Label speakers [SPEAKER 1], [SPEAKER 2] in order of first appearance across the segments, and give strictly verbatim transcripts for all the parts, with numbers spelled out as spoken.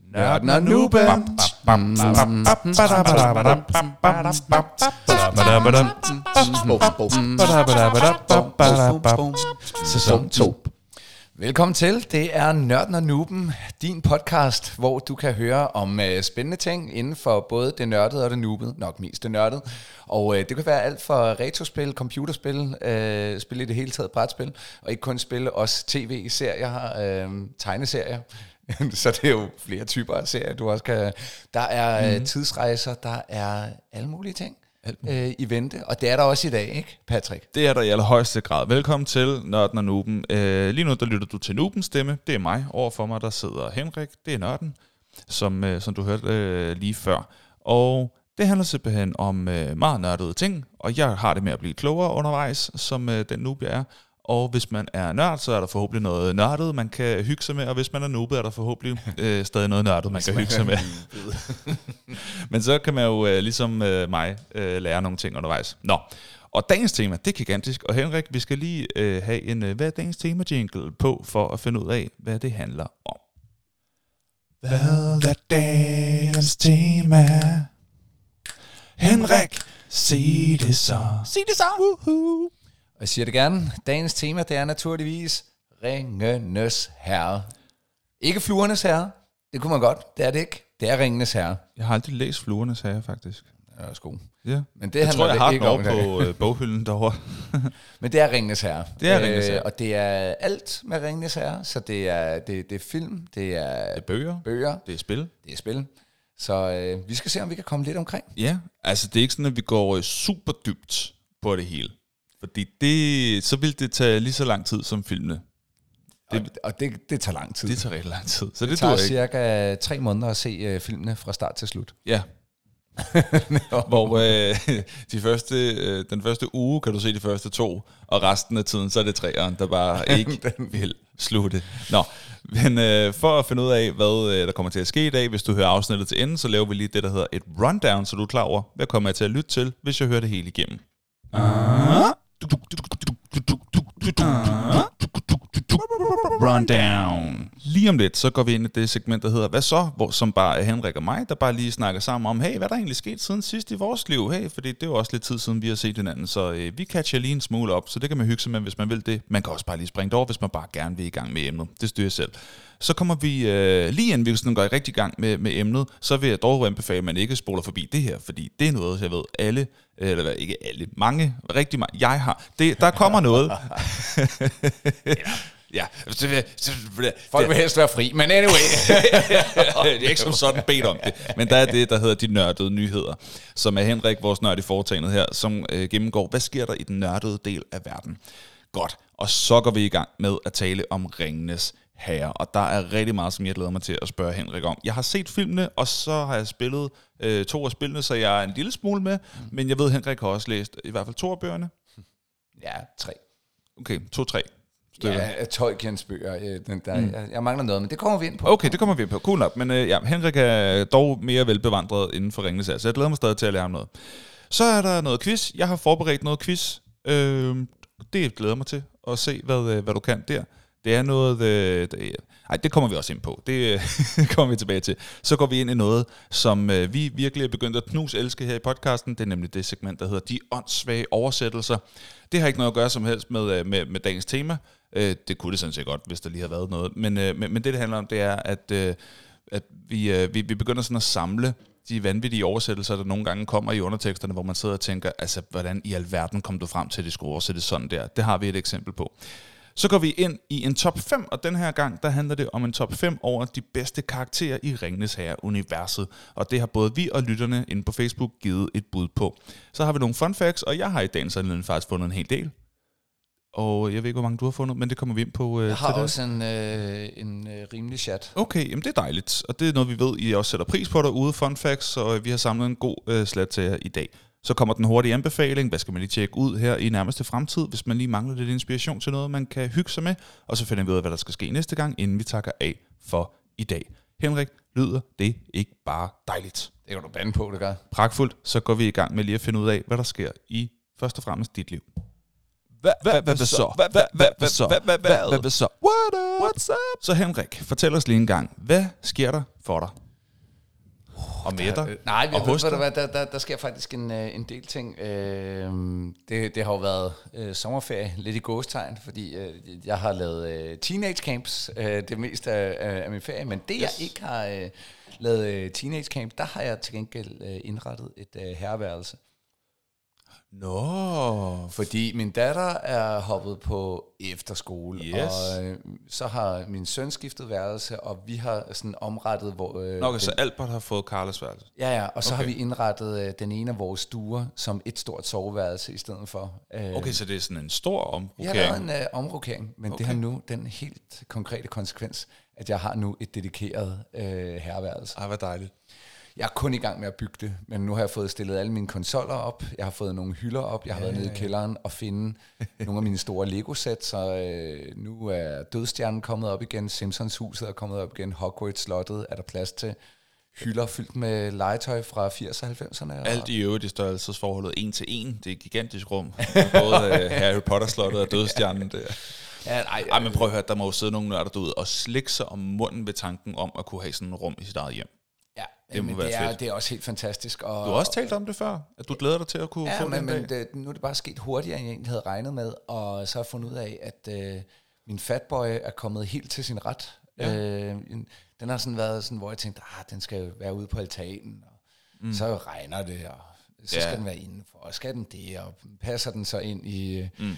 [SPEAKER 1] Nørden og Nuben. Sæson to. Velkommen til. Det er Nørden og Nuben, din podcast, hvor du kan høre om uh, spændende ting inden for både det nørdede og det nubede, nok mest det nørdede. Og uh, det kan være alt fra retrospil, computerspil, uh, spil i det hele taget, brætspil, og ikke kun spil, også tv-serier, uh, tegneserier. Så det er jo flere typer af serier, du også kan... Der er mm. tidsrejser, der er alle mulige ting øh, i vente. Og det er der også i dag, ikke, Patrick?
[SPEAKER 2] Det er der i allerhøjeste grad. Velkommen til Nørden og Nuben. Øh, lige nu der lytter du til Nubens stemme. Det er mig. Overfor mig der sidder Henrik. Det er Nørden, som, øh, som du hørte øh, lige før. Og det handler simpelthen om øh, meget nørdede ting. Og jeg har det med at blive klogere undervejs, som øh, den noob jeg er. Og hvis man er nørd, så er der forhåbentlig noget nørdet, man kan hygge sig med. Og hvis man er noob, er der forhåbentlig øh, stadig noget nørdet, man kan hygge sig med. Men så kan man jo øh, ligesom øh, mig øh, lære nogle ting undervejs. Nå, og dagens tema, det er gigantisk. Og Henrik, vi skal lige øh, have en øh, hvad er dagens tema-jingle på, for at finde ud af, hvad det handler om.
[SPEAKER 3] Hvad er dagens tema? Henrik, sig det så.
[SPEAKER 2] Sig det så! Woohoo!
[SPEAKER 1] Og jeg siger det gerne. Dagens tema, det er naturligvis Ringenes Herre. Ikke Fluernes Herre. Det kunne man godt. Det er det ikke. Det er Ringenes Herre.
[SPEAKER 2] Jeg har aldrig læst Fluernes Herre, faktisk.
[SPEAKER 1] Det er også god.
[SPEAKER 2] Ja.
[SPEAKER 1] Men det
[SPEAKER 2] jeg tror, jeg har
[SPEAKER 1] ikke
[SPEAKER 2] den over på øh, boghylden derovre.
[SPEAKER 1] Men det er Ringenes Herre.
[SPEAKER 2] Det er Ringenes Herre.
[SPEAKER 1] Øh, og det er alt med Ringenes Herre. Så det er, det, det er film, det er,
[SPEAKER 2] det er bøger,
[SPEAKER 1] bøger,
[SPEAKER 2] det er spil.
[SPEAKER 1] Det er spil. Så øh, vi skal se, om vi kan komme lidt omkring.
[SPEAKER 2] Ja, altså det er ikke sådan, at vi går super dybt på det hele. Fordi det, så vil det tage lige så lang tid som filmene.
[SPEAKER 1] Det, og og det, det tager lang tid.
[SPEAKER 2] Det tager rigtig lang tid. Så det,
[SPEAKER 1] det tager cirka tre måneder at se uh, filmene fra start til slut.
[SPEAKER 2] Ja. Hvor øh, de første, øh, den første uge kan du se de første to, og resten af tiden, så er det treeren, der bare ikke vil slutte. Nå, men øh, for at finde ud af, hvad øh, der kommer til at ske i dag, hvis du hører afsnittet til enden, så laver vi lige det, der hedder et rundown, så du er klar over, hvad kommer jeg til at lytte til, hvis jeg hører det hele igennem. Ah. Rundown. Lige om lidt, så går vi ind i det segment, der hedder Hvad så? Hvor, som bare er Henrik og mig, der bare lige snakker sammen om, hey, hvad der egentlig sket siden sidst i vores liv? Hey, fordi det er jo også lidt tid siden, vi har set hinanden, så øh, vi catcher lige en smule op, så det kan man hygge sig med, hvis man vil det. Man kan også bare lige springe det over, hvis man bare gerne vil i gang med emnet. Det styrer selv. Så kommer vi, øh, lige inden vi sådan går i rigtig gang med, med emnet, så vil jeg dog anbefale, at man ikke spoler forbi det her, fordi det er noget, jeg ved, alle, eller hvad, ikke alle, mange, rigtig mange, jeg har, det, der kommer noget.
[SPEAKER 1] ja. Ja, folk vil helst være fri, men anyway.
[SPEAKER 2] Det er ikke som sådan bedt om det. Men der er det, der hedder de nørdede nyheder, som er Henrik, vores nørd i foretagendet her, som øh, gennemgår, hvad sker der i den nørdede del af verden. Godt, og så går vi i gang med at tale om Ringenes Herre, og der er rigtig meget, som jeg glæder mig til at spørge Henrik om. Jeg har set filmene, og så har jeg spillet øh, to af spillene, så jeg er en lille smule med, mm. men jeg ved, Henrik har også læst i hvert fald to af bøgerne.
[SPEAKER 1] Ja, tre.
[SPEAKER 2] Okay, to-tre.
[SPEAKER 1] Ja, Tolkiens bøger. Den der, mm. jeg, jeg mangler noget, men det kommer vi ind på.
[SPEAKER 2] Okay, det kommer vi ind på. Cool nok. Men øh, ja, Henrik er dog mere velbevandret inden for Ringenes Herre, så jeg glæder mig stadig til at lære ham noget. Så er der noget quiz. Jeg har forberedt noget quiz. Øh, det glæder mig til at se, hvad, hvad du kan der. Det er noget... Øh, det, ej, det kommer vi også ind på. Det øh, kommer vi tilbage til. Så går vi ind i noget, som øh, vi virkelig er begyndt at knus elske her i podcasten. Det er nemlig det segment, der hedder De åndssvage oversættelser. Det har ikke noget at gøre som helst med, med, med dagens tema. Øh, det kunne det sådan set godt, hvis der lige havde været noget. Men, øh, men, men det, det handler om, det er, at, øh, at vi, øh, vi, vi begynder sådan at samle de vanvittige oversættelser, der nogle gange kommer i underteksterne, hvor man sidder og tænker, altså, hvordan i alverden kom du frem til, at det skulle oversættes sådan der? Det har vi et eksempel på. Så går vi ind i en top fem, og den her gang, der handler det om en top fem over de bedste karakterer i Ringenes Herre-universet. Og det har både vi og lytterne inde på Facebook givet et bud på. Så har vi nogle fun facts, og jeg har i dagens anledning faktisk fundet en hel del. Og jeg ved ikke, hvor mange du har fundet, men det kommer vi ind på. Øh,
[SPEAKER 1] jeg har
[SPEAKER 2] til
[SPEAKER 1] også en, øh, en øh, rimelig chat.
[SPEAKER 2] Okay, jamen det er dejligt, og det er noget, vi ved, I også sætter pris på derude, fun facts, så vi har samlet en god øh, slat til jer i dag. Så kommer den hurtige anbefaling. Hvad skal man lige tjekke ud her i nærmeste fremtid, hvis man lige mangler lidt inspiration til noget, man kan hygge sig med. Og så finder vi ud af, hvad der skal ske næste gang, inden vi takker af for i dag. Henrik, lyder det ikke bare dejligt?
[SPEAKER 1] Det kan du bande på, det gør.
[SPEAKER 2] Pragtfuldt. Så går vi i gang med lige at finde ud af, hvad der sker i først og fremmest dit liv. Hvad, hvad, hvad, hvad så? Hvad, hvad, hvad, hvad så? Hvad, hvad, hvad, hvad så? What up? What's up? Så Henrik, fortæl os lige en gang, hvad sker der for dig? Og med dig?
[SPEAKER 1] Øh, nej,
[SPEAKER 2] og
[SPEAKER 1] jeg
[SPEAKER 2] hos
[SPEAKER 1] ved,
[SPEAKER 2] dig?
[SPEAKER 1] hvad, der, der, der sker faktisk en, øh, en del ting. Øh, det, det har jo været øh, sommerferie, lidt i gåstegn, fordi øh, jeg har lavet øh, teenage camps øh, det meste af, af min ferie, men det yes. jeg ikke har øh, lavet øh, teenage camp, der har jeg til gengæld øh, indrettet et øh, herreværelse.
[SPEAKER 2] Nå,
[SPEAKER 1] Fordi min datter er hoppet på efterskole,
[SPEAKER 2] Yes.
[SPEAKER 1] og øh, så har min søn skiftet værelse, og vi har sådan omrettet... Hvor, øh,
[SPEAKER 2] nok så
[SPEAKER 1] den,
[SPEAKER 2] Albert har fået Carles værelse.
[SPEAKER 1] ja, ja, og så
[SPEAKER 2] Okay.
[SPEAKER 1] har vi indrettet øh, den ene af vores stuer som et stort soveværelse i stedet for. Øh,
[SPEAKER 2] Okay, så det er sådan en stor
[SPEAKER 1] jeg har lavet
[SPEAKER 2] omrokering.
[SPEAKER 1] en øh, omrokering, men okay. det har nu den helt konkrete konsekvens, at jeg har nu et dedikeret øh, herreværelse.
[SPEAKER 2] Ej, hvor dejligt.
[SPEAKER 1] Jeg er kun i gang med at bygge det, men nu har jeg fået stillet alle mine konsoller op, jeg har fået nogle hylder op, jeg har været nede i kælderen og finde nogle af mine store Lego-sæt, så øh, nu er Dødstjernen kommet op igen, Simpsons huset er kommet op igen, Hogwarts-slottet er der plads til, hylder fyldt med legetøj fra firserne og halvfemserne.
[SPEAKER 2] Alt i øvrigt i størrelsesforholdet en til en. Det er et gigantisk rum. Både uh, Harry Potter-slottet og Dødstjernen der.
[SPEAKER 1] Ja, nej,
[SPEAKER 2] Ej, men prøv at høre, der må jo sidde nogle nørder derude og slikke sig om munden ved tanken om at kunne have sådan et rum i sit eget hjem.
[SPEAKER 1] ja,
[SPEAKER 2] det må
[SPEAKER 1] men
[SPEAKER 2] være
[SPEAKER 1] det, er,
[SPEAKER 2] fedt.
[SPEAKER 1] det er også helt fantastisk. Og,
[SPEAKER 2] Du har også talt om det før, at du glæder dig til at kunne
[SPEAKER 1] ja,
[SPEAKER 2] få
[SPEAKER 1] men,
[SPEAKER 2] den
[SPEAKER 1] men
[SPEAKER 2] dag.
[SPEAKER 1] det, nu er det bare sket hurtigere, end jeg egentlig havde regnet med, og så har jeg fundet ud af, at øh, min fatboy er kommet helt til sin ret.
[SPEAKER 2] Ja.
[SPEAKER 1] Øh, en- den har sådan været sådan, hvor jeg tænkte, ah, den skal være ude på altanen, og mm. så regner det, og så
[SPEAKER 2] Ja.
[SPEAKER 1] skal den være indenfor, og skal den det, og passer den så ind i...
[SPEAKER 2] Mm.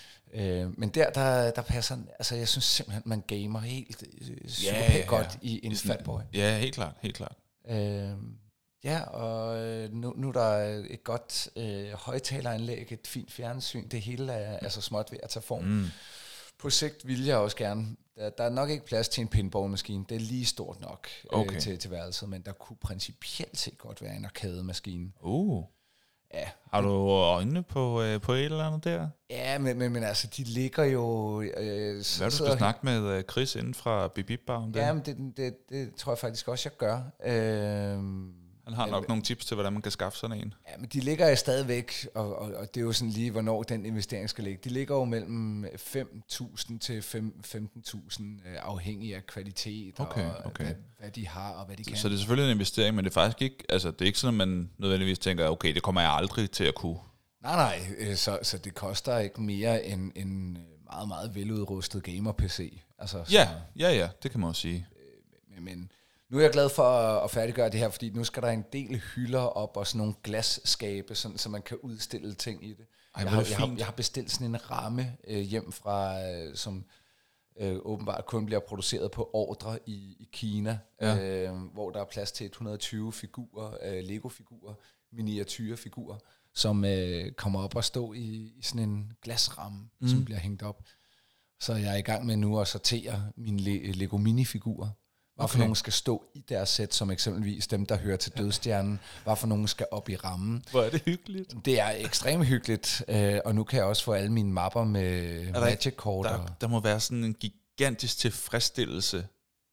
[SPEAKER 1] Øh, men der, der, der passer den, altså jeg synes simpelthen, man gamer helt øh, super
[SPEAKER 2] Ja, ja, ja.
[SPEAKER 1] godt i en
[SPEAKER 2] Sådan-
[SPEAKER 1] fatboy.
[SPEAKER 2] Ja, helt klart, helt klart.
[SPEAKER 1] Øh, ja, og øh, nu, nu er der et godt øh, højtaleranlæg, et fint fjernsyn. Det hele er, er så småt ved at tage form.
[SPEAKER 2] Mm.
[SPEAKER 1] På sigt vil jeg også gerne. Der, der er nok ikke plads til en pinballmaskine. Det er lige stort nok
[SPEAKER 2] Okay.
[SPEAKER 1] øh, til, til værelset, men der kunne principielt set godt være en arcade-maskine.
[SPEAKER 2] Uh.
[SPEAKER 1] Ja,
[SPEAKER 2] Har du øjnene på, øh, på et eller andet der?
[SPEAKER 1] ja men, men, men altså, de ligger jo... Øh,
[SPEAKER 2] Hvad
[SPEAKER 1] så
[SPEAKER 2] er du
[SPEAKER 1] sidder-
[SPEAKER 2] skal snakke med øh, Chris inden fra Bip Bip Bar om det?
[SPEAKER 1] Ja, men det, det, det tror jeg faktisk også, jeg gør. Øh,
[SPEAKER 2] Han har nok nogle tips til, hvordan man kan skaffe sådan en.
[SPEAKER 1] Ja, men de ligger jo stadigvæk, og, og, og det er jo sådan lige, hvornår den investering skal ligge. De ligger jo mellem fem tusind til femten tusind, øh, afhængig af kvalitet,
[SPEAKER 2] Okay,
[SPEAKER 1] og
[SPEAKER 2] okay.
[SPEAKER 1] Hvad, hvad de har, og hvad de kan.
[SPEAKER 2] Så det er selvfølgelig en investering, men det er faktisk ikke, altså det er ikke sådan, at man nødvendigvis tænker, okay, det kommer jeg aldrig til at kunne.
[SPEAKER 1] Nej, nej, øh, så, så det koster ikke mere end en meget, meget veludrustet gamer-P C. Altså, så,
[SPEAKER 2] Ja, ja, ja, det kan man også sige.
[SPEAKER 1] Men, men nu er jeg glad for at, at færdiggøre det her, fordi nu skal der en del hylder op, og sådan nogle glasskabe, sådan, så man kan udstille ting i det.
[SPEAKER 2] Ej,
[SPEAKER 1] jeg,
[SPEAKER 2] hvor er
[SPEAKER 1] har,
[SPEAKER 2] det
[SPEAKER 1] jeg, har,
[SPEAKER 2] fint.
[SPEAKER 1] jeg har bestilt sådan en ramme øh, hjem fra, øh, som øh, åbenbart kun bliver produceret på ordre i, i Kina,
[SPEAKER 2] Ja.
[SPEAKER 1] øh, hvor der er plads til et hundrede og tyve figurer, øh, Lego-figurer, miniatyrefigurer, som øh, kommer op og stå i, i sådan en glasramme, mm. som bliver hængt op. Så jeg er i gang med nu at sortere mine Le- Lego minifigurer. Hvad for
[SPEAKER 2] Okay.
[SPEAKER 1] nogen skal stå i deres sæt, som eksempelvis dem, der hører til Dødstjernen. Hvad for nogen skal op i rammen.
[SPEAKER 2] Hvor er det hyggeligt.
[SPEAKER 1] Det er ekstremt hyggeligt, øh, og nu kan jeg også få alle mine mapper med Magic-kort.
[SPEAKER 2] Der, der må være sådan en gigantisk tilfredsstillelse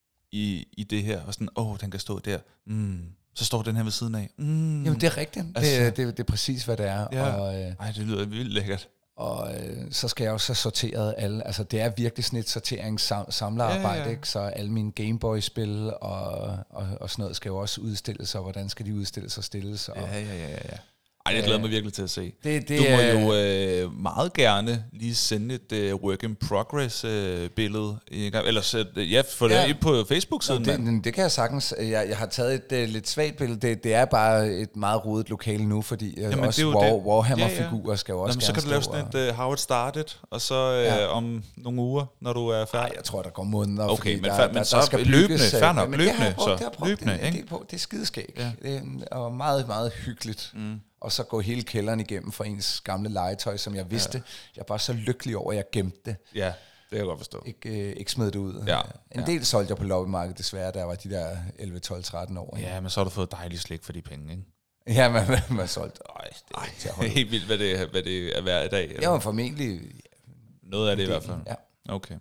[SPEAKER 2] i, i det her. Og sådan, åh, oh, den kan stå der. Mm. Så står den her ved siden af. Mm.
[SPEAKER 1] Jamen, det er rigtigt.
[SPEAKER 2] Altså-
[SPEAKER 1] det, det, det er præcis, hvad det er.
[SPEAKER 2] Ja.
[SPEAKER 1] Og, øh,
[SPEAKER 2] Ej, det lyder vildt lækkert.
[SPEAKER 1] og øh, så skal jeg også have sorteret alle. Altså, det er virkelig sådan et sorteringssamlerarbejde,
[SPEAKER 2] Ja, ja, ja.
[SPEAKER 1] ikke? Så alle mine Gameboy-spil og, og, og sådan noget skal jo også udstilles, og hvordan skal de udstilles og stilles. Og,
[SPEAKER 2] Ja, ja, ja, ja. Ej, jeg glæder mig virkelig til at se.
[SPEAKER 1] Det, det
[SPEAKER 2] Du må
[SPEAKER 1] er-
[SPEAKER 2] jo øh, meget gerne lige sende et øh, work in progress øh, billede. Eller sæt, ja, få det
[SPEAKER 1] Ja.
[SPEAKER 2] ind på Facebook-siden.
[SPEAKER 1] Nå,
[SPEAKER 2] mand.
[SPEAKER 1] det, det kan jeg sagtens. Jeg, jeg har taget et uh, lidt svagt billede. Det, det er bare et meget rodet lokale nu, fordi uh,
[SPEAKER 2] Jamen,
[SPEAKER 1] også
[SPEAKER 2] det er jo
[SPEAKER 1] War,
[SPEAKER 2] det.
[SPEAKER 1] Warhammer-figurer skal jo
[SPEAKER 2] Nå,
[SPEAKER 1] også
[SPEAKER 2] men
[SPEAKER 1] gerne
[SPEAKER 2] så kan du lave
[SPEAKER 1] stå,
[SPEAKER 2] sådan
[SPEAKER 1] og-
[SPEAKER 2] et uh, How It Started, og så øh,
[SPEAKER 1] Ja.
[SPEAKER 2] om nogle uger, når du er færdig.
[SPEAKER 1] Nej, jeg tror, der går måneder.
[SPEAKER 2] Okay,
[SPEAKER 1] fordi
[SPEAKER 2] men
[SPEAKER 1] der,
[SPEAKER 2] fa- men
[SPEAKER 1] der,
[SPEAKER 2] så
[SPEAKER 1] der skal
[SPEAKER 2] løbende,
[SPEAKER 1] bygges,
[SPEAKER 2] fair
[SPEAKER 1] øh,
[SPEAKER 2] nok,
[SPEAKER 1] men det har jeg
[SPEAKER 2] løbende,
[SPEAKER 1] brugt,
[SPEAKER 2] så
[SPEAKER 1] det har jeg brugt
[SPEAKER 2] løbende,
[SPEAKER 1] en- en
[SPEAKER 2] ikke?
[SPEAKER 1] del på. Det er skideskægt.
[SPEAKER 2] Ja.
[SPEAKER 1] Det er en- og meget, meget hyggeligt. Mm. Og så gå hele kælderen igennem for ens gamle legetøj, som jeg vidste. Ja. Jeg er bare så lykkelig over, at jeg gemte det.
[SPEAKER 2] Ja, det kan jeg godt forstå.
[SPEAKER 1] Ikke, øh, ikke smed det ud.
[SPEAKER 2] Ja,
[SPEAKER 1] En
[SPEAKER 2] ja.
[SPEAKER 1] del solgte jeg på loppemarkedet desværre, da jeg var de der elleve, tolv, tretten år. ikke?
[SPEAKER 2] Ja, men så har du fået dejligt slik for de penge, ikke?
[SPEAKER 1] Ja, man, man, man solgte. Ej, det er ikke til at
[SPEAKER 2] Det
[SPEAKER 1] holde
[SPEAKER 2] er helt vildt, hvad det, hvad det er værd i dag.
[SPEAKER 1] Jeg var formentlig...
[SPEAKER 2] Noget af det i hvert fald.
[SPEAKER 1] Ja.
[SPEAKER 2] Okay.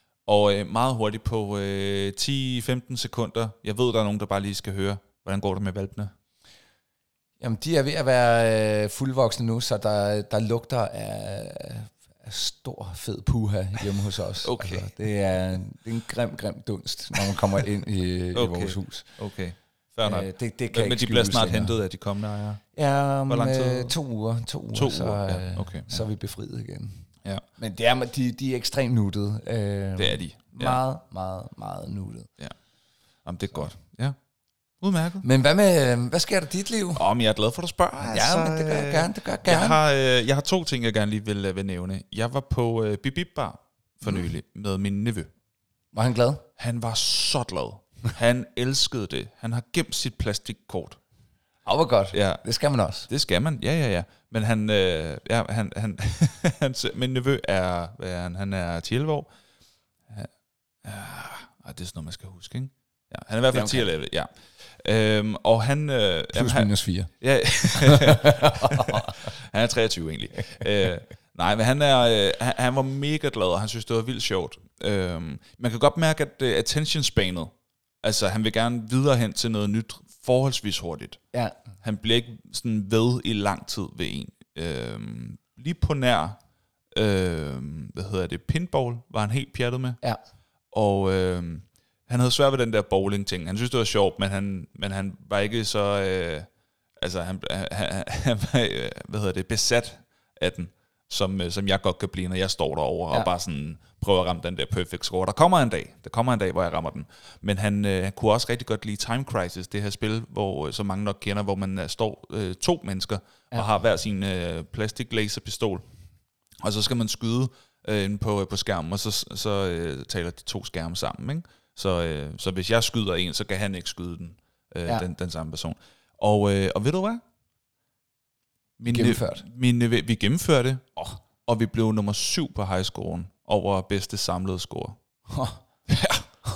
[SPEAKER 2] Og øh, meget hurtigt på øh, ti til femten sekunder. Jeg ved, der er nogen, der bare lige skal høre, hvordan går det med valpene?
[SPEAKER 1] Jamen, de er ved at være øh, fuldvoksne nu, så der, der lugter af, stor, fed puha hjemme hos os.
[SPEAKER 2] Okay.
[SPEAKER 1] Altså, det, er, det er en grim, grim dunst, når man kommer ind i,
[SPEAKER 2] okay.
[SPEAKER 1] i vores hus.
[SPEAKER 2] Okay, fair nok.
[SPEAKER 1] Øh, det, det kan
[SPEAKER 2] Men, men de bliver snart hentet af de kommende ejere?
[SPEAKER 1] Ja, om
[SPEAKER 2] Hvor lang tid?
[SPEAKER 1] øh, to uger, to uger,
[SPEAKER 2] to
[SPEAKER 1] så,
[SPEAKER 2] uger.
[SPEAKER 1] øh,
[SPEAKER 2] Ja, okay, ja.
[SPEAKER 1] så er vi befriet igen.
[SPEAKER 2] Ja.
[SPEAKER 1] Men det er, de, de er ekstremt nuttede. Øh,
[SPEAKER 2] Det er de. Ja.
[SPEAKER 1] Meget, meget, meget nuttede.
[SPEAKER 2] Ja. Jamen, det er så. Godt. Ja. Udmærket.
[SPEAKER 1] Men hvad med, hvad sker der i dit liv?
[SPEAKER 2] Åh, oh, men jeg er glad for, at du spørger. Altså,
[SPEAKER 1] Ja, men det gør jeg gerne, det gør jeg gerne.
[SPEAKER 2] Jeg har, øh, jeg har to ting, jeg gerne lige vil, øh, vil nævne. Jeg var på øh, Bip Bip Bar for nylig mm. med min nevø.
[SPEAKER 1] Var han glad?
[SPEAKER 2] Han var så glad. Han elskede det. Han har gemt sit plastikkort.
[SPEAKER 1] Åh, hvor godt.
[SPEAKER 2] Ja.
[SPEAKER 1] Det skal man også.
[SPEAKER 2] Det skal man, ja, ja, ja. Men han, øh, ja, han, han, hans, min nevø er, er han, han er ti elleve år. Ja, ja, det er sådan noget, man skal huske, ikke? Ja, han er i hvert fald ti elleve, ja. Øhm, og han... Øh,
[SPEAKER 1] Plus
[SPEAKER 2] han,
[SPEAKER 1] minus fire.
[SPEAKER 2] Ja, han er treogtyve egentlig. øh, nej, men han, er, øh, han, han var mega glad, og han synes, det var vildt sjovt. Øh, man kan godt mærke, at uh, attention spanet, altså han vil gerne videre hen til noget nyt, forholdsvis hurtigt.
[SPEAKER 1] Ja.
[SPEAKER 2] Han bliver ikke sådan ved i lang tid ved en. Øh, lige på nær, øh, hvad hedder det, pinball, var han helt pjattet med.
[SPEAKER 1] Ja.
[SPEAKER 2] Og... Øh, han havde svært ved den der bowling-ting. Han synes, det var sjovt, men han, men han var ikke så... Øh, altså, han, han, han var, øh, hvad hedder det, besat af den, som, øh, som jeg godt kan blive, når jeg står derovre ja. og bare sådan prøver at ramme den der perfect score. Der kommer en dag, der kommer en dag, hvor jeg rammer den. Men han, øh, han kunne også rigtig godt lide Time Crisis, det her spil, hvor så mange nok kender, hvor man øh, står øh, to mennesker ja. og har hver sin øh, plastik laserpistol. Og så skal man skyde øh, inde på, på skærmen, og så, så øh, taler de to skærme sammen, ikke? Så, øh, så hvis jeg skyder en, så kan han ikke skyde den, øh, ja. den, den samme person. Og, øh, og ved du hvad? Min
[SPEAKER 1] Gennemført.
[SPEAKER 2] Min, vi gennemførte det, oh, og vi blev nummer syv på highscoren over bedste samlede score. Oh. Ja.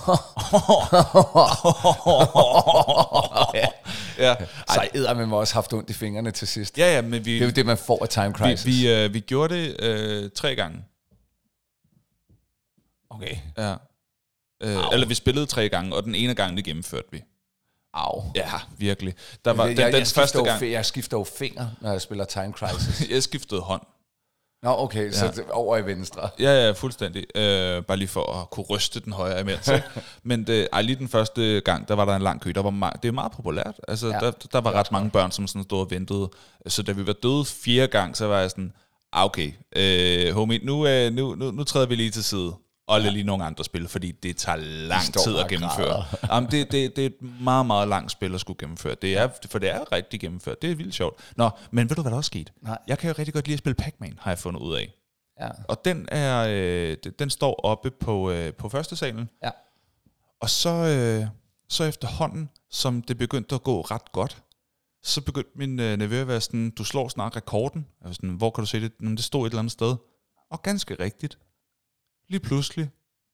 [SPEAKER 1] ja.
[SPEAKER 2] ja.
[SPEAKER 1] Så eddermame også haft ondt i fingrene til sidst.
[SPEAKER 2] Ja, ja, men vi,
[SPEAKER 1] det er jo det, man får af Time Crisis.
[SPEAKER 2] Vi, vi, øh, vi gjorde det øh, tre gange.
[SPEAKER 1] Okay.
[SPEAKER 2] Ja. Øh, eller vi spillede tre gange, og den ene gang, det gennemførte vi.
[SPEAKER 1] Au.
[SPEAKER 2] Ja, virkelig. Der var
[SPEAKER 1] jeg,
[SPEAKER 2] den,
[SPEAKER 1] jeg,
[SPEAKER 2] den
[SPEAKER 1] jeg
[SPEAKER 2] første gang.
[SPEAKER 1] Jeg skifter jo finger, når jeg spiller Time Crisis.
[SPEAKER 2] Jeg skiftede hånd.
[SPEAKER 1] Nå, okay, så ja. over i venstre.
[SPEAKER 2] Ja, ja, fuldstændig. Øh, bare lige for at kunne ryste den højre imens. Men det, ej, lige den første gang, der var der en lang kø. Der var ma- det er meget populært. Altså, ja. der, der var ret mange børn, som sådan stod og ventede. Så da vi var døde fjerde gang, så var jeg sådan, ah, okay, øh, homie, nu, øh, nu, nu, nu træder vi lige til side. Og lad lige nogle andre spil, fordi det tager lang tid at gennemføre. Jamen, det, det, det er et meget, meget langt spil at skulle gennemføre. Det er, for det er rigtig gennemført. Det er vildt sjovt. Nå, men ved du, hvad der også skete? Nej. Jeg kan jo rigtig godt lide at spille Pac-Man, har jeg fundet ud af. Ja. Og den, er, øh, den står oppe på, øh, på første salen. Ja. Og så, øh, så efterhånden, som det begyndte at gå ret godt, så begyndte min øh, nevø at være sådan, du slår snart rekorden. Jeg var sådan, hvor kan du se det? Jamen, det stod et eller andet sted. Og ganske rigtigt. Lige pludselig,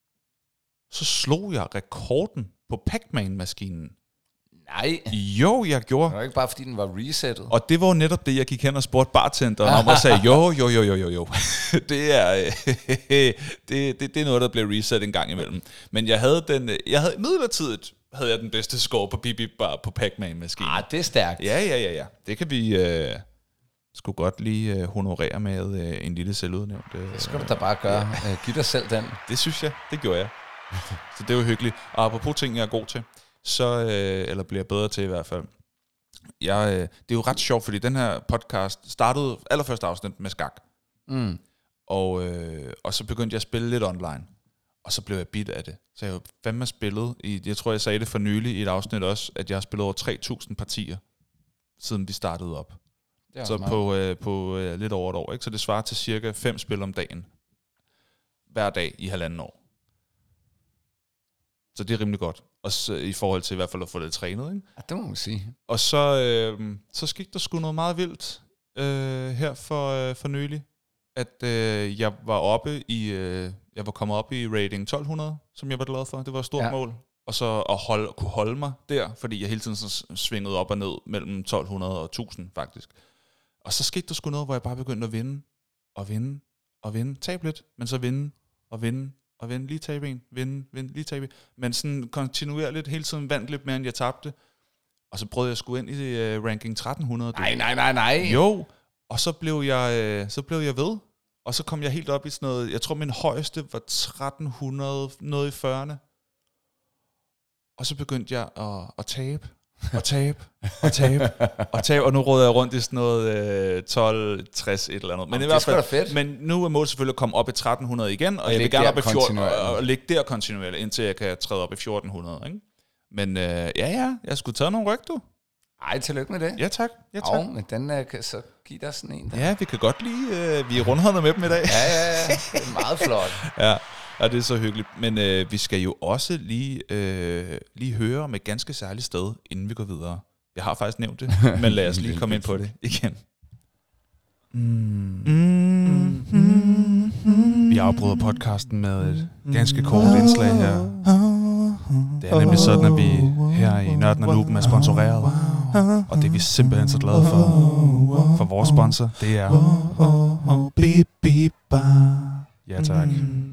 [SPEAKER 2] så slog jeg rekorden på Pac-Man-maskinen.
[SPEAKER 1] Nej.
[SPEAKER 2] Jo, jeg gjorde. Det
[SPEAKER 1] var ikke bare, fordi den var resettet.
[SPEAKER 2] Og det var netop det, jeg gik hen og spurgte bartenderen om, og sagde, jo, jo, jo, jo, jo, jo. det, er, det, det, det er noget, der blev reset en gang imellem. Men jeg havde den, jeg havde midlertidigt, havde jeg den bedste score på Bip Bip Bar på Pac-Man-maskinen.
[SPEAKER 1] Ah, det er stærkt.
[SPEAKER 2] Ja, ja, ja, ja. Det kan vi... Øh, skulle godt lige øh, honorere med øh, en lille selvudnævnt. Øh,
[SPEAKER 1] det skal du da bare gøre. Ja. Giv dig selv den.
[SPEAKER 2] Det synes jeg. Det gjorde jeg. Så det var hyggeligt. Og apropos ting, jeg er god til, så, øh, eller bliver bedre til i hvert fald. Jeg, øh, det er jo ret sjovt, fordi den her podcast startede allerførste afsnit med skak. Mm. Og, øh, og så begyndte jeg at spille lidt online. Og så blev jeg bit af det. Så jeg har fandme spillet, i, jeg tror jeg sagde det for nylig i et afsnit også, at jeg har spillet over tre tusind partier, siden vi startede op. Så på, øh, på øh, lidt over et år, ikke? Så det svarer til cirka fem spil om dagen. Hver dag i halvanden år. Så det er rimelig godt. Og så, i forhold til i hvert fald at få det trænet, ikke?
[SPEAKER 1] Ja, det må man sige.
[SPEAKER 2] Og så, øh, så skete der sgu noget meget vildt øh, her for, øh, for nylig. At øh, jeg var oppe i, øh, jeg var kommet op i rating tolv hundrede, som jeg var glad for. Det var et stort ja. mål. Og så at holde, kunne holde mig der, fordi jeg hele tiden så svingede op og ned mellem tolv hundrede og tusind faktisk. Og så skete der sgu noget, hvor jeg bare begyndte at vinde, og vinde, og vinde, tabe lidt, men så vinde, og vinde, og vinde, lige tabe en, vinde, vinde, lige tabe en. Men sådan kontinuerligt, hele tiden vandt lidt mere, end jeg tabte. Og så prøvede jeg sgu ind i uh, ranking tretten hundrede.
[SPEAKER 1] Nej, nej, nej, nej.
[SPEAKER 2] Jo, og så blev jeg, uh, så blev jeg ved, Og så kom jeg helt op i sådan noget, jeg tror min højeste var tretten hundrede, noget i fyrrerne. Og så begyndte jeg at, at tabe, og tabe, og tabe, og tabe. Og nu råder jeg rundt i sådan noget øh, tolv tres et eller andet. Men,
[SPEAKER 1] Jamen,
[SPEAKER 2] i hvert fald,
[SPEAKER 1] fedt.
[SPEAKER 2] men nu er målet selvfølgelig at komme op i tretten hundrede igen, og, og jeg vil gerne op i fjorten, og, og ligge der kontinuerligt, indtil jeg kan træde op i fjorten hundrede. Ikke? Men øh, ja, ja, jeg skulle tage nogle ryg, du.
[SPEAKER 1] Ej, tillykke med det.
[SPEAKER 2] Ja, tak. Ja, tak.
[SPEAKER 1] Oh, men den uh, kan så give dig sådan en der.
[SPEAKER 2] Ja, vi kan godt lide, øh, vi er rundhåndet med dem i dag.
[SPEAKER 1] Ja, ja, ja. Det er meget flot.
[SPEAKER 2] Ja, og det er så hyggeligt. Men øh, vi skal jo også lige, øh, lige høre om et ganske særligt sted, inden vi går videre. Jeg har faktisk nævnt det, men lad os lige komme ind på det igen.
[SPEAKER 3] Mm. Mm. Mm. Vi afbryder podcasten med et ganske kort indslag her. Det er nemlig sådan, at vi her i Nørden og Nuben er sponsoreret. Og det er vi simpelthen så glade for. For vores sponsor, det er... Ja, tak.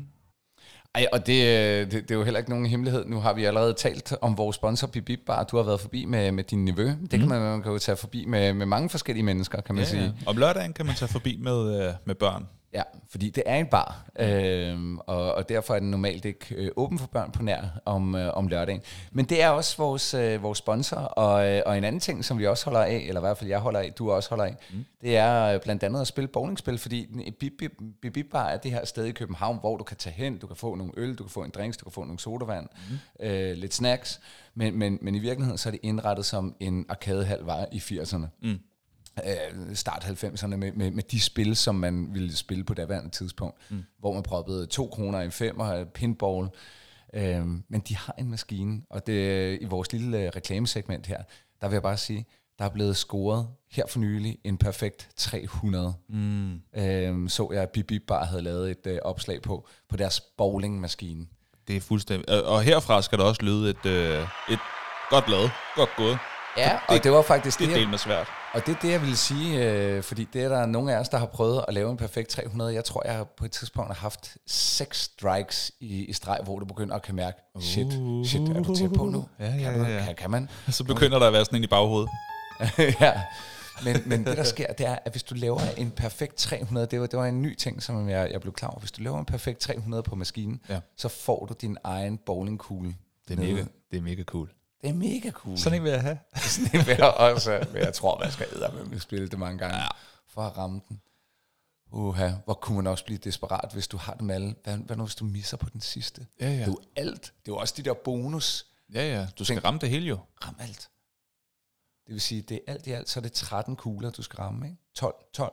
[SPEAKER 1] Ej, og det, det, det er jo heller ikke nogen hemmelighed. Nu har vi allerede talt om vores sponsor, Bip Bip Bar. Du har været forbi med, med din nevø. Det kan mm. man, man kan jo tage forbi med, med mange forskellige mennesker, kan man
[SPEAKER 2] ja,
[SPEAKER 1] sige.
[SPEAKER 2] Ja. Om lørdagen kan man tage forbi med, øh, med børn.
[SPEAKER 1] Ja, fordi det er en bar, øh, og, og derfor er den normalt ikke øh, åben for børn på nær om, øh, om lørdagen. Men det er også vores, øh, vores sponsor, og, øh, og en anden ting, som vi også holder af, eller i hvert fald jeg holder af, du også holder af, mm. det er øh, blandt andet at spille bowlingspil, fordi Bip Bip, Bip Bip Bar er det her sted i København, hvor du kan tage hen, du kan få nogle øl, du kan få en drinks, du kan få nogle sodavand, mm. øh, lidt snacks, men, men, men i virkeligheden så er det indrettet som en arkadehal var i firserne. Mm. Start halvfemserne med, med, med de spil, som man ville spille på daværende tidspunkt, mm. hvor man proppede to kroner i fem og pinball. Øhm, men de har en maskine, og det i vores lille uh, reklamesegment her, der vil jeg bare sige, der er blevet scoret her for nylig en perfekt tre hundrede. Mm. Øhm, så jeg, at Bip Bip Bar havde lavet et uh, opslag på, på deres bowlingmaskine.
[SPEAKER 2] Det er fuldstændig. Og herfra skal der også lyde et, øh, et godt lavet, godt gået.
[SPEAKER 1] Ja, og det, det var faktisk
[SPEAKER 2] det.
[SPEAKER 1] Det
[SPEAKER 2] er del med svært.
[SPEAKER 1] Og det er det, jeg vil sige, øh, fordi det er der nogle af os, der har prøvet at lave en perfekt tre hundrede. Jeg tror, jeg på et tidspunkt har haft seks strikes i, i streg, hvor du begynder at kan mærke, shit, shit, er du tæt på nu?
[SPEAKER 2] Ja, ja,
[SPEAKER 1] kan, du,
[SPEAKER 2] ja.
[SPEAKER 1] kan, kan man?
[SPEAKER 2] Så begynder der at være sådan en i baghovedet.
[SPEAKER 1] Ja, men, men det der sker, det er, at hvis du laver en perfekt tre hundrede, det var, det var en ny ting, som jeg, jeg blev klar over. Hvis du laver en perfekt tre hundrede på maskinen, ja. Så får du din egen bowlingkugle.
[SPEAKER 2] Det er mega, det er mega cool.
[SPEAKER 1] Det er mega cool.
[SPEAKER 2] Sådan en vil jeg have.
[SPEAKER 1] Sådan en vil jeg også, men jeg tror, man skal eddermame spille det mange gange, ja. For at ramme den. Uha, hvor kunne man også blive desperat, hvis du har dem alle. Hvad, hvad nu, hvis du misser på den sidste?
[SPEAKER 2] Ja, ja.
[SPEAKER 1] Det er jo alt. Det er jo også de der bonus.
[SPEAKER 2] Ja, ja. Du skal Tænk, ramme det hele jo.
[SPEAKER 1] Ram alt. Det vil sige, det er alt i alt, så er det tretten kugler, du skal ramme, ikke? tolv. tolv.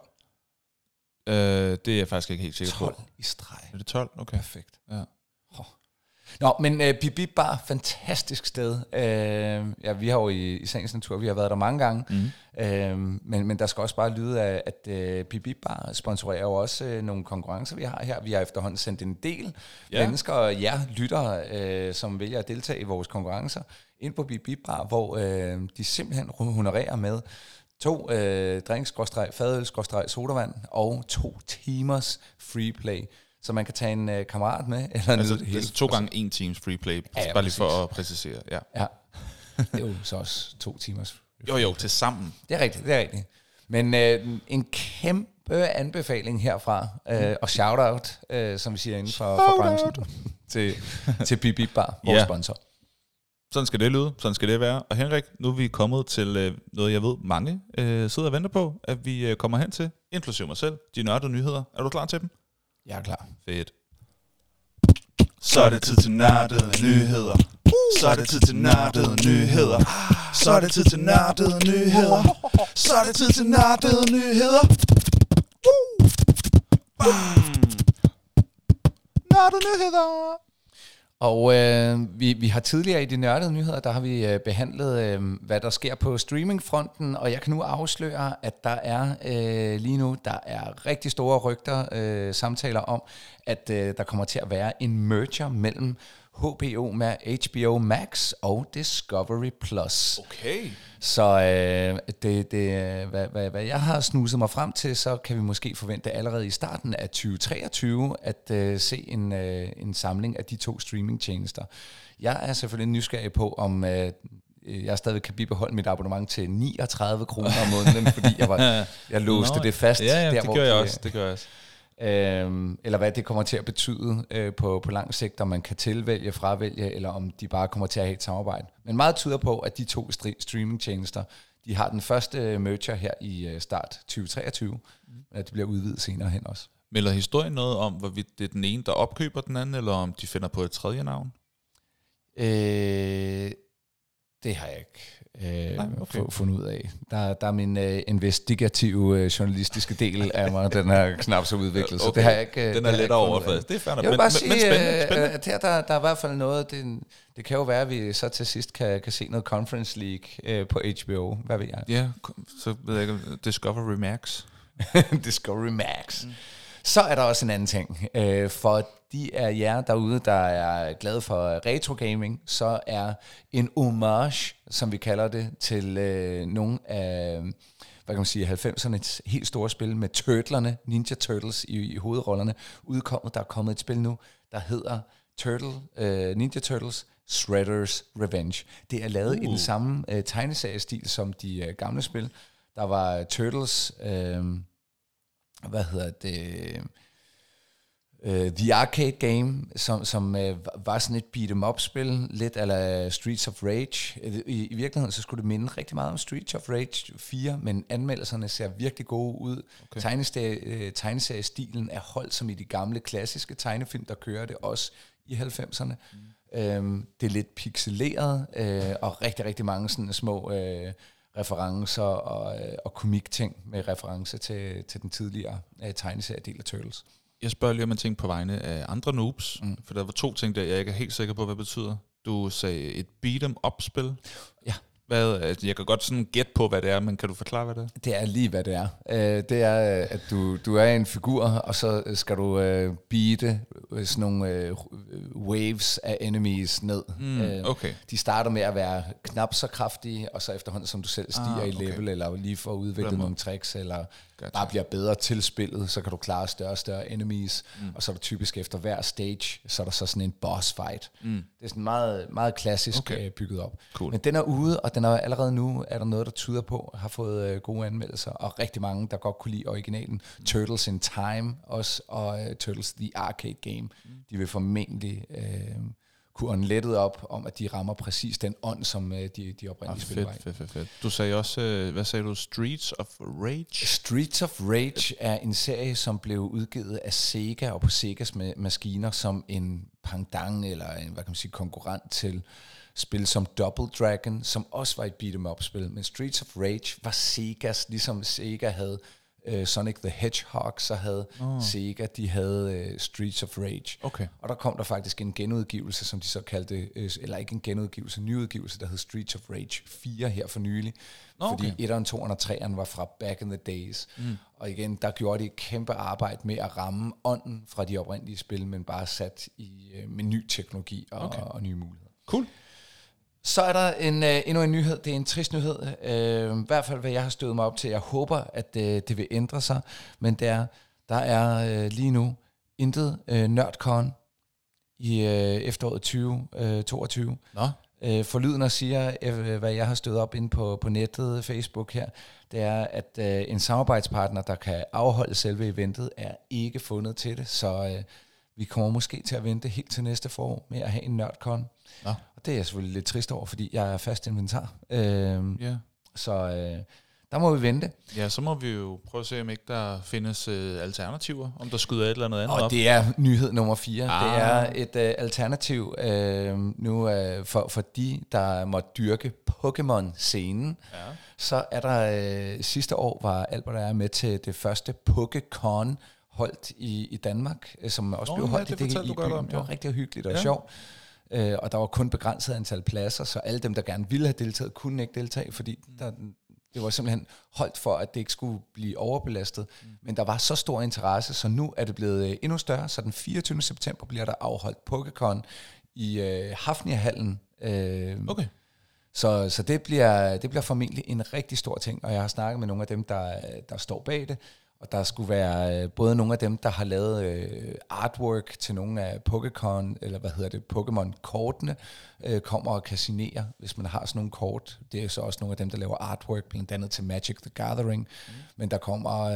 [SPEAKER 2] Øh, det er jeg faktisk ikke helt sikker på.
[SPEAKER 1] tolv i streg.
[SPEAKER 2] Er det tolv? Okay.
[SPEAKER 1] Perfekt.
[SPEAKER 2] Ja.
[SPEAKER 1] Oh. Nå, men uh, Bip Bip Bar, fantastisk sted. Uh, ja, vi har jo i, i sagens natur, vi har været der mange gange, mm. uh, men, men der skal også bare lyde af, at uh, Bip Bip Bar sponsorerer jo også uh, nogle konkurrencer, vi har her. Vi har efterhånden sendt en del ja. mennesker og jer lyttere, uh, som vælger at deltage i vores konkurrencer, ind på Bip Bip Bar, hvor uh, de simpelthen honorerer med to uh, drinks, fadøl, sodavand og to timers free play. Så man kan tage en øh, kammerat med. Eller
[SPEAKER 2] altså,
[SPEAKER 1] det
[SPEAKER 2] hele. To gange en times free play, ja, ja, bare lige for at præcisere. Ja.
[SPEAKER 1] Ja. Det er jo så også to timers.
[SPEAKER 2] Jo jo, til sammen.
[SPEAKER 1] Det er rigtigt, det er rigtigt. Men øh, en kæmpe anbefaling herfra, øh, og shout-out, øh, som vi siger inden for, for branchen, til, til Bip Bip Bar, vores yeah. sponsor.
[SPEAKER 2] Sådan skal det lyde, sådan skal det være. Og Henrik, nu er vi kommet til øh, noget, jeg ved, mange øh, sidder og venter på, at vi øh, kommer hen til, inklusive mig selv, de nørdede nyheder. Er du klar til dem?
[SPEAKER 1] Jeg er klar.
[SPEAKER 2] Fedt.
[SPEAKER 3] Så er det tid til nørdede nyheder. Så er det tid til nørdede nyheder. Så er det tid til nørdede nyheder. Så er det tid til nørdede nyheder. Nørdede nyheder.
[SPEAKER 1] Og øh, vi, vi har tidligere i de nørdede nyheder, der har vi øh, behandlet, øh, hvad der sker på streamingfronten, og jeg kan nu afsløre, at der er øh, lige nu, der er rigtig store rygter, øh, samtaler om, at øh, der kommer til at være en merger mellem H B O med H B O Max og Discovery Plus.
[SPEAKER 2] Okay.
[SPEAKER 1] Så øh, det, det, hvad, hvad, hvad jeg har snuset mig frem til, så kan vi måske forvente allerede i starten af tyve treogtyve at øh, se en, øh, en samling af de to streamingtjenester. Jeg er selvfølgelig nysgerrig på, om øh, jeg stadig kan bibeholde mit abonnement til niogtredive kroner om måneden, fordi jeg, var, jeg låste Nå, det fast.
[SPEAKER 2] Ja, ja
[SPEAKER 1] der,
[SPEAKER 2] det gør jeg også. Det gør jeg også.
[SPEAKER 1] Øhm, eller hvad det kommer til at betyde øh, på, på lang sigt, om man kan tilvælge, fravælge, eller om de bare kommer til at have et samarbejde. Men meget tyder på, at de to stri- streamingtjenester, de har den første merger her i øh, start tyve treogtyve, mm. men at det bliver udvidet senere hen også.
[SPEAKER 2] Melder historien noget om, hvorvidt det er den ene, der opkøber den anden, eller om de finder på et tredje navn?
[SPEAKER 1] Øh, det har jeg ikke øh,
[SPEAKER 2] Nej, okay.
[SPEAKER 1] fundet ud af. Der, der er min øh, investigative øh, journalistiske del af mig, den er knap så udviklet, så
[SPEAKER 2] okay.
[SPEAKER 1] det har jeg ikke.
[SPEAKER 2] Den er lidt overfladisk. Det er fair nok.
[SPEAKER 1] Jeg vil
[SPEAKER 2] men,
[SPEAKER 1] bare
[SPEAKER 2] men,
[SPEAKER 1] sige,
[SPEAKER 2] men spændende, spændende.
[SPEAKER 1] at her der, der er i hvert fald noget, det, det kan jo være, at vi så til sidst kan, kan se noget Conference League øh, på H B O. Hvad ved jeg?
[SPEAKER 2] Ja, så ved jeg ikke, Discovery Max.
[SPEAKER 1] Discovery Max. Mm. Så er der også en anden ting. Øh, for de af jer derude, der er glade for retro gaming, så er en homage, som vi kalder det, til øh, nogle af, hvad kan man sige, halvfemsernes helt store spil med turtlerne, Ninja Turtles i, i hovedrollerne, udkommet. Der er kommet et spil nu, der hedder Turtle, øh, Ninja Turtles Shredder's Revenge. Det er lavet uh. i den samme øh, tegneseriestil som de øh, gamle spil. Der var Turtles... Øh, hvad hedder det, uh, The Arcade Game, som, som uh, var sådan et beat-em-up-spil, lidt ala Streets of Rage. I, I virkeligheden så skulle det minde rigtig meget om Streets of Rage fire, men anmeldelserne ser virkelig gode ud. Okay. Tegneserie, uh, tegneseriestilen er holdt som i de gamle klassiske tegnefilm, der kører det også i halvfemserne. Mm. Um, det er lidt pixeleret, uh, og rigtig, rigtig mange sådan små... Uh, referencer og, og komik-ting med reference til, til den tidligere uh, tegneseriedel af Turtles.
[SPEAKER 2] Jeg spørger lige om en ting på vegne af andre noobs, mm. for der var to ting der, jeg ikke er helt sikker på, hvad det betyder. Du sagde et beat-em-up-spil.
[SPEAKER 1] Ja.
[SPEAKER 2] Hvad, jeg kan godt sådan gætte på, hvad det er, men kan du forklare, hvad det er?
[SPEAKER 1] Det er lige, hvad det er. Uh, det er, at du, du er en figur, og så skal du uh, beate sådan nogle uh, waves af enemies ned.
[SPEAKER 2] Mm,
[SPEAKER 1] uh,
[SPEAKER 2] okay.
[SPEAKER 1] De starter med at være knap så kraftige, og så efterhånden, som du selv stiger ah, okay. i level, eller lige får udviklet nogle tricks, eller gotcha. Bare bliver bedre til spillet, så kan du klare større og større enemies, mm. og så er der typisk efter hver stage, så er der så sådan en boss fight. Mm. Det er sådan meget, meget klassisk okay. bygget op. Cool. Men den er ude, og den er allerede nu, er der noget, der tyder på, har fået uh, gode anmeldelser, og rigtig mange, der godt kunne lide originalen. Mm. Turtles in Time også, og uh, Turtles The Arcade Game. Mm. De vil formentlig uh, kunne ånde op om, at de rammer præcis den ånd, som uh, de, de oprindelige
[SPEAKER 2] ah,
[SPEAKER 1] spil var i.
[SPEAKER 2] Fedt, fedt, fedt. Du sagde også, uh, hvad sagde du, Streets of Rage?
[SPEAKER 1] Streets of Rage er en serie, som blev udgivet af Sega og på Segas ma- maskiner som en pendant, eller en, hvad kan man sige, konkurrent til spil som Double Dragon, som også var et beat-em-up-spil. Men Streets of Rage var Segas, ligesom Sega havde uh, Sonic the Hedgehog, så havde oh. Sega, de havde uh, Streets of Rage. Okay. Og der kom der faktisk en genudgivelse, som de så kaldte, uh, eller ikke en genudgivelse, en nyudgivelse, der hed Streets of Rage fire her for nylig. Oh, okay. Fordi etteren, toeren og treeren var fra back in the days. Mm. Og igen, der gjorde de et kæmpe arbejde med at ramme ånden fra de oprindelige spil, men bare sat i, uh, med ny teknologi og, okay. og, og nye muligheder.
[SPEAKER 2] Cool.
[SPEAKER 1] Så er der en, øh, endnu en nyhed. Det er en trist nyhed. Øh, I hvert fald, hvad jeg har stødt mig op til. Jeg håber, at øh, det vil ændre sig. Men det er, der er øh, lige nu intet øh, NerdCon i øh, efteråret tyve toogtyve. Nå. Øh, forlydende siger, øh, hvad jeg har stødt op inde på, på nettet, Facebook her, det er, at øh, en samarbejdspartner, der kan afholde selve eventet, er ikke fundet til det. Så øh, vi kommer måske til at vente helt til næste forår med at have en NerdCon. Nå. Og det er jeg selvfølgelig lidt trist over, fordi jeg er fast inventar. Øhm, yeah. Så øh, der må vi vente.
[SPEAKER 2] Ja, så må vi jo prøve at se, om ikke der findes øh, alternativer, om der skyder et eller andet andet
[SPEAKER 1] og
[SPEAKER 2] op.
[SPEAKER 1] det er nyhed nummer fire. Ah. Det er et øh, alternativ øh, nu øh, for, for de, der måtte dyrke Pokémon-scenen. Ja. Så er der øh, sidste år, var Albert og jeg med til det første Pokécon holdt i, i Danmark, som også
[SPEAKER 2] Nå,
[SPEAKER 1] blev holdt
[SPEAKER 2] ja,
[SPEAKER 1] det i det i byen. Om, ja. Det var rigtig hyggeligt og ja. sjovt. Uh, og der var kun begrænset antal pladser, så alle dem, der gerne ville have deltaget, kunne ikke deltage, fordi mm. der, det var simpelthen holdt for, at det ikke skulle blive overbelastet. Mm. Men der var så stor interesse, så nu er det blevet endnu større, så den fireogtyvende september bliver der afholdt Pokécon i uh, Hafnia-hallen. Uh, okay. Så, så det, bliver, det bliver formentlig en rigtig stor ting, og jeg har snakket med nogle af dem, der, der står bag det. Og der skulle være øh, både nogle af dem, der har lavet øh, artwork til nogle af Pokécon, eller hvad hedder det, Pokémon-kortene, øh, kommer og kan signere, hvis man har sådan nogle kort. Det er så også nogle af dem, der laver artwork, blandt andet til Magic the Gathering. Mm. Men der kommer øh,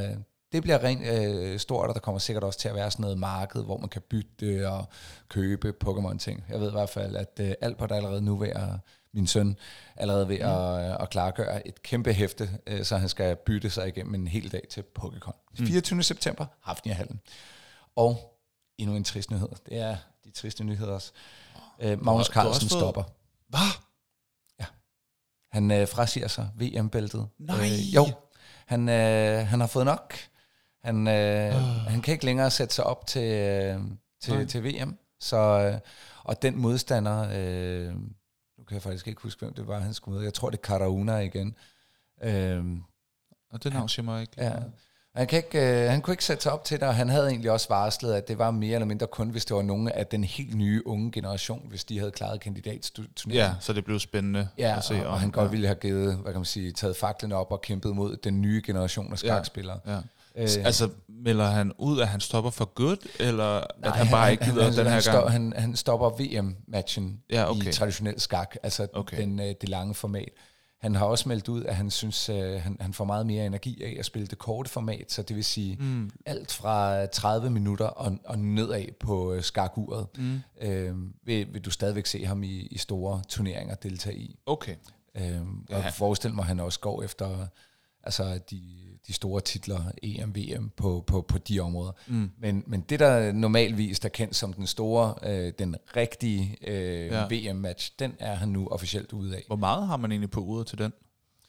[SPEAKER 1] det bliver rent øh, stort, og der kommer sikkert også til at være sådan noget marked, hvor man kan bytte og købe Pokémon-ting. Jeg ved i hvert fald, at øh, Albert er allerede nu ved at, min søn, allerede ved mm. at, at klargøre et kæmpe hæfte, øh, så han skal bytte sig igennem en hel dag til Pokécon. Mm. fireogtyvende september, Hafnia-hallen. Og endnu en trist nyhed. Det er de triste nyheder også. Øh, Magnus Carlsen fået... stopper.
[SPEAKER 2] Hvad?
[SPEAKER 1] Ja. Han øh, frasiger sig V M-bæltet.
[SPEAKER 2] Nej.
[SPEAKER 1] Øh, jo. Han, øh, han har fået nok. Han, øh, uh. han kan ikke længere sætte sig op til, øh, til, til V M. Så, øh, og den modstander, øh, nu kan jeg faktisk ikke huske, hvem det var, han skulle møde. Jeg tror, det er Karauna igen. Øh,
[SPEAKER 2] og det navn siger mig ikke.
[SPEAKER 1] Ja. Han, kan ikke, øh, han kunne ikke sætte sig op til det, og han havde egentlig også varslet, at det var mere eller mindre kun, hvis det var nogen af den helt nye unge generation, hvis de havde klaret kandidatturneringen.
[SPEAKER 2] Ja, så det blev spændende
[SPEAKER 1] ja,
[SPEAKER 2] at se.
[SPEAKER 1] Og, og han godt ville have givet, hvad kan man sige, taget faklene op og kæmpet mod den nye generation af skakspillere.
[SPEAKER 2] Ja, ja. Øh, altså, melder han ud, at han stopper for godt, eller
[SPEAKER 1] nej,
[SPEAKER 2] at han bare
[SPEAKER 1] han,
[SPEAKER 2] ikke gider
[SPEAKER 1] han,
[SPEAKER 2] den her
[SPEAKER 1] han
[SPEAKER 2] gang?
[SPEAKER 1] Stop, han, han stopper V M-matchen
[SPEAKER 2] ja, okay.
[SPEAKER 1] i traditionel skak, altså okay. den, det lange format. Han har også meldt ud, at han synes, øh, han, han får meget mere energi af at spille det korte format, så det vil sige mm. alt fra tredive minutter og, og nedad på øh, skakuret, mm. øh, vil, vil du stadigvæk se ham i, i store turneringer deltage i.
[SPEAKER 2] Okay.
[SPEAKER 1] Øh, og ja. Forestil mig, at han også går efter altså de, de store titler, E M, V M, på, på, på de områder. Mm. Men, men det, der normalvis er kendt som den store, øh, den rigtige øh, ja. V M-match, den er han nu officielt ude af.
[SPEAKER 2] Hvor meget har man egentlig på ude til den?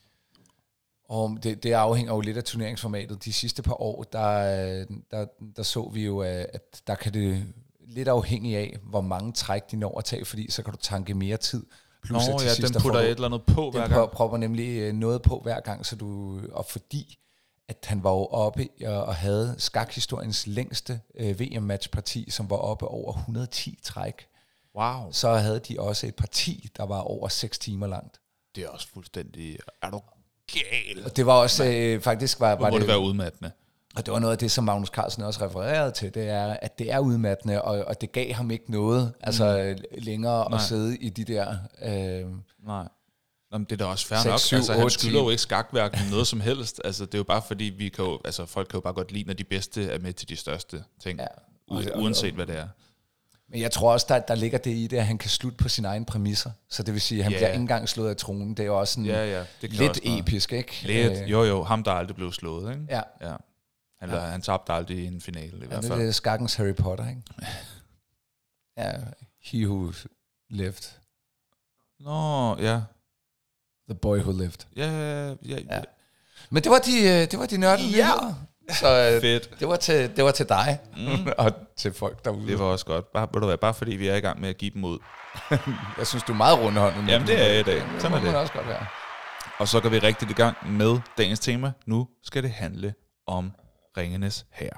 [SPEAKER 1] Og det, det afhænger jo lidt af turneringsformatet. De sidste par år, der, der, der så vi jo, at der kan det lidt afhængig af, hvor mange træk de når at tage, fordi så kan du tanke mere tid.
[SPEAKER 2] Plus Nå, ja, den putter et eller andet på hver gang.
[SPEAKER 1] Den propper nemlig noget på hver gang, så du, og fordi at han var jo oppe og, og havde skakhistoriens længste øh, V M-matchparti, som var oppe over et hundrede og ti træk.
[SPEAKER 2] Wow.
[SPEAKER 1] Så havde de også et parti, der var over seks timer langt.
[SPEAKER 2] Det er også fuldstændig... Er du gal?
[SPEAKER 1] Og det var også øh, faktisk... Var, var
[SPEAKER 2] må det, det være udmattende.
[SPEAKER 1] Og det var noget af det, som Magnus Carlsen også refererede til, det er, at det er udmattende, og, og det gav ham ikke noget, mm. altså længere Nej. At sidde i de der... Øh,
[SPEAKER 2] Nej. Jamen, det er da også fair nok. Altså, han skylder jo ikke skakværken noget som helst. Altså, det er jo bare fordi, vi kan jo, altså, folk kan jo bare godt lide, når de bedste er med til de største ting, ja. U- uanset hvad det er.
[SPEAKER 1] Men jeg tror også, der, der ligger det i det, at han kan slutte på sine egne præmisser. Så det vil sige, at han yeah. bliver ikke engang slået af tronen. Det er jo også sådan
[SPEAKER 2] ja, ja. Det
[SPEAKER 1] lidt også episk, ikke?
[SPEAKER 2] Lidt, jo jo, ham der aldrig blev slået, ikke?
[SPEAKER 1] Ja.
[SPEAKER 2] ja. Han, ja. han tabte aldrig i en finale, i
[SPEAKER 1] ja,
[SPEAKER 2] hvert fald.
[SPEAKER 1] Det er skakkens Harry Potter, ikke? Ja, he who lived.
[SPEAKER 2] Nå, ja.
[SPEAKER 1] The boy who lived.
[SPEAKER 2] Ja, ja, ja.
[SPEAKER 1] ja. Men det var de, det var de nørdede
[SPEAKER 2] ja.
[SPEAKER 1] Så
[SPEAKER 2] fedt.
[SPEAKER 1] Det var til, det var til dig mm. og til folk derude.
[SPEAKER 2] Det var også godt. Bare, ved du hvad, bare fordi vi er i gang med at give dem ud.
[SPEAKER 1] Jeg synes, du er meget rundhåndet.
[SPEAKER 2] Jamen, det er jeg i dag. Sådan er det.
[SPEAKER 1] Også godt være.
[SPEAKER 2] Og så går vi rigtig i gang med dagens tema. Nu skal det handle om Ringenes Herre.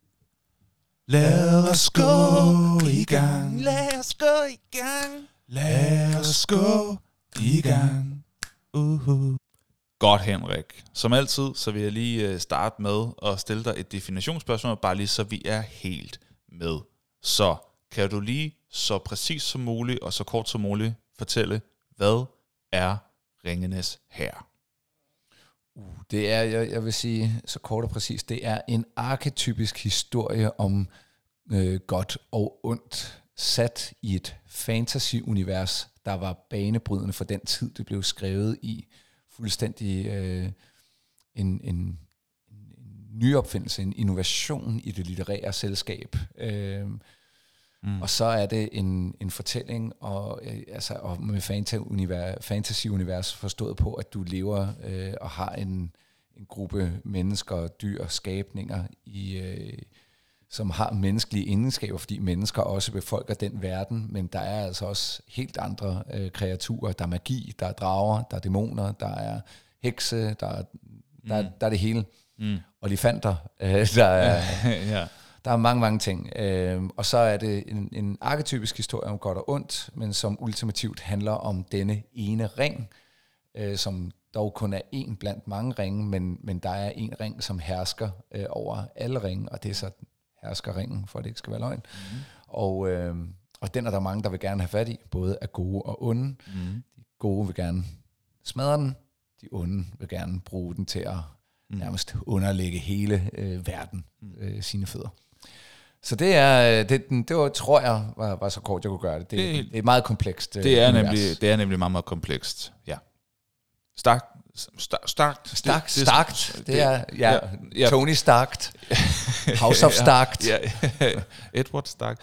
[SPEAKER 3] Lad os gå i gang.
[SPEAKER 2] Lad os gå i gang.
[SPEAKER 3] Lad os gå i gang.
[SPEAKER 2] Uh-huh. Godt, Henrik. Som altid, så vil jeg lige starte med at stille dig et definitionsspørgsmål, bare lige så vi er helt med. Så kan du lige så præcis som muligt og så kort som muligt fortælle, hvad er Ringenes Herre?
[SPEAKER 1] Uh, det er, jeg, jeg vil sige så kort og præcis, det er en arketypisk historie om øh, godt og ondt, sat i et fantasy-univers, der var banebrydende for den tid, det blev skrevet i. Fuldstændig øh, en, en, en nyopfindelse, en innovation i det litterære selskab. Øh, mm. Og så er det en, en fortælling og, øh, altså, og med fantasy-univers forstået på, at du lever øh, og har en, en gruppe mennesker, dyr, skabninger, i, øh, som har menneskelige egenskaber, fordi mennesker også befolker den verden, men der er altså også helt andre øh, kreaturer. Der er magi, der er drager, der er dæmoner, der er hekse, der er, mm. der, der er det hele. Mm. Olifanter, øh, der, er, ja. der er mange, mange ting. Øh, og så er det en, en arketypisk historie om godt og ondt, men som ultimativt handler om denne ene ring, øh, som dog kun er en blandt mange ringe, men, men der er en ring, som hersker øh, over alle ringe, og det er så herskerringen, for at det ikke skal være løgn. Mm. Og, øh, og den er der mange, der vil gerne have fat i, både af gode og onde. Mm. De gode vil gerne smadre den, de onde vil gerne bruge den til at mm. nærmest underlægge hele øh, verden øh, sine fødder. Så det er, det, det var, tror jeg, var, var så kort, jeg kunne gøre det. Det, det, er, det er meget komplekst.
[SPEAKER 2] Det er, nemlig, det er nemlig meget, meget komplekst, ja. Stark. Starkt.
[SPEAKER 1] Starkt. Starkt. Starkt. Det er, ja, ja, ja. Tony Stark. House of Stark.
[SPEAKER 2] Ja, ja. Edward Stark.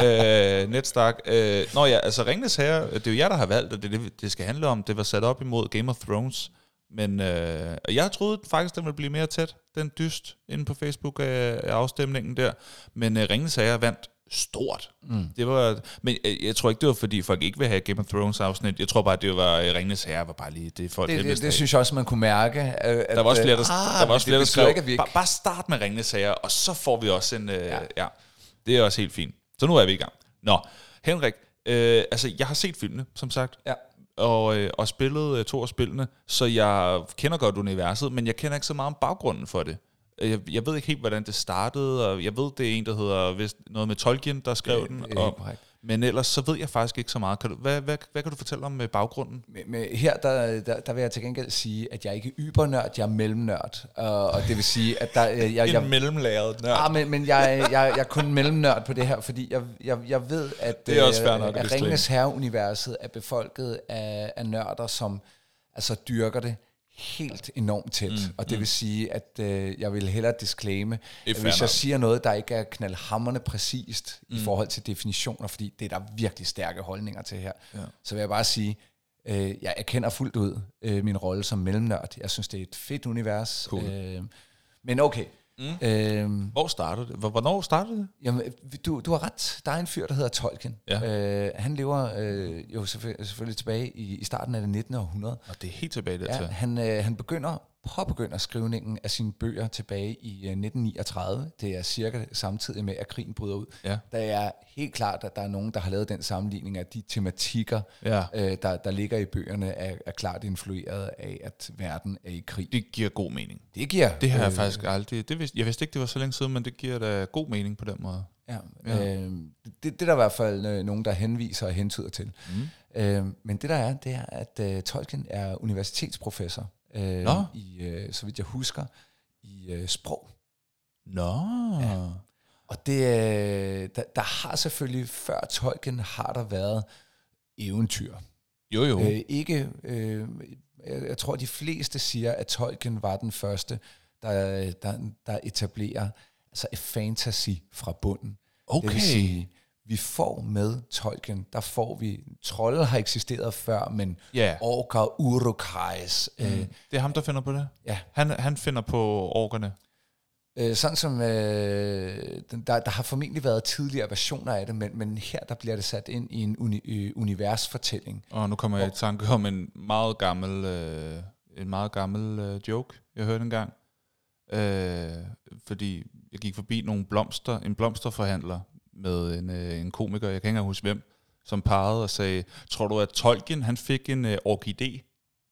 [SPEAKER 2] uh, Ned Stark. Uh, nå ja, altså Ringenes Herre, det er jo jer, der har valgt, og det, det, det skal handle om. Det var sat op imod Game of Thrones. Men uh, jeg troede faktisk, den ville blive mere tæt, den dyst, inde på Facebook af, af afstemningen der. Men uh, Ringenes Herre vandt stort. Mm. Det var, men jeg, jeg tror ikke, det var fordi folk ikke vil have Game of Thrones afsnit. Jeg tror bare, det var Ringenes Herre var bare lige det folk.
[SPEAKER 1] Det, det, det synes jeg også man kunne mærke. At,
[SPEAKER 2] der var også flere der, ah, der var også flere der skrev.
[SPEAKER 1] Ikke,
[SPEAKER 2] bare, bare start med Ringenes Herre, og så får vi også en. Øh, ja. ja, det er også helt fint. Så nu er vi i gang. Nå, Henrik. Øh, altså, jeg har set filmene, som sagt.
[SPEAKER 1] Ja.
[SPEAKER 2] Og, øh, og spillet øh, to af spillene, så jeg kender godt universet, men jeg kender ikke så meget om baggrunden for det. Jeg, jeg ved ikke helt, hvordan det startede, og jeg ved, det er en, der hedder vist, noget med Tolkien, der skrev det, den. Og, men ellers så ved jeg faktisk ikke så meget. Kan du, hvad, hvad, hvad kan du fortælle om baggrunden?
[SPEAKER 1] Med, med, her der, der, der vil jeg til gengæld sige, at jeg er ikke ybernørd, jeg er mellemnørd. Og, og det vil sige, at der... Jeg, jeg,
[SPEAKER 2] en mellemlæret nørd.
[SPEAKER 1] Ah, men men jeg, jeg, jeg er kun mellemnørd på det her, fordi jeg, jeg, jeg ved, at,
[SPEAKER 2] det er også fair nok,
[SPEAKER 1] at Ringenes Herre-universet er befolket af, af nørder, som altså dyrker det helt enormt tæt, mm, og det mm. vil sige, at øh, jeg vil hellere disclaime, at hvis jeg siger noget, der ikke er knaldhamrende præcist mm. i forhold til definitioner, fordi det er der virkelig stærke holdninger til her, ja. Så vil jeg bare sige, øh, jeg erkender fuldt ud øh, min rolle som mellemnørd. Jeg synes, det er et fedt univers.
[SPEAKER 2] Cool.
[SPEAKER 1] Øh, men okay.
[SPEAKER 2] Mm. Øhm, Hvor startede det? Hvornår startede det?
[SPEAKER 1] Jamen, du, du har ret. Der er en fyr, der hedder Tolkien.
[SPEAKER 2] Ja.
[SPEAKER 1] Øh, han lever øh, jo selvfølgelig, selvfølgelig tilbage i, i starten af det nittende århundrede.
[SPEAKER 2] Og det er helt tilbage dertil.
[SPEAKER 1] Ja, han, øh, han begynder, påbegynder skrivningen af sine bøger tilbage i øh, nitten niogtredive. Det er cirka samtidig med, at krigen bryder ud.
[SPEAKER 2] Ja.
[SPEAKER 1] Der er helt klart, at der er nogen, der har lavet den sammenligning, at de tematikker,
[SPEAKER 2] ja.
[SPEAKER 1] øh, der, der ligger i bøgerne, er, er klart influeret af, at verden er i krig.
[SPEAKER 2] Det giver god mening.
[SPEAKER 1] Det giver.
[SPEAKER 2] Det har jeg øh, faktisk aldrig... Det vidste, jeg vidste ikke, det var så længe siden, men det giver da god mening på den måde.
[SPEAKER 1] Ja, ja. Øh, det, det er der i hvert fald øh, nogen, der henviser og hentyder til. Mm. Øh, men det der er, det er, at øh, Tolkien er universitetsprofessor, øh, i, øh, så vidt jeg husker, i øh, sprog.
[SPEAKER 2] Nå.
[SPEAKER 1] Ja. Og det, øh, der, der har selvfølgelig, før Tolkien, har der været eventyr.
[SPEAKER 2] Jo, jo.
[SPEAKER 1] Øh, ikke, øh, jeg, jeg tror, de fleste siger, at Tolkien var den første, der, der, der etablerer altså et fantasy fra bunden.
[SPEAKER 2] Okay.
[SPEAKER 1] Det vil sige, vi får med Tolkien, der får vi, trolde har eksisteret før, men
[SPEAKER 2] yeah.
[SPEAKER 1] orker, urukais.
[SPEAKER 2] Mm. Øh, det er ham, der finder på det?
[SPEAKER 1] Ja.
[SPEAKER 2] Han, han finder på orkerne?
[SPEAKER 1] Øh, sådan som, øh, der, der har formentlig været tidligere versioner af det, men, men her der bliver det sat ind i en uni, øh, universfortælling.
[SPEAKER 2] Og nu kommer jeg i tanke om en meget gammel, øh, en meget gammel øh, joke, jeg hørte engang. Øh, fordi jeg gik forbi nogle blomster, en blomsterforhandler med en, øh, en komiker, jeg kan ikke engang huske hvem, som pegede og sagde, tror du, at Tolkien, han fik en øh, orkidé?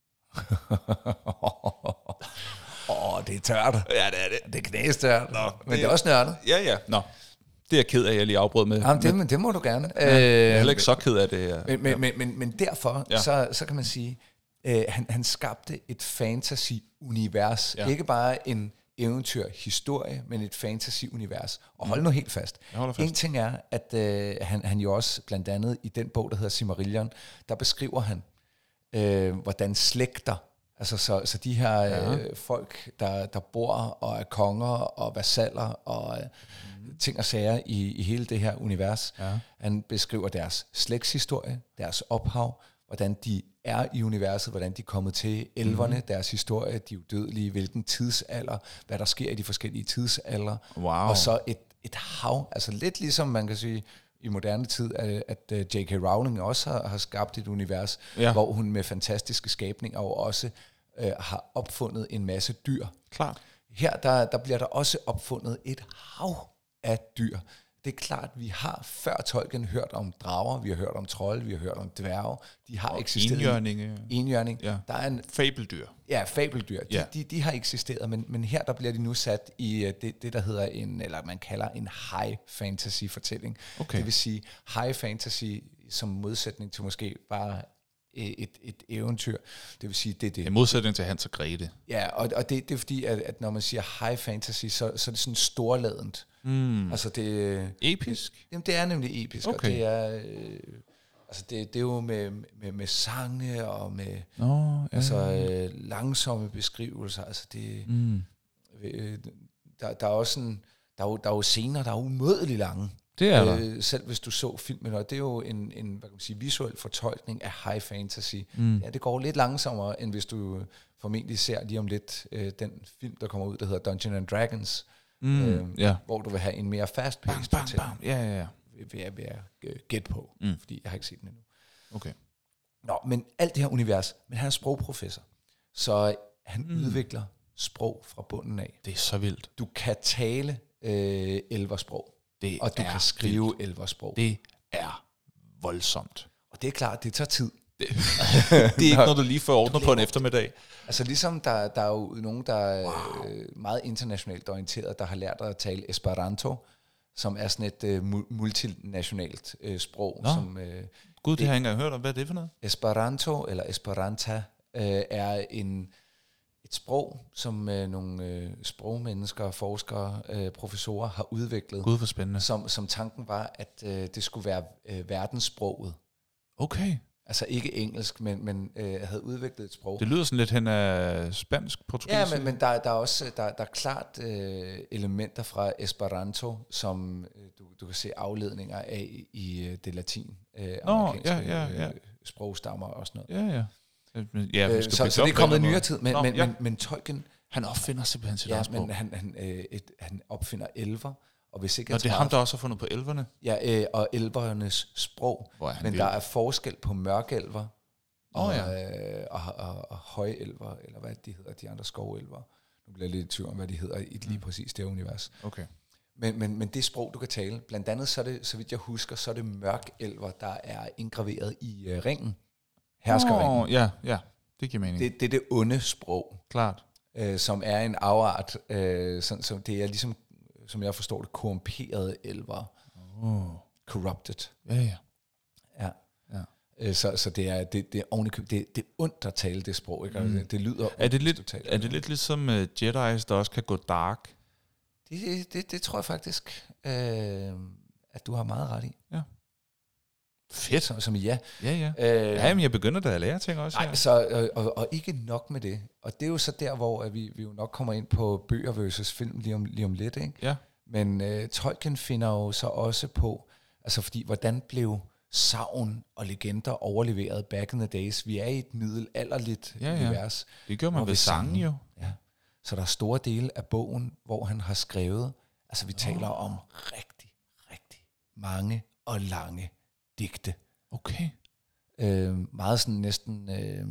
[SPEAKER 1] Åh, oh, det er tørt.
[SPEAKER 2] Ja, det er det.
[SPEAKER 1] Det er knæstørt.
[SPEAKER 2] Nå,
[SPEAKER 1] men det, det er også nørdet.
[SPEAKER 2] Ja, ja. Nå, det er jeg ked af, at jeg lige afbrød med.
[SPEAKER 1] Jamen, det, men, det må du gerne.
[SPEAKER 2] Ja, jeg er heller ikke så ked af det. Ja.
[SPEAKER 1] Men, men, men, men, men derfor, ja. så, så kan man sige, øh, han, han skabte et fantasy-univers. Ja. Ikke bare en eventyr-historie, men et fantasy-univers. Og hold nu helt fast.
[SPEAKER 2] fast.
[SPEAKER 1] En ting er, at øh, han, han jo også, blandt andet i den bog, der hedder Silmarillion, der beskriver han, øh, hvordan slægter, altså så, så de her ja. øh, folk, der, der bor og er konger og vasaller og øh, mm. ting og sager i, i hele det her univers. Ja. Han beskriver deres slægtshistorie, deres ophav, hvordan de er i universet, hvordan de er kommet til, elverne, mm. deres historie, de udødelige, hvilken tidsalder, hvad der sker i de forskellige tidsalder,
[SPEAKER 2] wow.
[SPEAKER 1] og så et, et hav, altså lidt ligesom man kan sige, i moderne tid, at, at J K. Rowling også har, har skabt et univers, ja. hvor hun med fantastiske skabninger og også øh, har opfundet en masse dyr.
[SPEAKER 2] Klart.
[SPEAKER 1] Her der, der bliver der også opfundet et hav af dyr. Det er klart, vi har før Tolkien hørt om drager, vi har hørt om trolde, vi har hørt om dværge. De har og eksisteret.
[SPEAKER 2] Enhjørninge.
[SPEAKER 1] Enhjørning.
[SPEAKER 2] Ja.
[SPEAKER 1] Der er en
[SPEAKER 2] fabeldyr.
[SPEAKER 1] Ja, fabeldyr. De,
[SPEAKER 2] ja.
[SPEAKER 1] de, de har eksisteret, men, men her der bliver de nu sat i uh, det, det, der hedder en, eller man kalder en high fantasy fortælling.
[SPEAKER 2] Okay.
[SPEAKER 1] Det vil sige, high fantasy som modsætning til måske bare et, et eventyr. Det vil sige, det er det.
[SPEAKER 2] I modsætning til Hans og Grete.
[SPEAKER 1] Ja, og, og det, det er fordi, at, at når man siger high fantasy, så, så er det sådan storladent.
[SPEAKER 2] Mm.
[SPEAKER 1] Altså det...
[SPEAKER 2] Episk?
[SPEAKER 1] Jamen, det er nemlig episk,
[SPEAKER 2] okay.
[SPEAKER 1] og det er... Øh, altså det, det er jo med, med, med sange og med
[SPEAKER 2] oh, ja.
[SPEAKER 1] altså, øh, langsomme beskrivelser. Altså det...
[SPEAKER 2] Mm.
[SPEAKER 1] Øh, der, der er også sådan... Der er jo, der er jo scener, der er umådeligt lange.
[SPEAKER 2] Det er der.
[SPEAKER 1] Øh, selv hvis du så filmen, og det er jo en, en hvad kan man sige, visuel fortolkning af high fantasy.
[SPEAKER 2] Mm.
[SPEAKER 1] Ja, det går lidt langsommere, end hvis du formentlig ser lige om lidt øh, den film, der kommer ud, der hedder Dungeons and Dragons,
[SPEAKER 2] mm.
[SPEAKER 1] øh,
[SPEAKER 2] ja.
[SPEAKER 1] hvor du vil have en mere fast-paced
[SPEAKER 2] bam, bam, bam. Ja, ja, ja.
[SPEAKER 1] Vil jeg, vil jeg gætte på, mm. fordi jeg har ikke set den endnu.
[SPEAKER 2] Okay.
[SPEAKER 1] Nå, men alt det her univers, men han er sprogprofessor, så han mm. udvikler sprog fra bunden af.
[SPEAKER 2] Det er så vildt.
[SPEAKER 1] Du kan tale øh, elversprog.
[SPEAKER 2] Det
[SPEAKER 1] og du kan skrive vildt. elversprog.
[SPEAKER 2] Det er voldsomt.
[SPEAKER 1] Og det er klart, det tager tid.
[SPEAKER 2] Det, det er ikke noget, du lige får ordnet på en eftermiddag.
[SPEAKER 1] Altså ligesom der, der er jo nogen, der er wow. meget internationalt orienteret, der har lært at tale Esperanto, som er sådan et uh, multinationalt uh, sprog.
[SPEAKER 2] Nå.
[SPEAKER 1] Som, uh,
[SPEAKER 2] Gud, det, det har jeg ikke engang hørt om. Hvad er det for noget?
[SPEAKER 1] Esperanto, eller Esperanta, uh, er en... et sprog, som øh, nogle øh, sprogmennesker, forskere, øh, professorer har udviklet.
[SPEAKER 2] Gud, hvor spændende.
[SPEAKER 1] Som, som tanken var, at øh, det skulle være øh, verdenssproget.
[SPEAKER 2] Okay.
[SPEAKER 1] Altså ikke engelsk, men, men øh, havde udviklet et sprog.
[SPEAKER 2] Det lyder sådan lidt hen af spansk, portugisisk.
[SPEAKER 1] Ja, men, men der, der er også der, der er klart øh, elementer fra Esperanto, som øh, du, du kan se afledninger af i øh, det latin, øh, amerikanske
[SPEAKER 2] ja, ja, ja.
[SPEAKER 1] Øh, sprogstammer og sådan noget.
[SPEAKER 2] Ja, ja. Ja,
[SPEAKER 1] øh, så, så det er kommet i nyere tid, men, Nå, men, ja. men, men Tolkien...
[SPEAKER 2] Han opfinder simpelthen sit
[SPEAKER 1] ja,
[SPEAKER 2] eget sprog.
[SPEAKER 1] men han, han, øh, et, han opfinder elver, og hvis ikke...
[SPEAKER 2] Nå, det er ham, der også har fundet på elverne?
[SPEAKER 1] Ja, øh, og elvernes sprog. Men vild. Der er forskel på mørkelver og,
[SPEAKER 2] oh, ja.
[SPEAKER 1] øh, og, og, og højelver, eller hvad de hedder, de andre skovelver. Nu bliver jeg lidt i tvivl om, hvad de hedder i lige præcis det univers.
[SPEAKER 2] Okay.
[SPEAKER 1] Men, men, men det sprog, du kan tale, blandt andet, så er det, så vidt jeg husker, så er det mørkelver, der er indgraveret i øh, ringen. Herskerringen.
[SPEAKER 2] Oh, ja, ja. Det giver mening.
[SPEAKER 1] Det, det er det onde sprog.
[SPEAKER 2] Klart.
[SPEAKER 1] Øh, som er en afart, øh, sådan, som det er ligesom, som jeg forstår det, korrumperede elver.
[SPEAKER 2] Oh.
[SPEAKER 1] Corrupted.
[SPEAKER 2] Ja, ja.
[SPEAKER 1] Ja.
[SPEAKER 2] ja.
[SPEAKER 1] Øh, så, så det er det, det er ovenikøb, det, det er ondt at tale det sprog, ikke? Mm. Det, det lyder
[SPEAKER 2] er det lidt er det lidt ligesom uh, Jedi's, der også kan gå dark?
[SPEAKER 1] Det, det, det tror jeg faktisk, øh, at du har meget ret i.
[SPEAKER 2] Ja.
[SPEAKER 1] Fedt. Som, som ja.
[SPEAKER 2] Ja, ja. Øh, ja, men jeg begynder da at lære ting også.
[SPEAKER 1] Nej, så, og, og ikke nok med det. Og det er jo så der, hvor at vi, vi jo nok kommer ind på bøger versus film lige om, lige om lidt. Ikke?
[SPEAKER 2] Ja.
[SPEAKER 1] Men øh, Tolkien finder jo så også på, altså fordi, hvordan blev sagn og legender overleveret back in the days? Vi er i et middelalderligt
[SPEAKER 2] ja, ja.
[SPEAKER 1] univers.
[SPEAKER 2] Det gør man ved sangen jo.
[SPEAKER 1] Ja. Så der er store dele af bogen, hvor han har skrevet, altså vi taler oh. om rigtig, rigtig mange og lange digte.
[SPEAKER 2] Okay.
[SPEAKER 1] Øh, meget sådan næsten øh,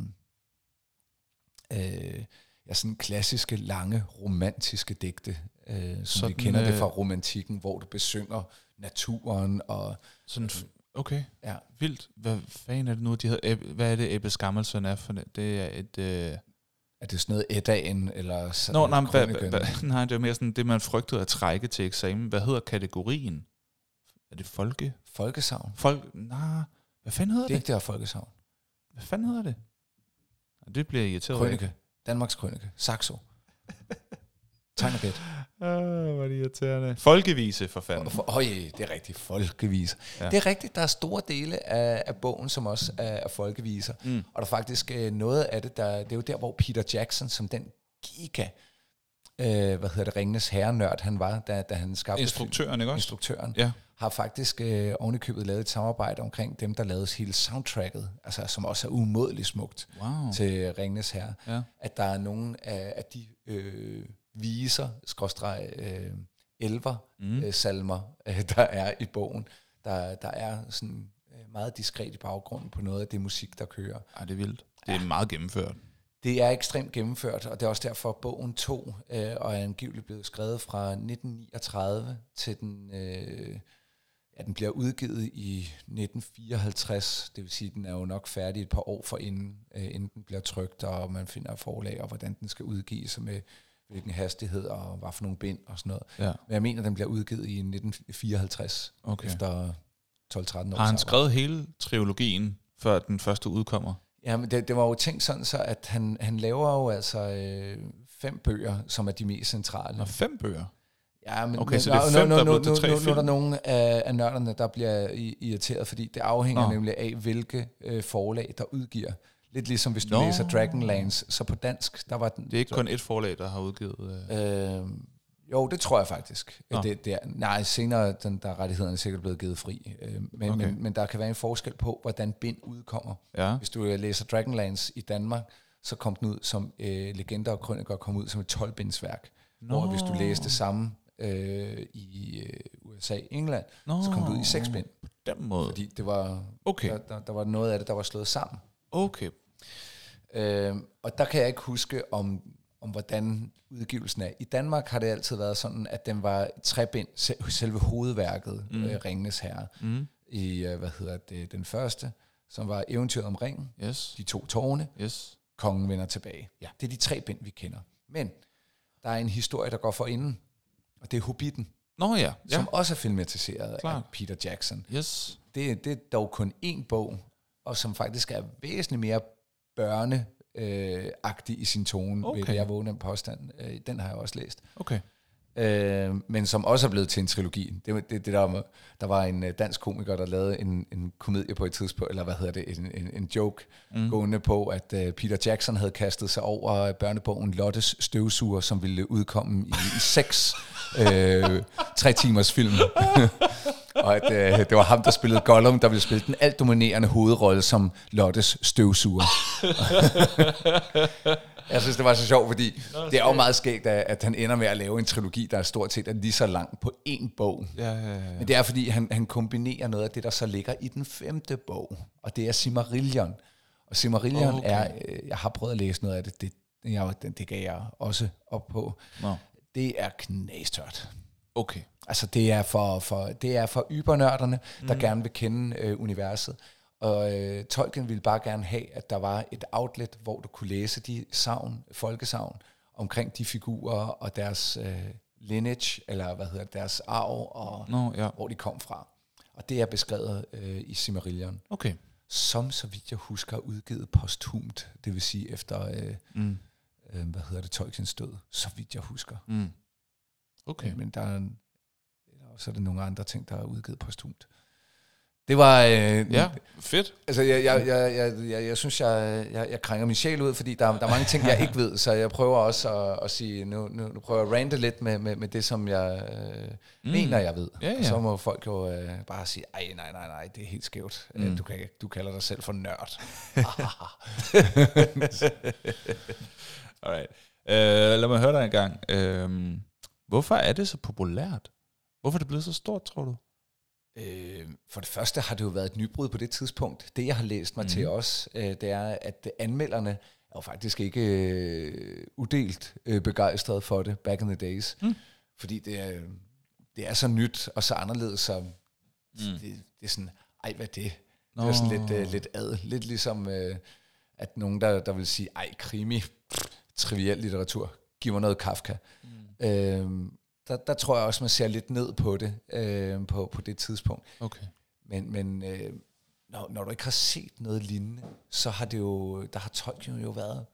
[SPEAKER 1] øh, ja, sådan klassiske, lange, romantiske digte, øh, som sådan, vi kender øh, det fra romantikken, hvor du besynger naturen og
[SPEAKER 2] sådan. Okay.
[SPEAKER 1] Ja.
[SPEAKER 2] Vildt. Hvad fanden er det nu, de hedder? Hvad er det, Ebbe Skammelsen er for det? Det er et... Øh
[SPEAKER 1] er det sådan noget Eddaen, eller
[SPEAKER 2] Nå, nej, hva, hva, nej, det er mere sådan det, man frygtede at trække til eksamen. Hvad hedder kategorien? Er det folke?
[SPEAKER 1] Folkesagn.
[SPEAKER 2] Folk, nej, hvad fanden hedder det?
[SPEAKER 1] Det er ikke folkesagn.
[SPEAKER 2] Hvad fanden hedder det? Det bliver irriteret.
[SPEAKER 1] Krønike. Danmarks Krønike. Saxo. Tegn og gæt.
[SPEAKER 2] Åh, hvor er det irriterende. Folkevise, for fanden.
[SPEAKER 1] Øj, det er rigtigt. Folkeviser. Ja. Det er rigtigt. Der er store dele af, af bogen, som også er, er folkeviser. Mm. Og der er faktisk øh, noget af det, der, det er jo der, hvor Peter Jackson, som den giga, øh, hvad hedder det, Ringenes Herrenørd, han var, da, da han skabte
[SPEAKER 2] instruktøren, ikke også?
[SPEAKER 1] Instruktøren.
[SPEAKER 2] Ja.
[SPEAKER 1] Har faktisk øh, ovenikøbet lavet et samarbejde omkring dem, der lavede hele soundtracket, altså som også er umådeligt smukt
[SPEAKER 2] wow.
[SPEAKER 1] til Ringenes Herre.
[SPEAKER 2] Ja. At
[SPEAKER 1] der er nogle af, af de øh, viser, skråstreg, øh, elver, mm. øh, salmer, øh, der er i bogen. Der, der er sådan øh, meget diskret i baggrunden på noget af det musik, der kører.
[SPEAKER 2] Ej, det er vildt. Det er ja. meget gennemført.
[SPEAKER 1] Det er ekstremt gennemført, og det er også derfor, bogen to øh, og er angiveligt blevet skrevet fra nitten niogtredive til den... Øh, Ja, den bliver udgivet i nitten fireoghalvtreds, det vil sige, at den er jo nok færdig et par år forinden, øh, inden den bliver trykt, og man finder forlag, og hvordan den skal udgives, og med hvilken hastighed, og hvad for nogle bind, og sådan noget.
[SPEAKER 2] Ja.
[SPEAKER 1] Men jeg mener, at den bliver udgivet i nitten fireoghalvtreds, okay. efter tolv tretten år.
[SPEAKER 2] Har han skrevet hele trilogien, før den første udkommer?
[SPEAKER 1] Ja, men det, det var jo tænkt sådan så, at han, han laver jo altså øh, fem bøger, som er de mest centrale.
[SPEAKER 2] Nå, fem bøger?
[SPEAKER 1] Ja, men
[SPEAKER 2] okay, så det er fem,
[SPEAKER 1] nu,
[SPEAKER 2] der er
[SPEAKER 1] nu,
[SPEAKER 2] blevet
[SPEAKER 1] nu,
[SPEAKER 2] til tre
[SPEAKER 1] nu, nu,
[SPEAKER 2] film?
[SPEAKER 1] nu er der nogle af, af nørderne, der bliver irriteret, fordi det afhænger
[SPEAKER 2] Nå.
[SPEAKER 1] nemlig af, hvilke øh, forlag, der udgiver. Lidt ligesom hvis du
[SPEAKER 2] Nå.
[SPEAKER 1] læser Dragonlance, så på dansk, der var den...
[SPEAKER 2] Det er ikke kun et forlag, der har udgivet... Øh...
[SPEAKER 1] Øh, jo, det tror jeg faktisk.
[SPEAKER 2] Nå.
[SPEAKER 1] Det, det er, nej, senere den, der rettighederne er sikkert blevet givet fri. Øh, men,
[SPEAKER 2] Okay.
[SPEAKER 1] men, men der kan være en forskel på, hvordan bind udkommer.
[SPEAKER 2] Ja.
[SPEAKER 1] Hvis du læser Dragonlance i Danmark, så kom den ud som øh, Legender og Krøniker kom ud som et tolv-bindsværk.
[SPEAKER 2] Nå.
[SPEAKER 1] Hvor hvis du læste det samme øh, i øh, U S A og England,
[SPEAKER 2] Nå.
[SPEAKER 1] så kom det ud i seks bind.
[SPEAKER 2] På den måde.
[SPEAKER 1] Fordi det var,
[SPEAKER 2] Okay.
[SPEAKER 1] der, der, der var noget af det, der var slået sammen.
[SPEAKER 2] Okay.
[SPEAKER 1] Øh, og der kan jeg ikke huske om, om hvordan udgivelsen er. I Danmark har det altid været sådan, at den var tre bind, sel- selve hovedværket, mm. øh, Ringenes Herre.
[SPEAKER 2] Mm.
[SPEAKER 1] I, øh, hvad hedder det, den første, som var Eventyret om ringen,
[SPEAKER 2] Yes.
[SPEAKER 1] De to tårne,
[SPEAKER 2] Yes.
[SPEAKER 1] Kongen vender tilbage.
[SPEAKER 2] Ja.
[SPEAKER 1] Det er de tre bind, vi kender. Men der er en historie, der går for inden, og det er Hobbiten,
[SPEAKER 2] Nå ja. Ja.
[SPEAKER 1] som også er filmatiseret
[SPEAKER 2] Klart.
[SPEAKER 1] af Peter Jackson.
[SPEAKER 2] Yes.
[SPEAKER 1] Det, det er dog kun én bog, og som faktisk er væsentligt mere børneagtig i sin tone,
[SPEAKER 2] Okay.
[SPEAKER 1] vil jeg våge den påstand. Øh, Den har jeg også læst.
[SPEAKER 2] Okay.
[SPEAKER 1] Øh, men som også er blevet til en trilogi. Det, det, det der, var- der var en øh, dansk komiker, der lavede en, en komedie på et tidspunkt, eller hvad hedder det, en, en, en joke, mm. gående på, at øh, Peter Jackson havde kastet sig over børnebogen Lottes støvsuger, som ville udkomme i, i seks øh, tre timers film. Og at øh, det var ham, der spillede Gollum, der ville spille den alt dominerende hovedrolle som Lottes støvsuger. Jeg synes, det var så sjovt, fordi Nå, det er jo meget skægt, at, at han ender med at lave en trilogi, der er stort set er lige så lang på én bog.
[SPEAKER 2] Ja, ja, ja.
[SPEAKER 1] Men det er, fordi han, han kombinerer noget af det, der så ligger i den femte bog, og det er Silmarillion. Og Silmarillion
[SPEAKER 2] Okay.
[SPEAKER 1] er, øh, jeg har prøvet at læse noget af det, det, jeg, det, det gav jeg også op på.
[SPEAKER 2] Nå.
[SPEAKER 1] Det er knastørt.
[SPEAKER 2] Okay.
[SPEAKER 1] Altså det er for, for, det er for ybernørderne, der mm. gerne vil kende øh, universet. Og øh, Tolkien ville bare gerne have, at der var et outlet, hvor du kunne læse de savn, folkesavn, omkring de figurer og deres øh, lineage, eller hvad hedder det, deres arv, og
[SPEAKER 2] Nå, ja.
[SPEAKER 1] hvor de kom fra. Og det er beskrevet øh, i Silmarillion,
[SPEAKER 2] Okay.
[SPEAKER 1] som så vidt jeg husker udgivet posthumt, det vil sige efter, øh,
[SPEAKER 2] Mm.
[SPEAKER 1] øh, hvad hedder det, Tolkiens død, så vidt jeg husker.
[SPEAKER 2] Mm. Okay.
[SPEAKER 1] Men der er en, eller så er det nogle andre ting, der er udgivet posthumt. Det var... Øh,
[SPEAKER 2] Ja, fedt.
[SPEAKER 1] Altså, jeg, jeg, jeg, jeg, jeg, jeg synes, jeg, jeg, jeg krænger min sjæl ud, fordi der, der er mange ting, jeg ikke ved, så jeg prøver også at, at sige, nu, nu, nu prøver jeg at rante lidt med, med, med det, som jeg øh, mm. mener, jeg ved.
[SPEAKER 2] Ja, ja.
[SPEAKER 1] Og så må folk jo øh, bare sige, ej, nej, nej, nej, det er helt skævt. Mm. Du, kan, du kalder dig selv for nørd.
[SPEAKER 2] Alright. Uh, lad mig høre dig en gang. Uh, hvorfor er det så populært? Hvorfor er det blevet så stort, tror du?
[SPEAKER 1] Øh, for det første har det jo været et nybrud på det tidspunkt. Det, jeg har læst mig mm. til også, øh, det er, at anmelderne er jo faktisk ikke øh, udelt øh, begejstrede for det back in the days. Mm. Fordi det er, det er så nyt og så anderledes, så mm. det, det er sådan, ej, hvad er det? Det er sådan lidt, øh, lidt ad. Lidt ligesom, øh, at nogen, der, der vil sige, ej, krimi, pff, triviel litteratur, giv mig noget Kafka. Mm. Øh, Der, der tror jeg også, man ser lidt ned på det øh, på, på det tidspunkt.
[SPEAKER 2] Okay.
[SPEAKER 1] Men, men øh, når, når du ikke har set noget lignende, så har det jo, der har Tolkien jo været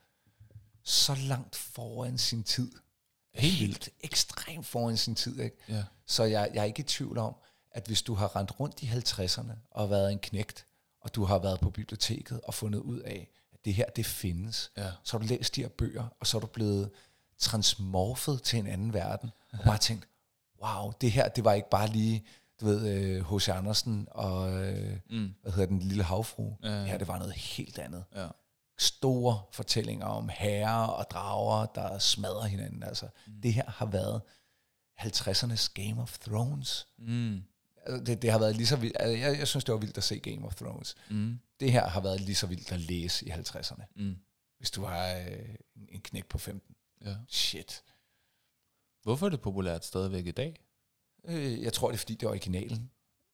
[SPEAKER 1] så langt foran sin tid. Helt vildt. Ekstremt foran sin tid, ikke?
[SPEAKER 2] Ja.
[SPEAKER 1] Så jeg, jeg er ikke i tvivl om, at hvis du har rendt rundt i halvtredserne og været en knægt, og du har været på biblioteket og fundet ud af, at det her, det findes,
[SPEAKER 2] Ja.
[SPEAKER 1] så har du læst de her bøger, og så er du blevet transmorfet til en anden verden, og bare tænkt, wow, det her, det var ikke bare lige, du ved, H C Andersen og, øh, mm. hvad hedder den, Lille Havfrue.
[SPEAKER 2] Ja, ja.
[SPEAKER 1] Det her, det var noget helt andet.
[SPEAKER 2] Ja.
[SPEAKER 1] Store fortællinger om herrer og drager, der smadrer hinanden. Altså, mm. det her har været halvtredsernes Game of Thrones.
[SPEAKER 2] Mm.
[SPEAKER 1] Altså, det, det har været lige så vildt. Altså, jeg, jeg synes, det var vildt at se Game of Thrones.
[SPEAKER 2] Mm.
[SPEAKER 1] Det her har været lige så vildt at læse i halvtredserne.
[SPEAKER 2] Mm.
[SPEAKER 1] Hvis du har øh, en knæk på femten.
[SPEAKER 2] Ja.
[SPEAKER 1] Shit.
[SPEAKER 2] Hvorfor er det populært stadigvæk i dag?
[SPEAKER 1] Øh, jeg tror, det er, fordi det er originalen.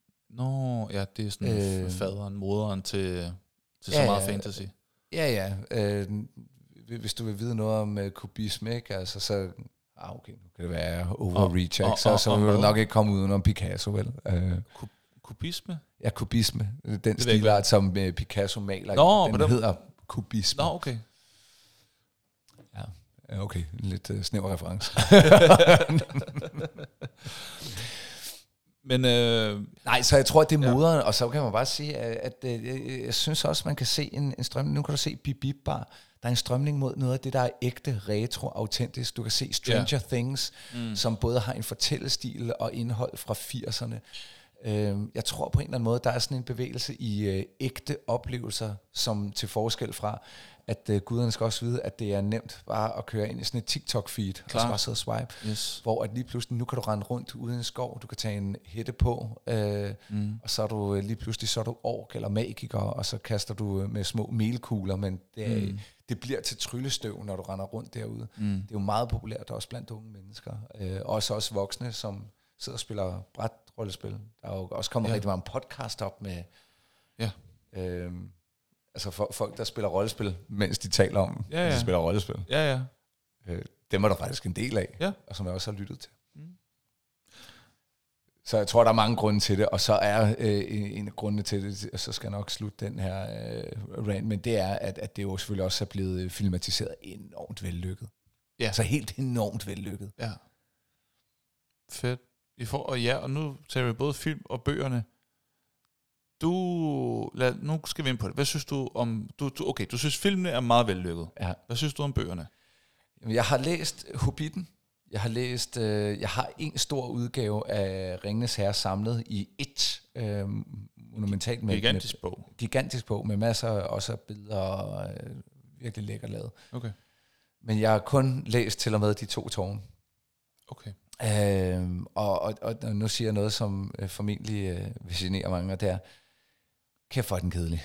[SPEAKER 2] Nå, ja, det er sådan øh, faderen, moderen til, til
[SPEAKER 1] ja,
[SPEAKER 2] så meget
[SPEAKER 1] ja,
[SPEAKER 2] fantasy.
[SPEAKER 1] Ja, ja. Øh, hvis du vil vide noget om uh, kubisme, ikke? Altså, så... Ah, okay, nu kan det være overreach,
[SPEAKER 2] og,
[SPEAKER 1] og, så,
[SPEAKER 2] og,
[SPEAKER 1] så
[SPEAKER 2] og,
[SPEAKER 1] vil du
[SPEAKER 2] og,
[SPEAKER 1] nok ikke komme uden om Picasso, vel? Uh,
[SPEAKER 2] Kubisme?
[SPEAKER 1] Ja, kubisme. Den stilart, som uh, Picasso maler.
[SPEAKER 2] Nå,
[SPEAKER 1] den
[SPEAKER 2] den...
[SPEAKER 1] hedder kubisme.
[SPEAKER 2] Nå, okay.
[SPEAKER 1] Ja, okay. En lidt uh, snæver reference.
[SPEAKER 2] Men øh,
[SPEAKER 1] nej, så jeg tror, at det er moderen, ja. Og så kan man bare sige, at, at, at jeg, jeg synes også, man kan se en, en strømning. Nu kan du se Bip Bip Bar. Der er en strømning mod noget af det, der er ægte, retro, autentisk. Du kan se Stranger yeah. Things, mm. som både har en fortællestil og indhold fra firserne. Jeg tror på en eller anden måde, der er sådan en bevægelse i uh, ægte oplevelser, som til forskel fra, at uh, guderne skal også vide, at det er nemt bare at køre ind i sådan et TikTok-feed, Klar. og så bare sidde og swipe, yes. hvor at lige pludselig, nu kan du rende rundt ude i en skov, du kan tage en hætte på, uh, mm. og så er du uh, lige pludselig, så er du ork eller magiker, og så kaster du uh, med små melkugler, men det, er, mm. det bliver til tryllestøv, når du render rundt derude. Mm. Det er jo meget populært, også blandt unge mennesker, uh, også også voksne, som sidder og spiller bræt rollespil. Der er jo også kommet ja. rigtig mange podcast op med ja. øhm, altså for, folk, der spiller rollespil, mens de taler om, ja, ja. at de spiller rollespil.
[SPEAKER 2] Ja, ja.
[SPEAKER 1] Øh, dem er der faktisk en del af,
[SPEAKER 2] ja.
[SPEAKER 1] og som jeg også har lyttet til. Mm. Så jeg tror, der er mange grunde til det, og så er øh, en af grundene til det, og så skal jeg nok slutte den her øh, rant, men det er, at, at det jo selvfølgelig også er blevet filmatiseret enormt vellykket. Ja. Så helt enormt vellykket.
[SPEAKER 2] Ja. Fedt. I får, og ja, og nu tager vi både film og bøgerne. Du, lad, nu skal vi ind på det. Hvad synes du om, du, du, okay, du synes filmene er meget vellykket.
[SPEAKER 1] Ja.
[SPEAKER 2] Hvad synes du om bøgerne?
[SPEAKER 1] Jeg har læst Hobbiten. Jeg har læst, øh, jeg har en stor udgave af Ringenes Herre samlet i et øh, monumentalt med
[SPEAKER 2] gigantisk bog.
[SPEAKER 1] Gigantisk bog med masser også af billeder og øh, virkelig lækkert lavet.
[SPEAKER 2] Okay.
[SPEAKER 1] Men jeg har kun læst til og med de to tårne.
[SPEAKER 2] Okay.
[SPEAKER 1] Øhm, og, og, og nu siger jeg noget, som øh, formentlig øh, vil genere mange, og det er, kæft for den kedelig.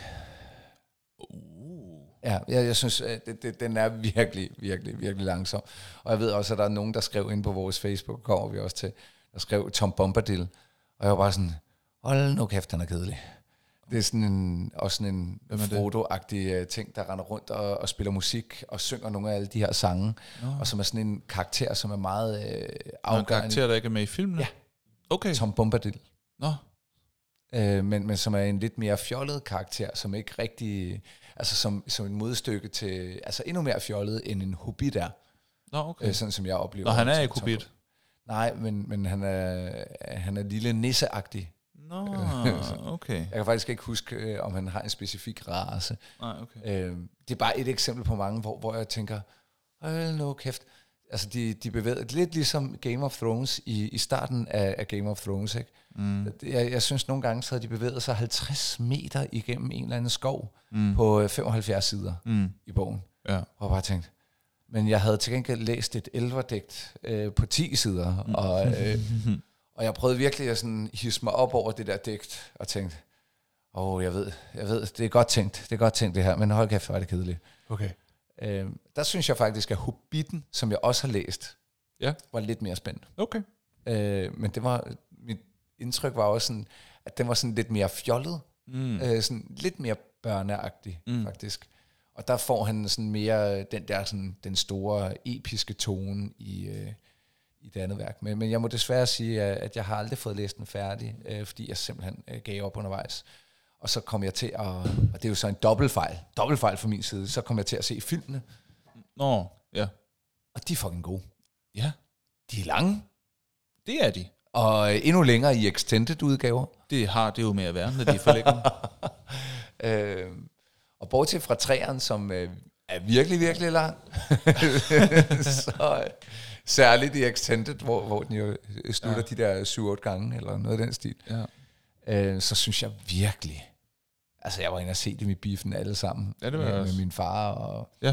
[SPEAKER 1] Uh. Ja, jeg, jeg synes, at det, det, den er virkelig, virkelig, virkelig langsom. Og jeg ved også, at der er nogen, der skrev ind på vores Facebook, kommer vi også til, der skrev Tom Bombadil, og jeg var bare sådan, hold nu kæft, den er kedelig. Det er sådan en, også sådan en Frodo-agtig ting, der render rundt og, og spiller musik og synger nogle af alle de her sange, Nå. og som er sådan en karakter, som er meget øh, afgørende. En
[SPEAKER 2] karakter, der ikke er med i filmen?
[SPEAKER 1] Ja.
[SPEAKER 2] Okay.
[SPEAKER 1] Tom Bombadil.
[SPEAKER 2] Nå.
[SPEAKER 1] Øh, men, men som er en lidt mere fjollet karakter, som ikke rigtig, altså som, som en modstykke til, altså endnu mere fjollet end en hobbit er.
[SPEAKER 2] Nå, okay.
[SPEAKER 1] Øh, sådan som jeg oplever.
[SPEAKER 2] Nå, han er ikke hobbit?
[SPEAKER 1] Nej, men, men han er, han er lille nisseagtig.
[SPEAKER 2] Nå, okay.
[SPEAKER 1] Jeg kan faktisk ikke huske, øh, om han har en specifik race.
[SPEAKER 2] Nej, okay.
[SPEAKER 1] Øh, det er bare et eksempel på mange, hvor, hvor jeg tænker, hold nu kæft. Altså, de, de bevæger lidt ligesom Game of Thrones i, i starten af, af Game of Thrones, ikke? Mm. Jeg, jeg synes nogle gange, så havde de bevæget sig halvtreds meter igennem en eller anden skov mm. på femoghalvfjerds sider mm. i bogen.
[SPEAKER 2] Ja.
[SPEAKER 1] Og bare tænkt, men jeg havde til gengæld læst et elverdigt øh, på ti sider, mm. og... Øh, Og jeg prøvede virkelig at sådan hisse mig op over det der digt, og tænkte, åh, oh, jeg ved, jeg ved, det er godt tænkt, det er godt tænkt det her, men hold kæft, hvor er det kedeligt.
[SPEAKER 2] Okay.
[SPEAKER 1] Øh, der synes jeg faktisk, at Hobbiten, som jeg også har læst,
[SPEAKER 2] ja.
[SPEAKER 1] var lidt mere spændt.
[SPEAKER 2] Okay.
[SPEAKER 1] Øh, men det var, mit indtryk var også sådan, at den var sådan lidt mere fjollet, mm. øh, sådan lidt mere børneagtig, mm. faktisk. Og der får han sådan mere den der sådan, den store episke tone i... Øh, i det andet værk. Men, men jeg må desværre sige, at jeg har aldrig fået læst den færdig, øh, fordi jeg simpelthen øh, gav op undervejs. Og så kom jeg til at, og det er jo så en dobbeltfejl, dobbeltfejl fra min side, så kom jeg til at se filmene.
[SPEAKER 2] Nå, ja.
[SPEAKER 1] Og de er fucking gode.
[SPEAKER 2] Ja.
[SPEAKER 1] De er lange.
[SPEAKER 2] Det er de.
[SPEAKER 1] Og øh, endnu længere i extended udgaver.
[SPEAKER 2] Det har det jo med at være, når de er forlæggende.
[SPEAKER 1] øh, og bortset fra træerne, som øh, er virkelig, virkelig lang, så... Øh, Særligt i Extended, hvor, hvor den jo slutter ja. de der syv otte gange, eller noget af den stil. Ja. Øh, så synes jeg virkelig... Altså, jeg var inde og se dem i biffen alle sammen.
[SPEAKER 2] Ja, det var
[SPEAKER 1] med,
[SPEAKER 2] med
[SPEAKER 1] min far, og...
[SPEAKER 2] Ja.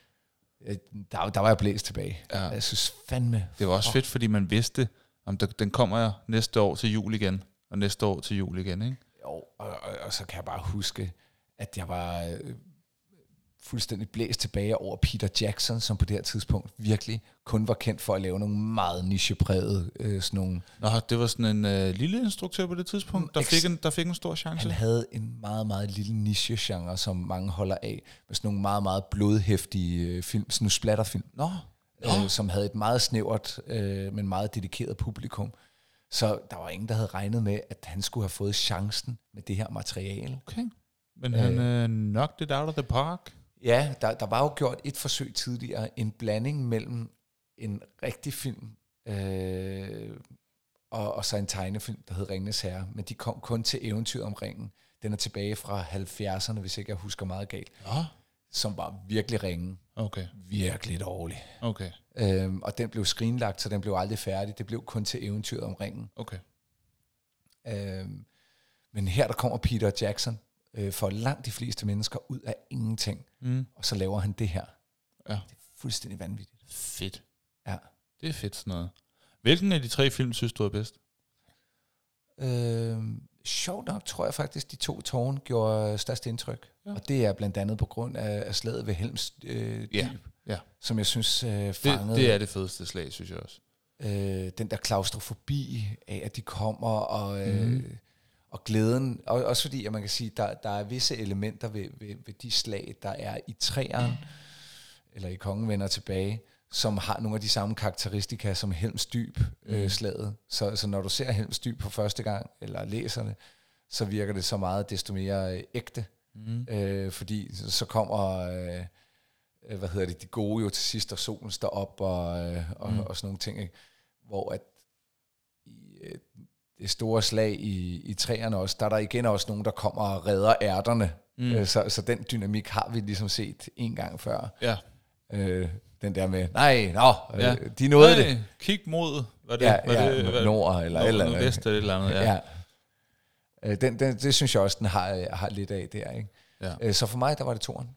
[SPEAKER 1] Der, der var jeg blæst tilbage.
[SPEAKER 2] Ja.
[SPEAKER 1] Jeg synes fandme...
[SPEAKER 2] Det var også fedt, fordi man vidste, om der, den kommer næste år til jul igen, og næste år til jul igen, ikke?
[SPEAKER 1] Jo, og, og, og så kan jeg bare huske, at jeg var... Øh, fuldstændig blæst tilbage over Peter Jackson, som på det her tidspunkt virkelig kun var kendt for at lave nogle meget nicheprægede øh, sådan nogle...
[SPEAKER 2] Nå, det var sådan en øh, lille instruktør på det tidspunkt, der, fik en, der fik en stor chance.
[SPEAKER 1] Han havde en meget, meget lille niche-genre, som mange holder af, med sådan nogle meget, meget blodhæftige øh, film, sådan nogle splatterfilm.
[SPEAKER 2] Nå. Nå.
[SPEAKER 1] Øh, som havde et meget snævert, øh, men meget dedikeret publikum. Så der var ingen, der havde regnet med, at han skulle have fået chancen med det her materiale.
[SPEAKER 2] Okay. Men han øh, knocked it out of the park.
[SPEAKER 1] Ja, der, der var jo gjort et forsøg tidligere, en blanding mellem en rigtig film øh, og, og så en tegnefilm, der hed Ringenes Herre, men de kom kun til Eventyret om ringen. Den er tilbage fra halvfjerdserne, hvis ikke jeg husker meget galt,
[SPEAKER 2] Ja.
[SPEAKER 1] som var virkelig ringe.
[SPEAKER 2] Okay.
[SPEAKER 1] Virkelig dårlig.
[SPEAKER 2] Okay.
[SPEAKER 1] Øhm, og den blev skrinlagt, så den blev aldrig færdig. Det blev kun til Eventyret om ringen.
[SPEAKER 2] Okay.
[SPEAKER 1] Øhm, men her der kommer Peter Jackson øh, for langt de fleste mennesker ud af ingenting.
[SPEAKER 2] Mm.
[SPEAKER 1] Og så laver han det her.
[SPEAKER 2] Ja.
[SPEAKER 1] Det er fuldstændig vanvittigt.
[SPEAKER 2] Fedt.
[SPEAKER 1] Ja.
[SPEAKER 2] Det er fedt sådan noget. Hvilken af de tre film synes du er bedst?
[SPEAKER 1] Øhm, sjovt nok tror jeg faktisk, de to tårne gjorde størst indtryk. Ja. Og det er blandt andet på grund af, af slaget ved Helms øh, dyb,
[SPEAKER 2] Ja. Ja.
[SPEAKER 1] som jeg synes øh,
[SPEAKER 2] Det,
[SPEAKER 1] fangede
[SPEAKER 2] det er det fedeste slag, synes jeg også.
[SPEAKER 1] øh, den der klaustrofobi af, at de kommer, og, øh,
[SPEAKER 2] Mhm.
[SPEAKER 1] og glæden. Og, også fordi, at man kan sige, der, der er visse elementer ved, ved, ved de slag, der er i træeren, eller i Kongen vender tilbage, som har nogle af de samme karakteristika som Helms dyb øh, slaget. Så, så når du ser Helms dyb på første gang, eller læser det, så virker det så meget desto mere øh, ægte.
[SPEAKER 2] Mm.
[SPEAKER 1] Øh, fordi så, så kommer øh, øh, hvad hedder det, de gode jo til sidst, og solen står op, og, øh, og,
[SPEAKER 2] Mm.
[SPEAKER 1] og sådan nogle ting, ikke? Hvor at i øh, det store slag i, i træerne også, der er der igen også nogen, der kommer og redder ærterne.
[SPEAKER 2] Mm.
[SPEAKER 1] Øh, så, så den dynamik har vi ligesom set en gang før.
[SPEAKER 2] Ja.
[SPEAKER 1] Øh, den der med, nej, nå,
[SPEAKER 2] Ja.
[SPEAKER 1] øh, de nåede
[SPEAKER 2] Nej,
[SPEAKER 1] det.
[SPEAKER 2] Kig mod, hvad det,
[SPEAKER 1] Ja,
[SPEAKER 2] hvad
[SPEAKER 1] ja,
[SPEAKER 2] det, hvad,
[SPEAKER 1] nord eller
[SPEAKER 2] nord,
[SPEAKER 1] eller
[SPEAKER 2] nord,
[SPEAKER 1] andet.
[SPEAKER 2] vest eller et eller andet, ja.
[SPEAKER 1] Ja. Øh, den, den, det synes jeg også, den har, har lidt af der. Ikke?
[SPEAKER 2] Ja.
[SPEAKER 1] Øh, så for mig, der var det toren.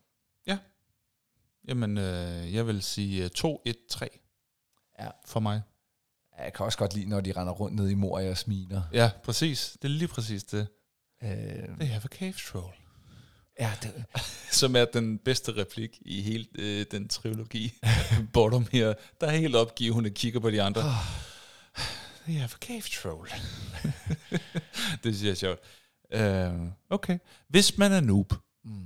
[SPEAKER 2] Jamen, øh, jeg vil sige to et tre
[SPEAKER 1] Ja.
[SPEAKER 2] for mig.
[SPEAKER 1] Jeg kan også godt lide, når de render rundt ned i Moria og sminer.
[SPEAKER 2] Ja, præcis. Det er lige præcis det.
[SPEAKER 1] Øh,
[SPEAKER 2] They have a cave troll.
[SPEAKER 1] ja, det,
[SPEAKER 2] Som er den bedste replik i hele øh, den trilogi. Boromir, der er helt opgivende, kigger på de andre. They have a cave troll. Det synes jeg er sjovt. Uh, okay. Hvis man er noob,
[SPEAKER 1] mm,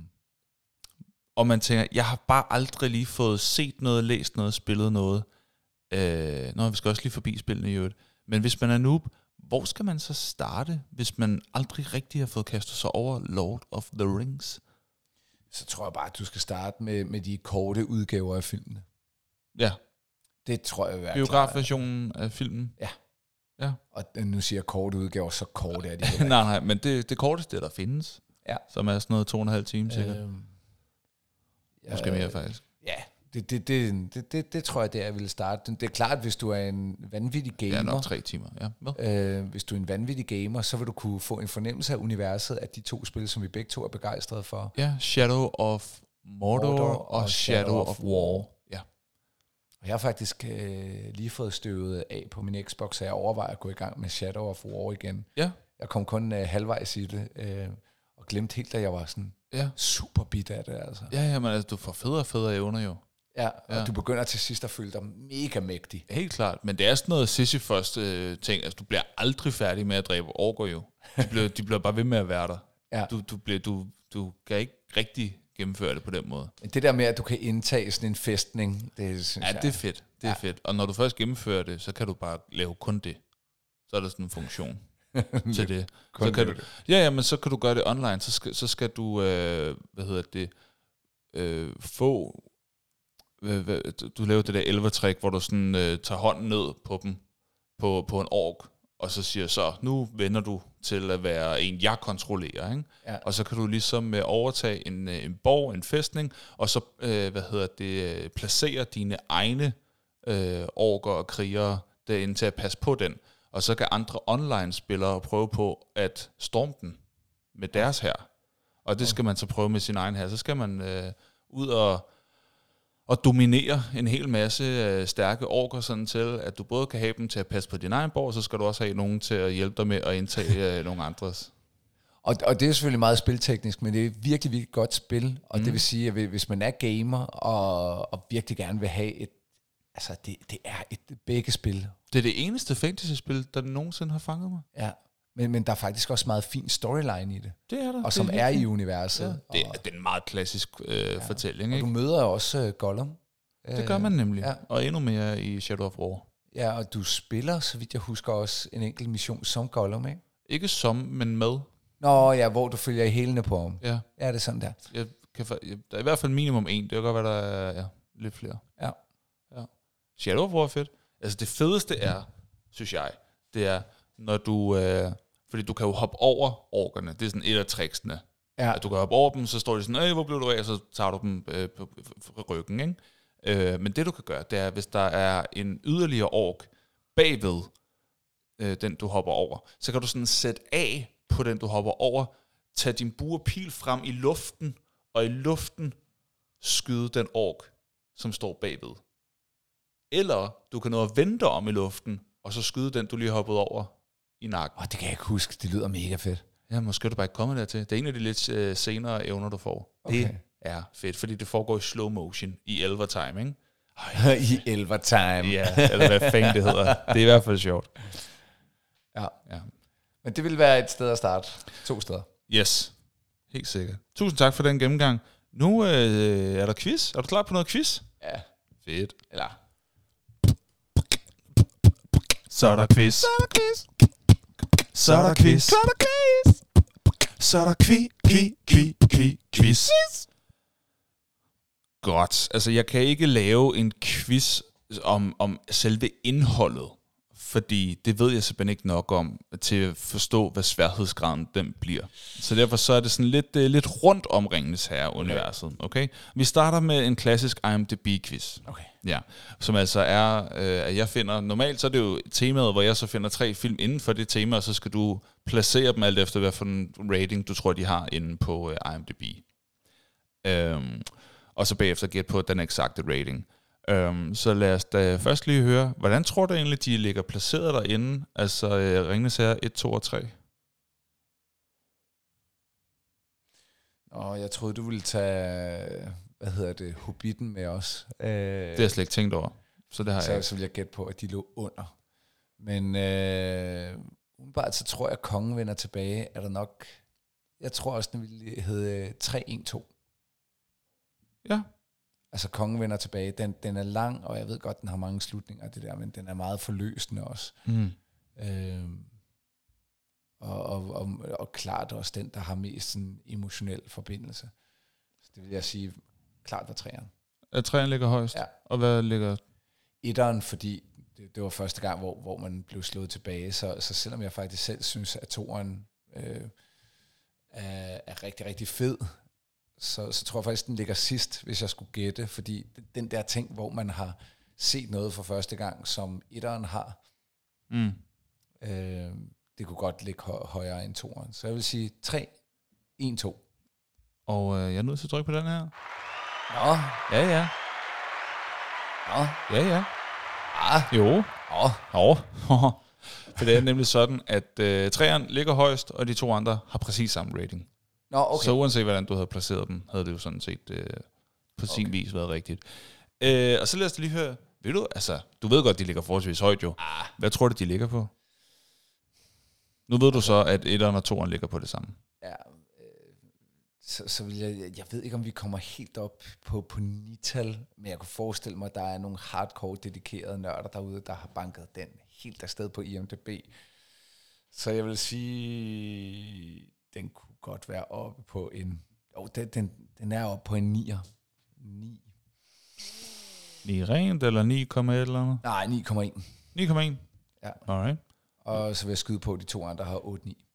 [SPEAKER 2] og man tænker, jeg har bare aldrig lige fået set noget, læst noget, spillet noget. Øh, nå, vi skal også lige forbi spillene i øvrigt. Men hvis man er noob, hvor skal man så starte, hvis man aldrig rigtig har fået kastet sig over Lord of the Rings?
[SPEAKER 1] så tror jeg bare, at du skal starte med, med de korte udgaver af filmene.
[SPEAKER 2] Ja,
[SPEAKER 1] Det tror jeg vil være
[SPEAKER 2] biografversionen af filmen.
[SPEAKER 1] klart. Og nu siger jeg korte udgaver, så kort er de.
[SPEAKER 2] nej, nej, men det, det korteste, der findes,
[SPEAKER 1] Ja.
[SPEAKER 2] som er sådan noget to og en halv time sikkert. Øh,
[SPEAKER 1] Øhm,
[SPEAKER 2] Måske mere faktisk.
[SPEAKER 1] Ja, det, det, det, det, det, det tror jeg, det er, jeg ville starte. Det er klart, hvis du er en vanvittig gamer,
[SPEAKER 2] Ja, nok tre timer. Ja. Hvad?
[SPEAKER 1] øh, hvis du er en vanvittig gamer, så vil du kunne få en fornemmelse af universet af de to spil, som vi begge to er begejstrede for.
[SPEAKER 2] Ja, Shadow of Mordor,
[SPEAKER 1] Mordor
[SPEAKER 2] og, og Shadow of War. Ja.
[SPEAKER 1] Og jeg har faktisk øh, lige fået støvet af på min Xbox, så jeg overvejer at gå i gang med Shadow of War igen.
[SPEAKER 2] Ja.
[SPEAKER 1] Jeg kom kun øh, halvvejs i det, øh, og glemte helt, at jeg var sådan
[SPEAKER 2] Ja.
[SPEAKER 1] super bit af det, altså.
[SPEAKER 2] Ja, ja, men altså, du får federe og federe evner jo.
[SPEAKER 1] Ja, og
[SPEAKER 2] Ja.
[SPEAKER 1] du begynder til sidst at føle dig mega mægtig.
[SPEAKER 2] Helt klart, men det er sådan noget Sisyphos øh, ting. Altså, du bliver aldrig færdig med at dræbe orker jo. De bliver, de bliver bare ved med at være der.
[SPEAKER 1] Ja.
[SPEAKER 2] Du, du, bliver, du, du kan ikke rigtig gennemføre det på den måde.
[SPEAKER 1] Men det der med, at du kan indtage sådan en fæstning, det synes
[SPEAKER 2] Ja,
[SPEAKER 1] jeg...
[SPEAKER 2] det er fedt. Det er
[SPEAKER 1] Ja.
[SPEAKER 2] fedt. Og når du først gennemfører det, så kan du bare lave kun det. Så er der sådan en funktion til det.
[SPEAKER 1] Kun
[SPEAKER 2] Så kan
[SPEAKER 1] det.
[SPEAKER 2] du, ja, ja, men så kan du gøre det online. Så skal, så skal du, øh, hvad hedder det, øh, få... Hvad, hvad, du- du laver det der elvertræk, hvor du sådan øh, tager hånden ned på dem, på, på en ork, og så siger så, nu vender du til at være en, jeg kontrollerer, ikke?
[SPEAKER 1] Ja.
[SPEAKER 2] Og så kan du ligesom øh, overtage en, øh, en borg, en fæstning, og så, øh, hvad hedder det, øh, placere dine egne øh, orker og krigere derinde til at passe på den. Og så kan andre online-spillere prøve på at storme den med deres hær. Og det skal man så prøve med sin egen hær. Så skal man øh, ud og, og dominere en hel masse øh, stærke orker, sådan til, at du både kan have dem til at passe på din egen borg, og så skal du også have nogen til at hjælpe dig med at indtage øh, nogle andres.
[SPEAKER 1] Og, og det er selvfølgelig meget spilteknisk, men det er et virkelig, virkelig godt spil. Og mm. det vil sige, at hvis man er gamer og, og virkelig gerne vil have et... Altså, det, det er et begge spil.
[SPEAKER 2] Det er det eneste fantasy-spil, der nogensinde har fanget mig.
[SPEAKER 1] Ja. Men, men der er faktisk også meget fin storyline i det.
[SPEAKER 2] Det er der.
[SPEAKER 1] Og som
[SPEAKER 2] det
[SPEAKER 1] er, er i
[SPEAKER 2] helt
[SPEAKER 1] universet.
[SPEAKER 2] Ja, det,
[SPEAKER 1] og,
[SPEAKER 2] er, det er en meget klassisk øh, ja. fortælling,
[SPEAKER 1] og
[SPEAKER 2] ikke?
[SPEAKER 1] du møder også uh, Gollum.
[SPEAKER 2] Det gør man nemlig.
[SPEAKER 1] Ja.
[SPEAKER 2] Og endnu mere i Shadow of War.
[SPEAKER 1] Ja, og du spiller, så vidt jeg husker, også en enkelt mission som Gollum, ikke?
[SPEAKER 2] Ikke som, men med.
[SPEAKER 1] Nå ja, hvor du følger i hælene på ham.
[SPEAKER 2] Ja.
[SPEAKER 1] Ja, det er sådan der.
[SPEAKER 2] Jeg kan, der er i hvert fald minimum en. Det kan godt være, der er ja, lidt flere.
[SPEAKER 1] Ja.
[SPEAKER 2] ja. Shadow of War er fedt. Altså det fedeste er, synes jeg, det er, når du... Øh, fordi du kan jo hoppe over orkerne. Det er sådan et af tricksene.
[SPEAKER 1] Ja.
[SPEAKER 2] At du kan hoppe over dem, så står de sådan, hvor blev du af? Og så tager du dem øh, på, på ryggen, ikke? Øh, men det du kan gøre, det er, hvis der er en yderligere ork bagved øh, den, du hopper over, så kan du sådan sætte af på den, du hopper over, tage din bue og pil frem i luften, og i luften skyde den ork, som står bagved. Eller du kan nå at vente om i luften, og så skyde den, du lige hoppede over i nakken.
[SPEAKER 1] Åh, det kan jeg ikke huske. Det lyder mega fedt.
[SPEAKER 2] Ja, måske er du bare ikke kommet dertil. Det er en af de lidt øh, senere evner, du får.
[SPEAKER 1] Okay.
[SPEAKER 2] Det er fedt, fordi det foregår i slow motion i Elver Time, ikke?
[SPEAKER 1] I Elver Time.
[SPEAKER 2] Ja, eller hvad fanden det hedder. Det er i hvert fald sjovt.
[SPEAKER 1] Ja.
[SPEAKER 2] ja.
[SPEAKER 1] Men det vil være et sted at starte. To steder.
[SPEAKER 2] Yes, helt sikkert. Tusind tak for den gennemgang. Nu øh, er der quiz. Er du klar på noget quiz?
[SPEAKER 1] Ja.
[SPEAKER 2] Fedt.
[SPEAKER 1] Eller...
[SPEAKER 3] Så er der quiz. Så er der quiz. Så er der quiz. Så er der quiz. Så er der quiz, quiz, quiz, quiz, quiz.
[SPEAKER 2] Godt. Altså, jeg kan ikke lave en quiz om, om selve indholdet, fordi det ved jeg simpelthen ikke nok om, til at forstå, hvad sværhedsgraden den bliver. Så derfor så er det sådan lidt, uh, lidt rundt om Ringenes Herre-universet. Okay? Vi starter med en klassisk I M D B-quiz.
[SPEAKER 1] Okay.
[SPEAKER 2] Ja, som altså er, øh, at jeg finder, normalt så er det jo temaet, hvor jeg så finder tre film inden for det tema, og så skal du placere dem alt efter, hvad for en rating, du tror, de har inde på øh, I M D B. Øhm, og så bagefter gætte på den eksakte rating. Øhm, så lad os da først lige høre, hvordan tror du egentlig, de ligger placeret derinde, altså øh, Ringenes Herre et, to og tre?
[SPEAKER 1] Og jeg troede, du ville tage, hvad hedder det, Hobbiten med os. Øh,
[SPEAKER 2] Det har jeg slet ikke tænkt over, så det har
[SPEAKER 1] så,
[SPEAKER 2] jeg
[SPEAKER 1] så vil jeg gætte på, at de lå under. Men øh, umiddelbart så tror jeg, at kongen vender tilbage. Er der nok... Jeg tror også, den ville hedde tre en to.
[SPEAKER 2] Ja.
[SPEAKER 1] Altså, kongen vender tilbage. Den, den er lang, og jeg ved godt, den har mange slutninger, det der, men den er meget forløsende også.
[SPEAKER 2] Mm.
[SPEAKER 1] Øh, og, og, og, og klart også den, der har mest sådan emotionel forbindelse. Så det vil jeg sige, klart var træeren.
[SPEAKER 2] At træerne ligger højst?
[SPEAKER 1] Ja.
[SPEAKER 2] Og hvad ligger...
[SPEAKER 1] Etteren, fordi det, det var første gang, hvor, hvor man blev slået tilbage, så, så selvom jeg faktisk selv synes, at toeren øh, er, er rigtig, rigtig fed, så, så tror jeg faktisk, den ligger sidst, hvis jeg skulle gætte, fordi den der ting, hvor man har set noget for første gang, som etteren har,
[SPEAKER 2] Mm.
[SPEAKER 1] øh, det kunne godt ligge hø- højere end toeren. Så jeg vil sige tre en to.
[SPEAKER 2] Og øh, jeg er nødt til at trykke på den her.
[SPEAKER 1] Nå,
[SPEAKER 2] Ja, ja.
[SPEAKER 1] nå,
[SPEAKER 2] Ja, ja.
[SPEAKER 1] ah,
[SPEAKER 2] Jo.
[SPEAKER 1] åh,
[SPEAKER 2] Jo. For det er nemlig sådan, at øh, træerne ligger højst, og de to andre har præcis samme rating.
[SPEAKER 1] nå, okay.
[SPEAKER 2] Så uanset hvordan du havde placeret dem, havde det jo sådan set øh, på sin
[SPEAKER 1] Okay.
[SPEAKER 2] vis været rigtigt. Øh, og så lad os lige høre, ved du, altså, du ved godt, de ligger forholdsvis højt jo.
[SPEAKER 1] Ah.
[SPEAKER 2] Hvad tror du, de ligger på? Nu ved du så, at etteren og toeren ligger på det samme.
[SPEAKER 1] Ja, øh, så, så vil jeg, jeg ved ikke, om vi kommer helt op på, på nital, men jeg kunne forestille mig, at der er nogle hardcore dedikerede nørder derude, der har banket den helt afsted på I M D B. Så jeg vil sige, den kunne godt være oppe på en, oh, den, den, den er oppe på en nier. ni.
[SPEAKER 2] ni rent, eller ni komma et eller andet?
[SPEAKER 1] Nej, ni komma en.
[SPEAKER 2] ni komma en?
[SPEAKER 1] Ja.
[SPEAKER 2] Alright.
[SPEAKER 1] Og så vil jeg skyde på, at de to andre har otte ni.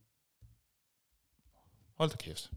[SPEAKER 2] Hold da kæft.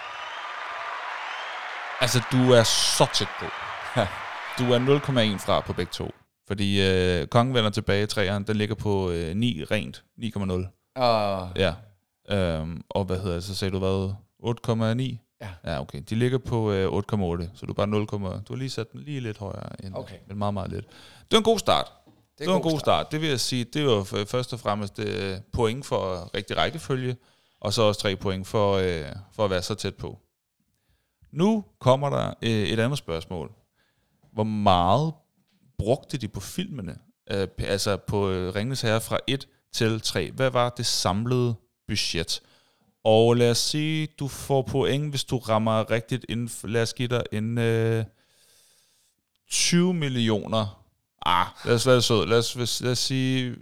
[SPEAKER 2] Altså, du er så tæt på. Du er nul komma en fra på begge to. Fordi øh, kongen vender tilbage, træeren, den ligger på øh, ni rent. ni komma nul.
[SPEAKER 1] Og
[SPEAKER 2] Ja. Øhm, og hvad hedder det, så sagde du hvad? otte komma ni?
[SPEAKER 1] Ja.
[SPEAKER 2] Ja, okay. De ligger på øh, otte komma otte, så du er bare nul. Du har lige sat den lige lidt højere end,
[SPEAKER 1] Okay.
[SPEAKER 2] men meget, meget lidt. Det var en god start.
[SPEAKER 1] det
[SPEAKER 2] Det var en god start. Det vil jeg sige, det var f- først og fremmest øh, point for rigtig rækkefølge, og så også tre point for, øh, for at være så tæt på. Nu kommer der øh, et andet spørgsmål. Hvor meget brugte de på filmene? Øh, p- altså på øh, Ringenes Herre fra et til tre. Hvad var det samlede budget? Og lad os sige, du får point, hvis du rammer rigtigt inden. Lad os give dig en øh, tyve millioner. Ah, lad os være sød. Lad os, hvis- lad os sige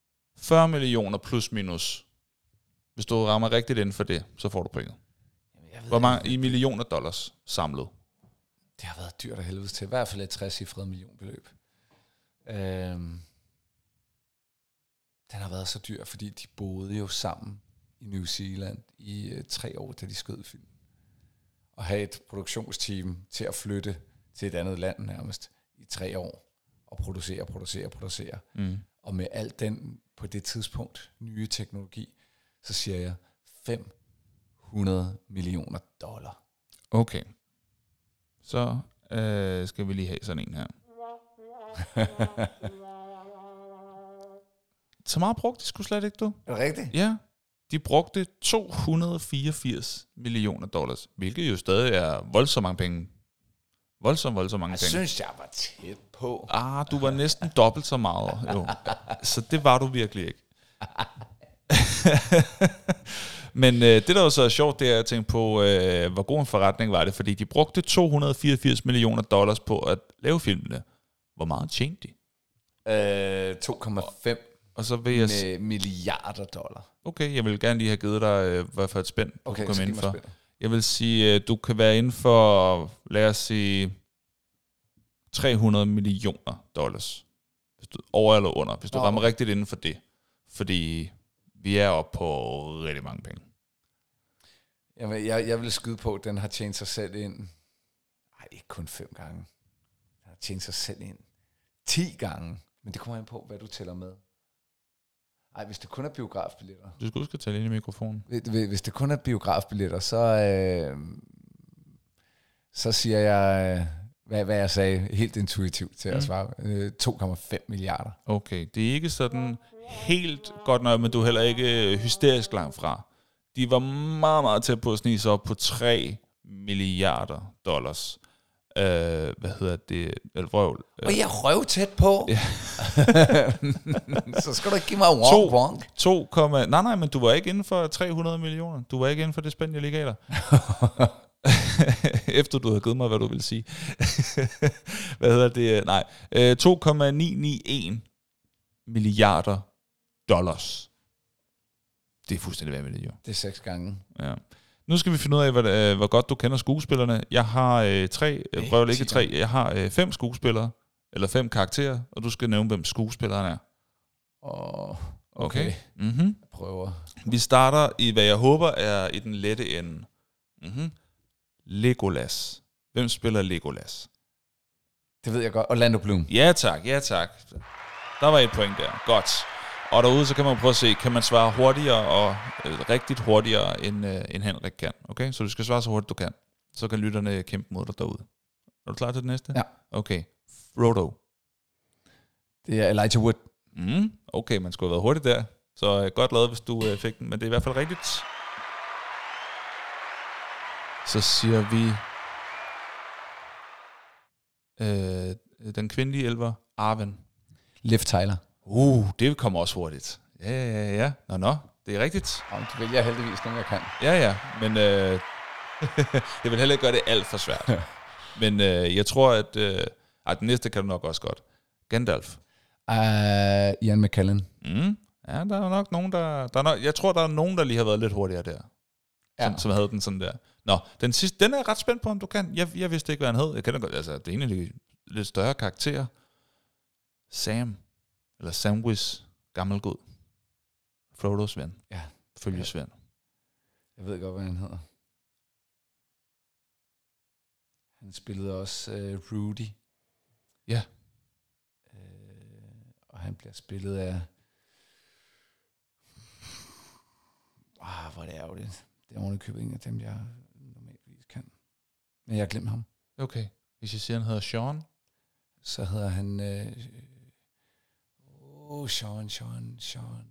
[SPEAKER 2] fyrre millioner plus minus. Hvis du rammer rigtigt inden for det, så får du pointet.
[SPEAKER 1] Jamen,
[SPEAKER 2] Hvor mange i millioner dollars samlet?
[SPEAKER 1] Det har været dyrt af helvedes til. I hvert fald et tres-cifret millionbeløb. Øhm, den har været så dyr, fordi de boede jo sammen i New Zealand i øh, tre år, da de skød filmen. Og have et produktionsteam til at flytte til et andet land nærmest i tre år. Og producere, producere, producere.
[SPEAKER 2] Mm.
[SPEAKER 1] Og med alt den, på det tidspunkt, nye teknologi, så siger jeg fem hundrede millioner dollar.
[SPEAKER 2] Okay. Så øh, skal vi lige have sådan en her. Så meget brugte de sgu slet ikke, du.
[SPEAKER 1] Er det rigtigt?
[SPEAKER 2] Ja. De brugte to hundrede fireogfirs millioner dollars, hvilket jo stadig er voldsomt mange penge. Voldsomt, voldsomt mange
[SPEAKER 1] Jeg
[SPEAKER 2] penge.
[SPEAKER 1] synes, jeg var tæt på.
[SPEAKER 2] Ah, du var næsten dobbelt så meget. Jo. Så det var du virkelig ikke. Men øh, det, der var så sjovt, det er at tænke på, øh, hvor god en forretning var det, fordi de brugte to hundrede fireogfirs millioner dollars på at lave filmene. Hvor meget tjente de?
[SPEAKER 1] Øh, to komma fem
[SPEAKER 2] Og så vil jeg s-
[SPEAKER 1] med milliarder dollar.
[SPEAKER 2] Okay, jeg vil gerne lige have givet dig, øh, hvad for et spænd, du
[SPEAKER 1] Okay,
[SPEAKER 2] kan
[SPEAKER 1] så
[SPEAKER 2] komme
[SPEAKER 1] giv
[SPEAKER 2] ind
[SPEAKER 1] mig
[SPEAKER 2] for.
[SPEAKER 1] spil.
[SPEAKER 2] Jeg vil sige, øh, du kan være inden for, lad os sige, tre hundrede millioner dollars. Hvis du, over eller under, hvis du
[SPEAKER 1] Nå.
[SPEAKER 2] rammer rigtigt inden for det. Fordi vi er oppe på rigtig mange penge.
[SPEAKER 1] Jamen, jeg, jeg vil skyde på, at den har tjent sig selv ind. Nej, ikke kun fem gange. Den har tjent sig selv ind ti gange. Men det kommer ind på, hvad du tæller med. Ej, hvis det kun er biografbilletter.
[SPEAKER 2] Du skal huske at tale ind i mikrofonen.
[SPEAKER 1] Hvis hvis det kun er biografbilletter, så, øh, så siger jeg, øh, hvad, hvad jeg sagde, helt intuitivt til at
[SPEAKER 2] Mm.
[SPEAKER 1] svare. Øh, to komma fem milliarder.
[SPEAKER 2] Okay, det er ikke sådan helt godt nok, men du er heller ikke hysterisk langt fra. De var meget, meget tæt på at snige sig op på tre milliarder dollars. Øh, hvad hedder det? Eller vrøvl.
[SPEAKER 1] Og jeg røv tæt på.
[SPEAKER 2] Ja.
[SPEAKER 1] Så skal du ikke give mig wonk,
[SPEAKER 2] To.
[SPEAKER 1] wonk.
[SPEAKER 2] to, nej, nej, men du var ikke inden for tre hundrede millioner. Du var ikke inden for det spænd, jeg lige gav dig. Efter du havde givet mig, hvad du vil sige. Hvad hedder det? Nej. Øh, to komma ni ni en milliarder dollars. Det er fuldstændig vanvittigt, jo.
[SPEAKER 1] Det er seks gange.
[SPEAKER 2] Ja. Nu skal vi finde ud af, hvor, øh, hvor godt du kender skuespillerne. Jeg har øh, tre, øh, prøv ikke tre, jeg har øh, fem skuespillere, eller fem karakterer, og du skal nævne, hvem skuespilleren er.
[SPEAKER 1] Oh, okay.
[SPEAKER 2] Okay.
[SPEAKER 1] okay.
[SPEAKER 2] Mm-hmm.
[SPEAKER 1] Jeg prøver.
[SPEAKER 2] Vi starter i, hvad jeg håber er i den lette ende. Mm-hmm. Legolas. Hvem spiller Legolas?
[SPEAKER 1] Det ved jeg godt. Orlando Bloom.
[SPEAKER 2] Ja tak, ja tak. Der var et point der. Godt. Og derude, så kan man prøve at se, kan man svare hurtigere og øh, rigtigt hurtigere, end, øh, end Henrik kan. Okay? Så du skal svare så hurtigt, du kan. Så kan lytterne kæmpe mod dig derude. Er du klar til det næste?
[SPEAKER 1] Ja.
[SPEAKER 2] Okay. Frodo.
[SPEAKER 1] Det er Elijah Wood.
[SPEAKER 2] Mm, okay, man skulle have været hurtigt der. Så øh, godt lavet, hvis du øh, fik den, men det er i hvert fald rigtigt. Så siger vi øh, den kvindelige elver, Arwen.
[SPEAKER 1] Liv Tyler.
[SPEAKER 2] Uh, det kommer også hurtigt. Ja, ja, ja. Nå, nå, det er rigtigt.
[SPEAKER 1] Om det vælger jeg heldigvis nogen, jeg kan.
[SPEAKER 2] Ja, ja, men øh, jeg vil heller ikke gøre det alt for svært. Men øh, jeg tror, at øh, ej, den næste kan du nok også godt. Gandalf.
[SPEAKER 1] Uh, Ian McKellen.
[SPEAKER 2] Mm. Ja, der er nok nogen, der... der er nok, jeg tror, der er nogen, der lige har været lidt hurtigere der.
[SPEAKER 1] Ja.
[SPEAKER 2] Som, som havde den sådan der. Nå, den sidste, den er jeg ret spændt på, om du kan. Jeg, jeg vidste ikke, hvad han hed. Jeg kender godt, altså, det er egentlig lidt større karakter. Sam. Eller Samwise. Gammelgod. Frodos ven.
[SPEAKER 1] Ja.
[SPEAKER 2] Følgesven.
[SPEAKER 1] Jeg ved godt, hvad han hedder. Han spillede også uh, Rudy.
[SPEAKER 2] Ja.
[SPEAKER 1] Uh, og han bliver spillet af... Ah, hvor er det ærgerligt. Det er ovenikøbet en af dem, jeg normalvis kan. Men jeg har glemt ham.
[SPEAKER 2] Okay. Hvis jeg siger, han hedder Sean.
[SPEAKER 1] Så hedder han... Åh, uh, oh, Sean, Sean, Sean.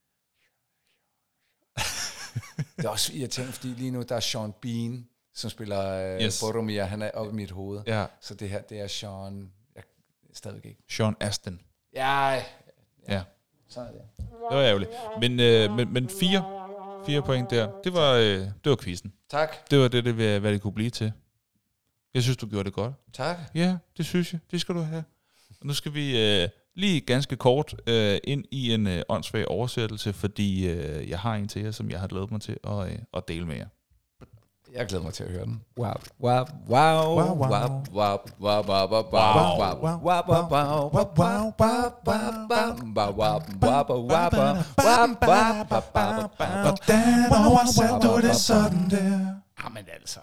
[SPEAKER 1] Det er også irriterende, fordi lige nu, der er Sean Bean, som spiller uh,
[SPEAKER 2] Yes.
[SPEAKER 1] Boromir. Han er oppe i mit hoved.
[SPEAKER 2] Ja.
[SPEAKER 1] Så det her, det er Sean... Jeg stadigvæk ikke.
[SPEAKER 2] Sean Astin.
[SPEAKER 1] Ja,
[SPEAKER 2] Ja. ja.
[SPEAKER 1] sådan er det.
[SPEAKER 2] Det var ærgerligt. Men, øh, men, men fire, fire point der. Det var, øh, det var quizzen.
[SPEAKER 1] Tak.
[SPEAKER 2] Det var det, det, hvad det kunne blive til. Jeg synes, du gjorde det godt.
[SPEAKER 1] Tak.
[SPEAKER 2] Ja, det synes jeg. Det skal du have. Og nu skal vi øh, lige ganske kort øh, ind i en øh, åndssvag oversættelse, fordi øh, jeg har en til jer, som jeg har glædet mig til at, øh, at dele med jer.
[SPEAKER 1] Jeg glæder mig til at høre den. Wow, wow, wow, wow, wow, wow, wow, wow, wow,
[SPEAKER 3] Jamen altså.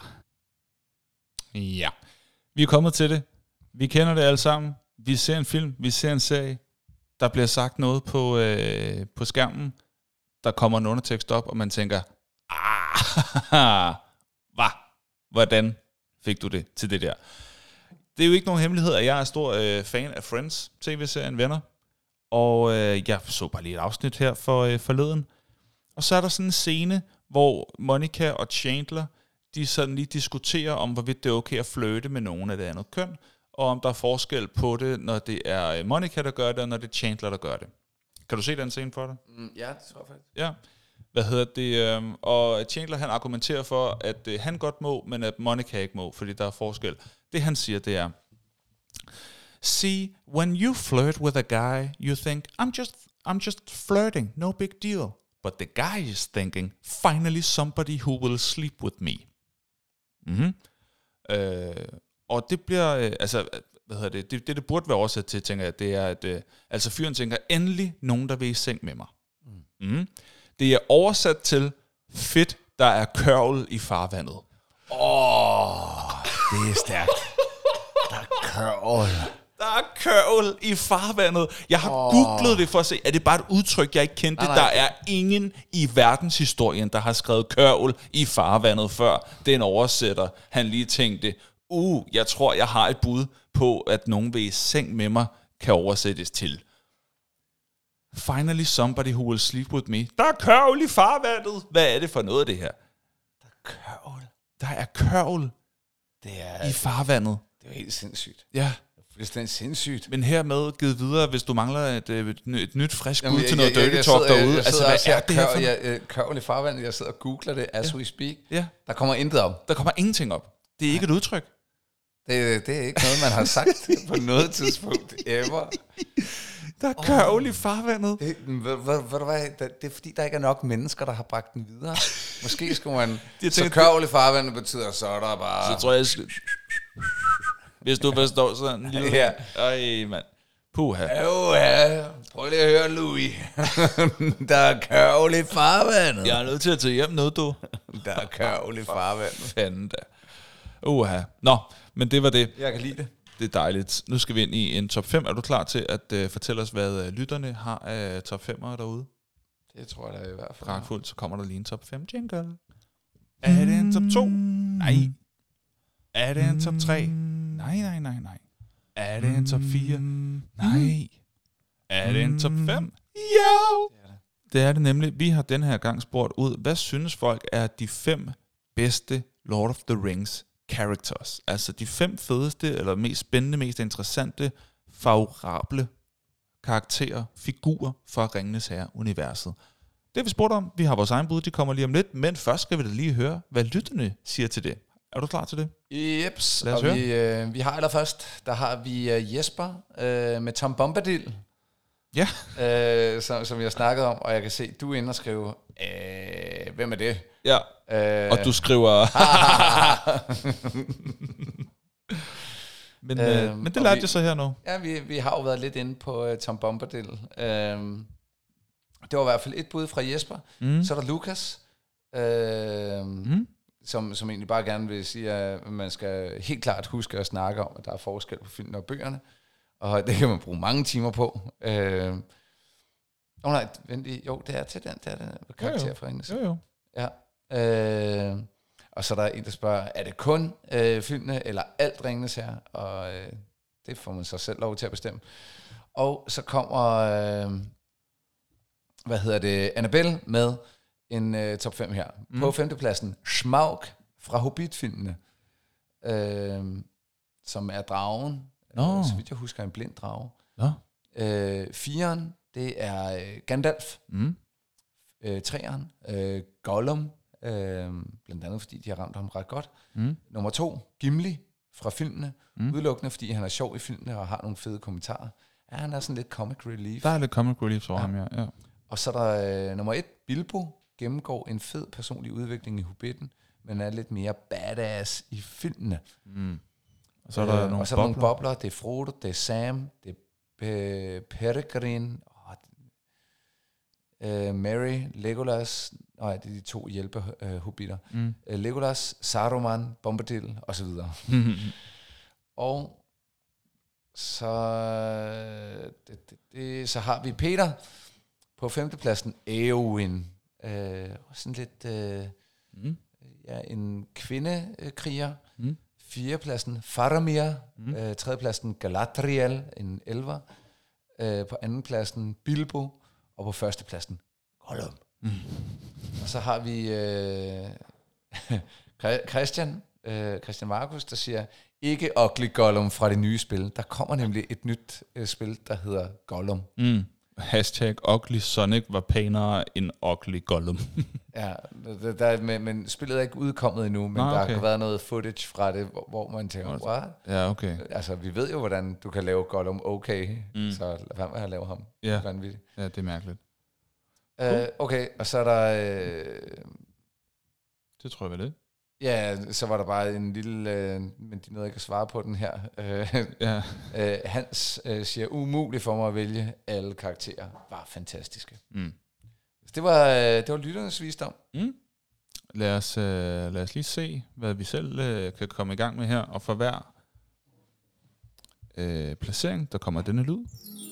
[SPEAKER 3] Ja. Vi er kommet til det. Vi kender det alle sammen. Vi ser en film, vi ser en serie. Der bliver sagt noget på, øh, på skærmen. Der kommer en undertekst op, og man tænker, ah, hvad? Hvordan fik du det til det der? Det er jo ikke nogen hemmelighed, at jeg er stor øh, fan af Friends, tv-serien Venner. Og øh, jeg så bare lige et afsnit her for øh, forleden. Og så er der sådan en scene, hvor Monica og Chandler, de sådan lige diskuterer om, hvorvidt det er okay at flirte med nogen af det andet køn, og om der er forskel på det, når det er Monica, der gør det, og når det er Chandler, der gør det. Kan du se den scene for dig?
[SPEAKER 1] Mm, ja, det tror jeg faktisk.
[SPEAKER 3] Ja. Hvad hedder det? Øh, og Chandler, han argumenterer for, at øh, han godt må, men at Monica ikke må, fordi der er forskel. Det han siger, det er, see, when you flirt with a guy, you think, I'm just, I'm just flirting, no big deal. But the guy is thinking, finally somebody who will sleep with me. Mm-hmm. Øh, og det bliver, øh, altså, hvad hedder det, det, det, det burde være oversat til, tænker jeg, det er, at, øh, altså fyren tænker, endelig nogen, der vil i seng med mig. Mm. Mm. Det er oversat til, fedt, der er kørvel i farvandet.
[SPEAKER 1] Åh, oh, det er stærkt. Der er kørvel.
[SPEAKER 3] Der er kørvel i farvandet. Jeg har oh. googlet det for at se, er det bare et udtryk, jeg ikke kendte? Nej, nej. Der er ingen i verdenshistorien, der har skrevet kørvel i farvandet før. Den oversætter, han lige tænkte, uh, jeg tror, jeg har et bud på, at nogen vil i seng med mig, kan oversættes til. Finally somebody who will sleep with me. Der er kørvel i farvandet. Hvad er det for noget af det her?
[SPEAKER 1] Der er kørvel.
[SPEAKER 3] Der er kørvel
[SPEAKER 1] det er,
[SPEAKER 3] i farvandet.
[SPEAKER 1] Det er jo helt sindssygt.
[SPEAKER 3] Ja.
[SPEAKER 1] Det er sindssygt.
[SPEAKER 3] Men hermed givet videre, hvis du mangler et, et, et nyt frisk bud til noget dirty talk derude.
[SPEAKER 1] Jeg, jeg
[SPEAKER 3] altså, hvad er det her for
[SPEAKER 1] noget? Kørvel i farvandet. Jeg sidder og googler det, as
[SPEAKER 3] ja.
[SPEAKER 1] we speak.
[SPEAKER 3] Ja.
[SPEAKER 1] Der kommer intet op.
[SPEAKER 3] Der kommer ingenting op. Det er ikke et udtryk.
[SPEAKER 1] Det, det er ikke noget, man har sagt på noget tidspunkt ever.
[SPEAKER 3] Der er kørvel i farvandet.
[SPEAKER 1] Det, ved, ved, ved du hvad, det er fordi, der ikke er nok mennesker, der har bragt den videre. Måske skulle man... tænker, så kørvel i farvandet betyder, så er der bare...
[SPEAKER 3] Så tror jeg... Skal... Hvis du forstår sådan en lille...
[SPEAKER 1] Ja.
[SPEAKER 3] Øj, mand. Puha.
[SPEAKER 1] Jo, ja. Prøv lige at høre, Louis. Der er kørvel i farvandet.
[SPEAKER 3] Jeg er nødt til at tage hjem noget, du.
[SPEAKER 1] Der er kørvel i farvandet.
[SPEAKER 3] Fanden da. Uha. Nå, men det var det.
[SPEAKER 1] Jeg kan lide det.
[SPEAKER 3] Det er dejligt. Nu skal vi ind i en top fem. Er du klar til at uh, fortælle os, hvad uh, lytterne har af uh, top fem'ere derude?
[SPEAKER 1] Det tror jeg da i hvert fald.
[SPEAKER 3] Pragtfuldt, så kommer der lige en top fem jingle. Er det en top to? Nej. Er det en top tre? Nej, nej, nej, nej. Er det en top fire? Nej. Er det en top fem? Jo! Det er det. Det er det nemlig. Vi har den her gang spurgt ud, hvad synes folk er de fem bedste Lord of the Rings characters? Altså de fem fedeste, eller mest spændende, mest interessante, favorable karakterer, figurer fra Ringenes Herre-universet. Det har vi spurgt om. Vi har vores egen bud, de kommer lige om lidt, men først skal vi da lige høre, hvad lytterne siger til det. Er du klar til det?
[SPEAKER 1] Jeps, og vi, øh, vi har allerførst, der har vi uh, Jesper øh, med Tom Bombadil,
[SPEAKER 3] ja.
[SPEAKER 1] øh, som, som vi har snakket om, og jeg kan se, du er inde og skrive, øh, hvem er det?
[SPEAKER 3] Ja, øh, og du skriver... men, øh, men det lærte vi, jeg så her nu.
[SPEAKER 1] Ja, vi, vi har jo været lidt inde på uh, Tom Bombadil. Øh, det var i hvert fald et bud fra Jesper. Mm. Så er der Lukas. Øh, mm. Som, som egentlig bare gerne vil sige, at man skal helt klart huske at snakke om, at der er forskel på filmen og bøgerne. Og det kan man bruge mange timer på. Øh, oh nej, vent lige. Jo, det er til den, det er den karakter for hende.
[SPEAKER 3] Jo, jo.
[SPEAKER 1] Ja. Øh, og så er der en, der spørger, er det kun øh, filmene, eller alt Ringenes Herre? Og øh, det får man så selv lov til at bestemme. Og så kommer, øh, hvad hedder det, Annabelle med en uh, top fem her. Mm. På femtepladsen, Smaug fra Hobbit-filmene, øh, som er dragen.
[SPEAKER 3] No.
[SPEAKER 1] Øh, så vidt jeg husker, en blind drage.
[SPEAKER 3] No.
[SPEAKER 1] Øh, Firen, det er øh, Gandalf. Mm. Øh, Treeren, øh, Gollum, øh, blandt andet fordi de har ramt ham ret godt. Mm. Nummer to, Gimli fra filmene, mm. udelukkende fordi han er sjov i filmene og har nogle fede kommentarer. Ja, han er sådan lidt comic relief.
[SPEAKER 3] Der er lidt comic relief for ja. ham, ja. ja.
[SPEAKER 1] Og så er der øh, nummer et, Bilbo, gennemgår en fed personlig udvikling i Hobbiten, men er lidt mere badass i filmene.
[SPEAKER 2] Mm. Og så er der
[SPEAKER 1] øh,
[SPEAKER 2] nogle
[SPEAKER 1] og så er der nogle bobler. Det er Frodo, det er Sam, det er Pe- Peregrine, oh, øh, Merry, Legolas, nej, det er de to hjælpe-hobbiter. Øh, mm. øh, Legolas, Saruman, Bombadil, og så videre. Og så, det, det, det, så har vi Peter på femtepladsen, Eowyn. Øh, sådan lidt, øh, mm. ja, en kvindekriger. Mm. Fjerdepladsen, Faramir. Mm. Øh, tredjepladsen, Galadriel, en elver. Øh, på andenpladsen, Bilbo. Og på førstepladsen, Gollum. Mm. Og så har vi øh, Christian, øh, Christian Markus, der siger, ikke ugly Gollum fra det nye spil. Der kommer nemlig et nyt øh, spil, der hedder Gollum.
[SPEAKER 2] Mm. Hashtag ugly Sonic var pænere end ugly Gollum.
[SPEAKER 1] Ja, der, der, men, men spillet er ikke udkommet endnu, men Nå, okay. der har været noget footage fra det, hvor, hvor man tænker, what?
[SPEAKER 2] Ja, okay.
[SPEAKER 1] Altså, vi ved jo, hvordan du kan lave Gollum okay, mm. så lad være med at lave ham.
[SPEAKER 2] Ja, vanvittigt. Ja, det er mærkeligt.
[SPEAKER 1] Uh, okay, og så er der... Uh,
[SPEAKER 2] det tror jeg var det.
[SPEAKER 1] Ja, så var der bare en lille... Uh, men de nåede ikke at svare på den her. Uh, ja. uh, Hans uh, siger, umuligt for mig at vælge alle karakterer. Var fantastiske. Mm. Det var, uh, det var lytternes visdom. Mm.
[SPEAKER 2] Lad os, uh, lad os lige se, hvad vi selv uh, kan komme i gang med her. Og for hver uh, placering, der kommer denne lyd,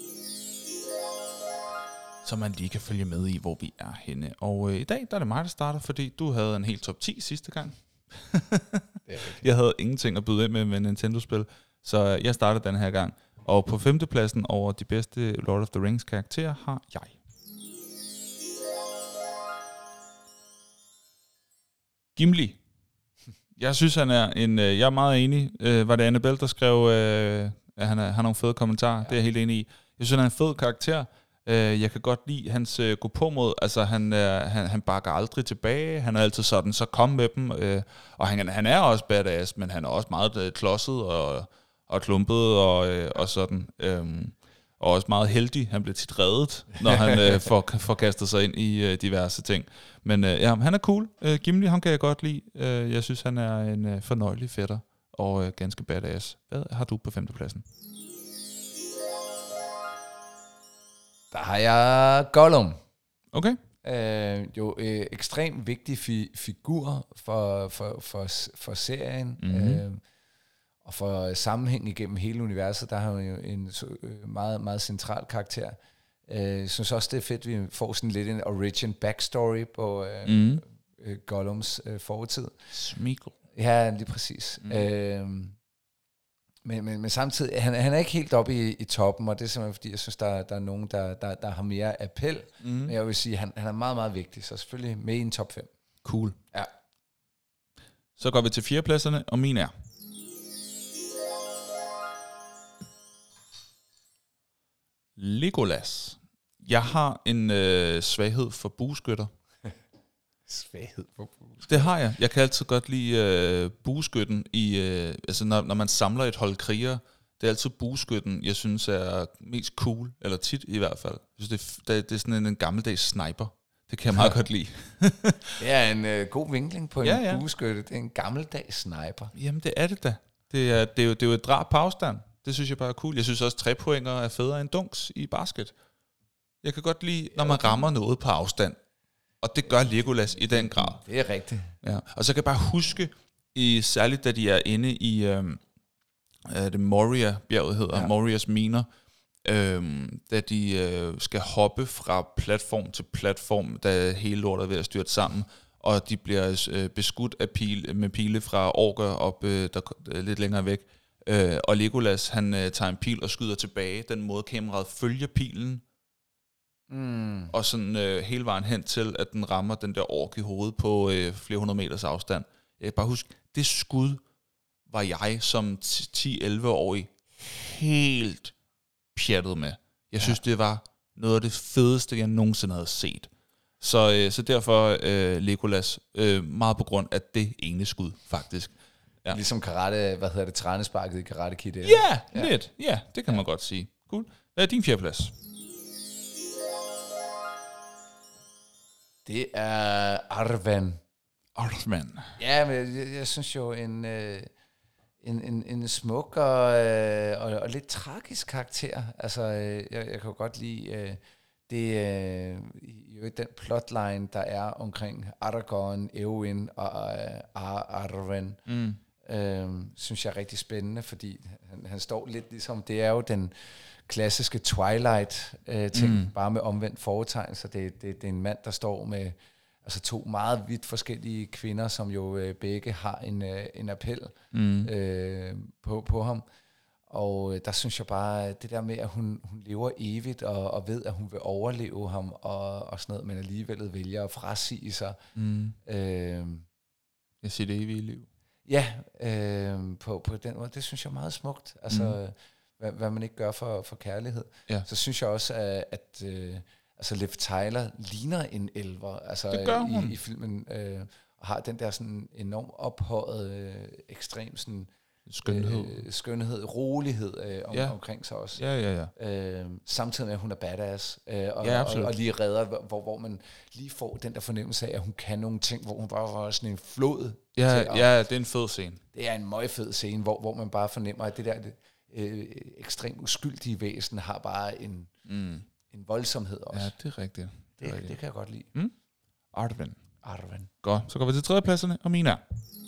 [SPEAKER 2] så man lige kan følge med i, hvor vi er henne. Og øh, i dag, der er det mig, der starter, fordi du havde en helt top ti sidste gang. Jeg havde ingenting at byde ind med med Nintendo-spil, så jeg starter den her gang. Og på femtepladsen over de bedste Lord of the Rings karakterer har jeg. Gimli. Jeg synes, han er en... Øh, jeg er meget enig. Øh, var det Annabelle, der skrev, øh, at han har nogle fede kommentarer? Ja. Det er jeg helt enig i. Jeg synes, han er en fed karakter. Jeg kan godt lide hans uh, gå på mod, altså han, uh, han, han bakker aldrig tilbage, han er altid sådan, så kom med dem, uh, og han, han er også badass, men han er også meget uh, klodset og, og klumpet og, uh, og sådan, um, og også meget heldig, han bliver tit reddet, når han uh, får, får kastet sig ind i uh, diverse ting, men uh, ja, han er cool, uh, Gimli, ham kan jeg godt lide, uh, jeg synes han er en uh, fornøjelig fætter, og uh, ganske badass. Hvad har du på femtepladsen?
[SPEAKER 1] Der har jeg Gollum.
[SPEAKER 2] Okay.
[SPEAKER 1] Øh, jo øh, ekstremt vigtig fi- figur for, for, for, for serien, mm-hmm. øh, og for sammenhæng igennem hele universet. Der har han jo en øh, meget, meget central karakter. Jeg øh, synes også, det er fedt, at vi får sådan lidt en origin backstory på øh, mm. øh, Gollums øh, fortid.
[SPEAKER 2] Smeagol.
[SPEAKER 1] Ja, lige præcis. Mm. Øh, Men, men, men samtidig, han, han er ikke helt oppe i, i toppen, og det er simpelthen fordi, jeg synes, der, der er nogen, der, der, der har mere appel. Mm. Men jeg vil sige, han, han er meget, meget vigtig, så selvfølgelig med i en top fem.
[SPEAKER 2] Cool.
[SPEAKER 1] Ja.
[SPEAKER 2] Så går vi til fjerdepladserne, og min er... Legolas. Jeg har en øh, svaghed for bueskytter.
[SPEAKER 1] Svaghed for bueskytter?
[SPEAKER 2] Det har jeg. Jeg kan altid godt lide øh, bueskytten i... Øh, altså, når, når man samler et hold krigere, det er altid bueskytten, jeg synes er mest cool, eller tit i hvert fald. Jeg synes, det, det, det er sådan en, en gammeldags sniper. Det kan jeg meget godt lide.
[SPEAKER 1] Det er en øh, god vinkling på en
[SPEAKER 2] ja, ja.
[SPEAKER 1] bueskytte. Det er en gammeldags sniper.
[SPEAKER 2] Jamen, det er det da. Det er, det er, jo, det er jo et drab på afstand. Det synes jeg bare er cool. Jeg synes også, at tre pointer er federe end dunks i basket. Jeg kan godt lide, når man rammer noget på afstand. Og det gør Legolas i den grad.
[SPEAKER 1] Det er rigtigt.
[SPEAKER 2] Ja. Og så kan jeg bare huske, i, særligt da de er inde i øhm, det Moria-bjerget hedder, ja. Morias miner, øhm, da de øh, skal hoppe fra platform til platform, da hele lortet er ved at styrte sammen, og de bliver øh, beskudt af pil, med pile fra orker op øh, der, øh, lidt længere væk. Øh, og Legolas, han øh, tager en pil og skyder tilbage. Den måde kameraet følger pilen, mm. og sådan øh, hele vejen hen til, at den rammer den der ork i hovedet på øh, flere hundrede meters afstand. Jeg kan bare huske, det skud var jeg som ti-elleve-årig helt pjattet med. Jeg synes, ja. det var noget af det fedeste, jeg nogensinde havde set. Så, øh, så derfor øh, Legolas, øh, meget på grund af det ene skud, faktisk.
[SPEAKER 1] Ja. Ligesom karate, hvad hedder det, trænesparket i Karate Kid.
[SPEAKER 2] Ja, yeah, ja, lidt. Ja, det kan ja. man godt sige. Cool. Hvad er din fjerdeplads?
[SPEAKER 1] Det er Arwen.
[SPEAKER 2] Arthman.
[SPEAKER 1] Ja, men jeg, jeg synes jo, en, øh, en, en, en smuk og, øh, og, og lidt tragisk karakter. Altså, øh, jeg, jeg kan jo godt lide øh, det, øh, jo den plotline, der er omkring Aragorn, Eowyn og øh, Arwen.
[SPEAKER 2] Mm.
[SPEAKER 1] Øh, synes jeg er rigtig spændende, fordi han, han står lidt ligesom, det er jo den klassiske Twilight-ting, øh, mm. bare med omvendt foretegn, så det, det, det er en mand, der står med altså to meget vidt forskellige kvinder, som jo øh, begge har en, øh, en appel mm. øh, på, på ham. Og øh, der synes jeg bare, det der med, at hun, hun lever evigt, og, og ved, at hun vil overleve ham, og, og sådan noget, men alligevel vælger at frasige sig.
[SPEAKER 2] Mm.
[SPEAKER 1] Øh,
[SPEAKER 2] jeg siger det evige liv.
[SPEAKER 1] Ja, øh, på, på den måde. Det synes jeg er meget smukt. Altså, mm. hvad, hvad man ikke gør for, for kærlighed.
[SPEAKER 2] Ja.
[SPEAKER 1] Så synes jeg også, at, at øh, altså Liv Tyler ligner en elver. Altså,
[SPEAKER 2] det gør hun.
[SPEAKER 1] I, i filmen. Øh, og har den der sådan enorm ophøjet, øh, ekstrem sådan,
[SPEAKER 2] skønhed,
[SPEAKER 1] øh, skønhed rolighed øh, om,
[SPEAKER 2] ja.
[SPEAKER 1] omkring sig også.
[SPEAKER 2] Ja, ja, ja.
[SPEAKER 1] Øh, samtidig med, at hun er badass. Øh, og,
[SPEAKER 2] ja,
[SPEAKER 1] og, og lige redder, hvor, hvor man lige får den der fornemmelse af, at hun kan nogle ting, hvor hun bare var sådan en flod.
[SPEAKER 2] Ja,
[SPEAKER 1] til,
[SPEAKER 2] ja, det er en fed scene.
[SPEAKER 1] Det er en møgfed scene, hvor, hvor man bare fornemmer, at det der det, øh, ekstremt uskyldige væsen har bare en,
[SPEAKER 2] mm.
[SPEAKER 1] en voldsomhed også.
[SPEAKER 2] Ja, det er rigtigt.
[SPEAKER 1] Det, det, rigtigt. Det kan jeg godt lide.
[SPEAKER 2] Mm? Arwen.
[SPEAKER 1] Arwen.
[SPEAKER 2] Godt, så går vi til tredjepladserne, og mine er.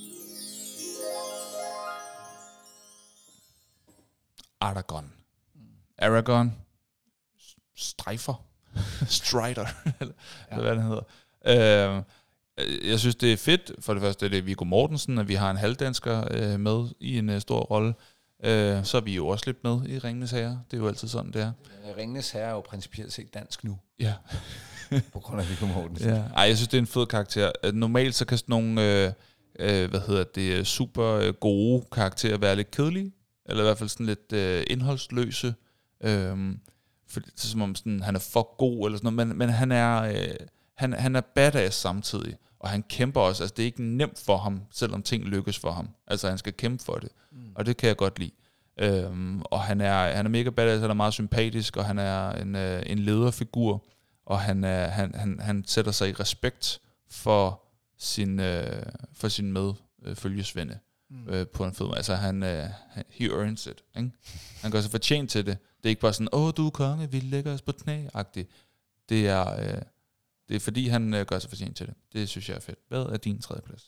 [SPEAKER 2] Aragorn. Mm. Aragorn. Streifer. Strider. eller ja. hvad det hedder. Øh, jeg synes, det er fedt. For det første er det Viggo Mortensen, at vi har en halvdansker øh, med i en øh, stor rolle. Øh, så er vi jo også lidt med i Ringenes Herre. Det er jo altid sådan, det er.
[SPEAKER 1] Ringenes Herre er jo principielt set dansk nu.
[SPEAKER 2] Ja.
[SPEAKER 1] På grund af Viggo Mortensen.
[SPEAKER 2] Ja. Ej, jeg synes, det er en fed karakter. Normalt så kan sådan nogle øh, øh, hvad hedder det, super gode karakterer være lidt kedelige. Eller i hvert fald sådan lidt øh, indholdsløse. Øh, for, det er som om sådan, han er for god, eller sådan noget. Men, men han er... Øh, Han, han er badass samtidig, og han kæmper også. Altså, det er ikke nemt for ham, selvom ting lykkes for ham. Altså, han skal kæmpe for det, mm. og det kan jeg godt lide. Øhm, og han er, han er mega badass, han er meget sympatisk, og han er en, øh, en lederfigur, og han, er, han, han, han sætter sig i respekt for sin, øh, for sin medfølgesvende mm. øh, på en fed måde. Altså, han, øh, he earns it, ikke? Han gør sig fortjent til det. Det er ikke bare sådan, åh, du er konge, vi lægger os på knæ-agtigt. Det er... Øh, Det er fordi, han øh, gør sig fortjent til det. Det synes jeg er fedt. Hvad er din tredje plads?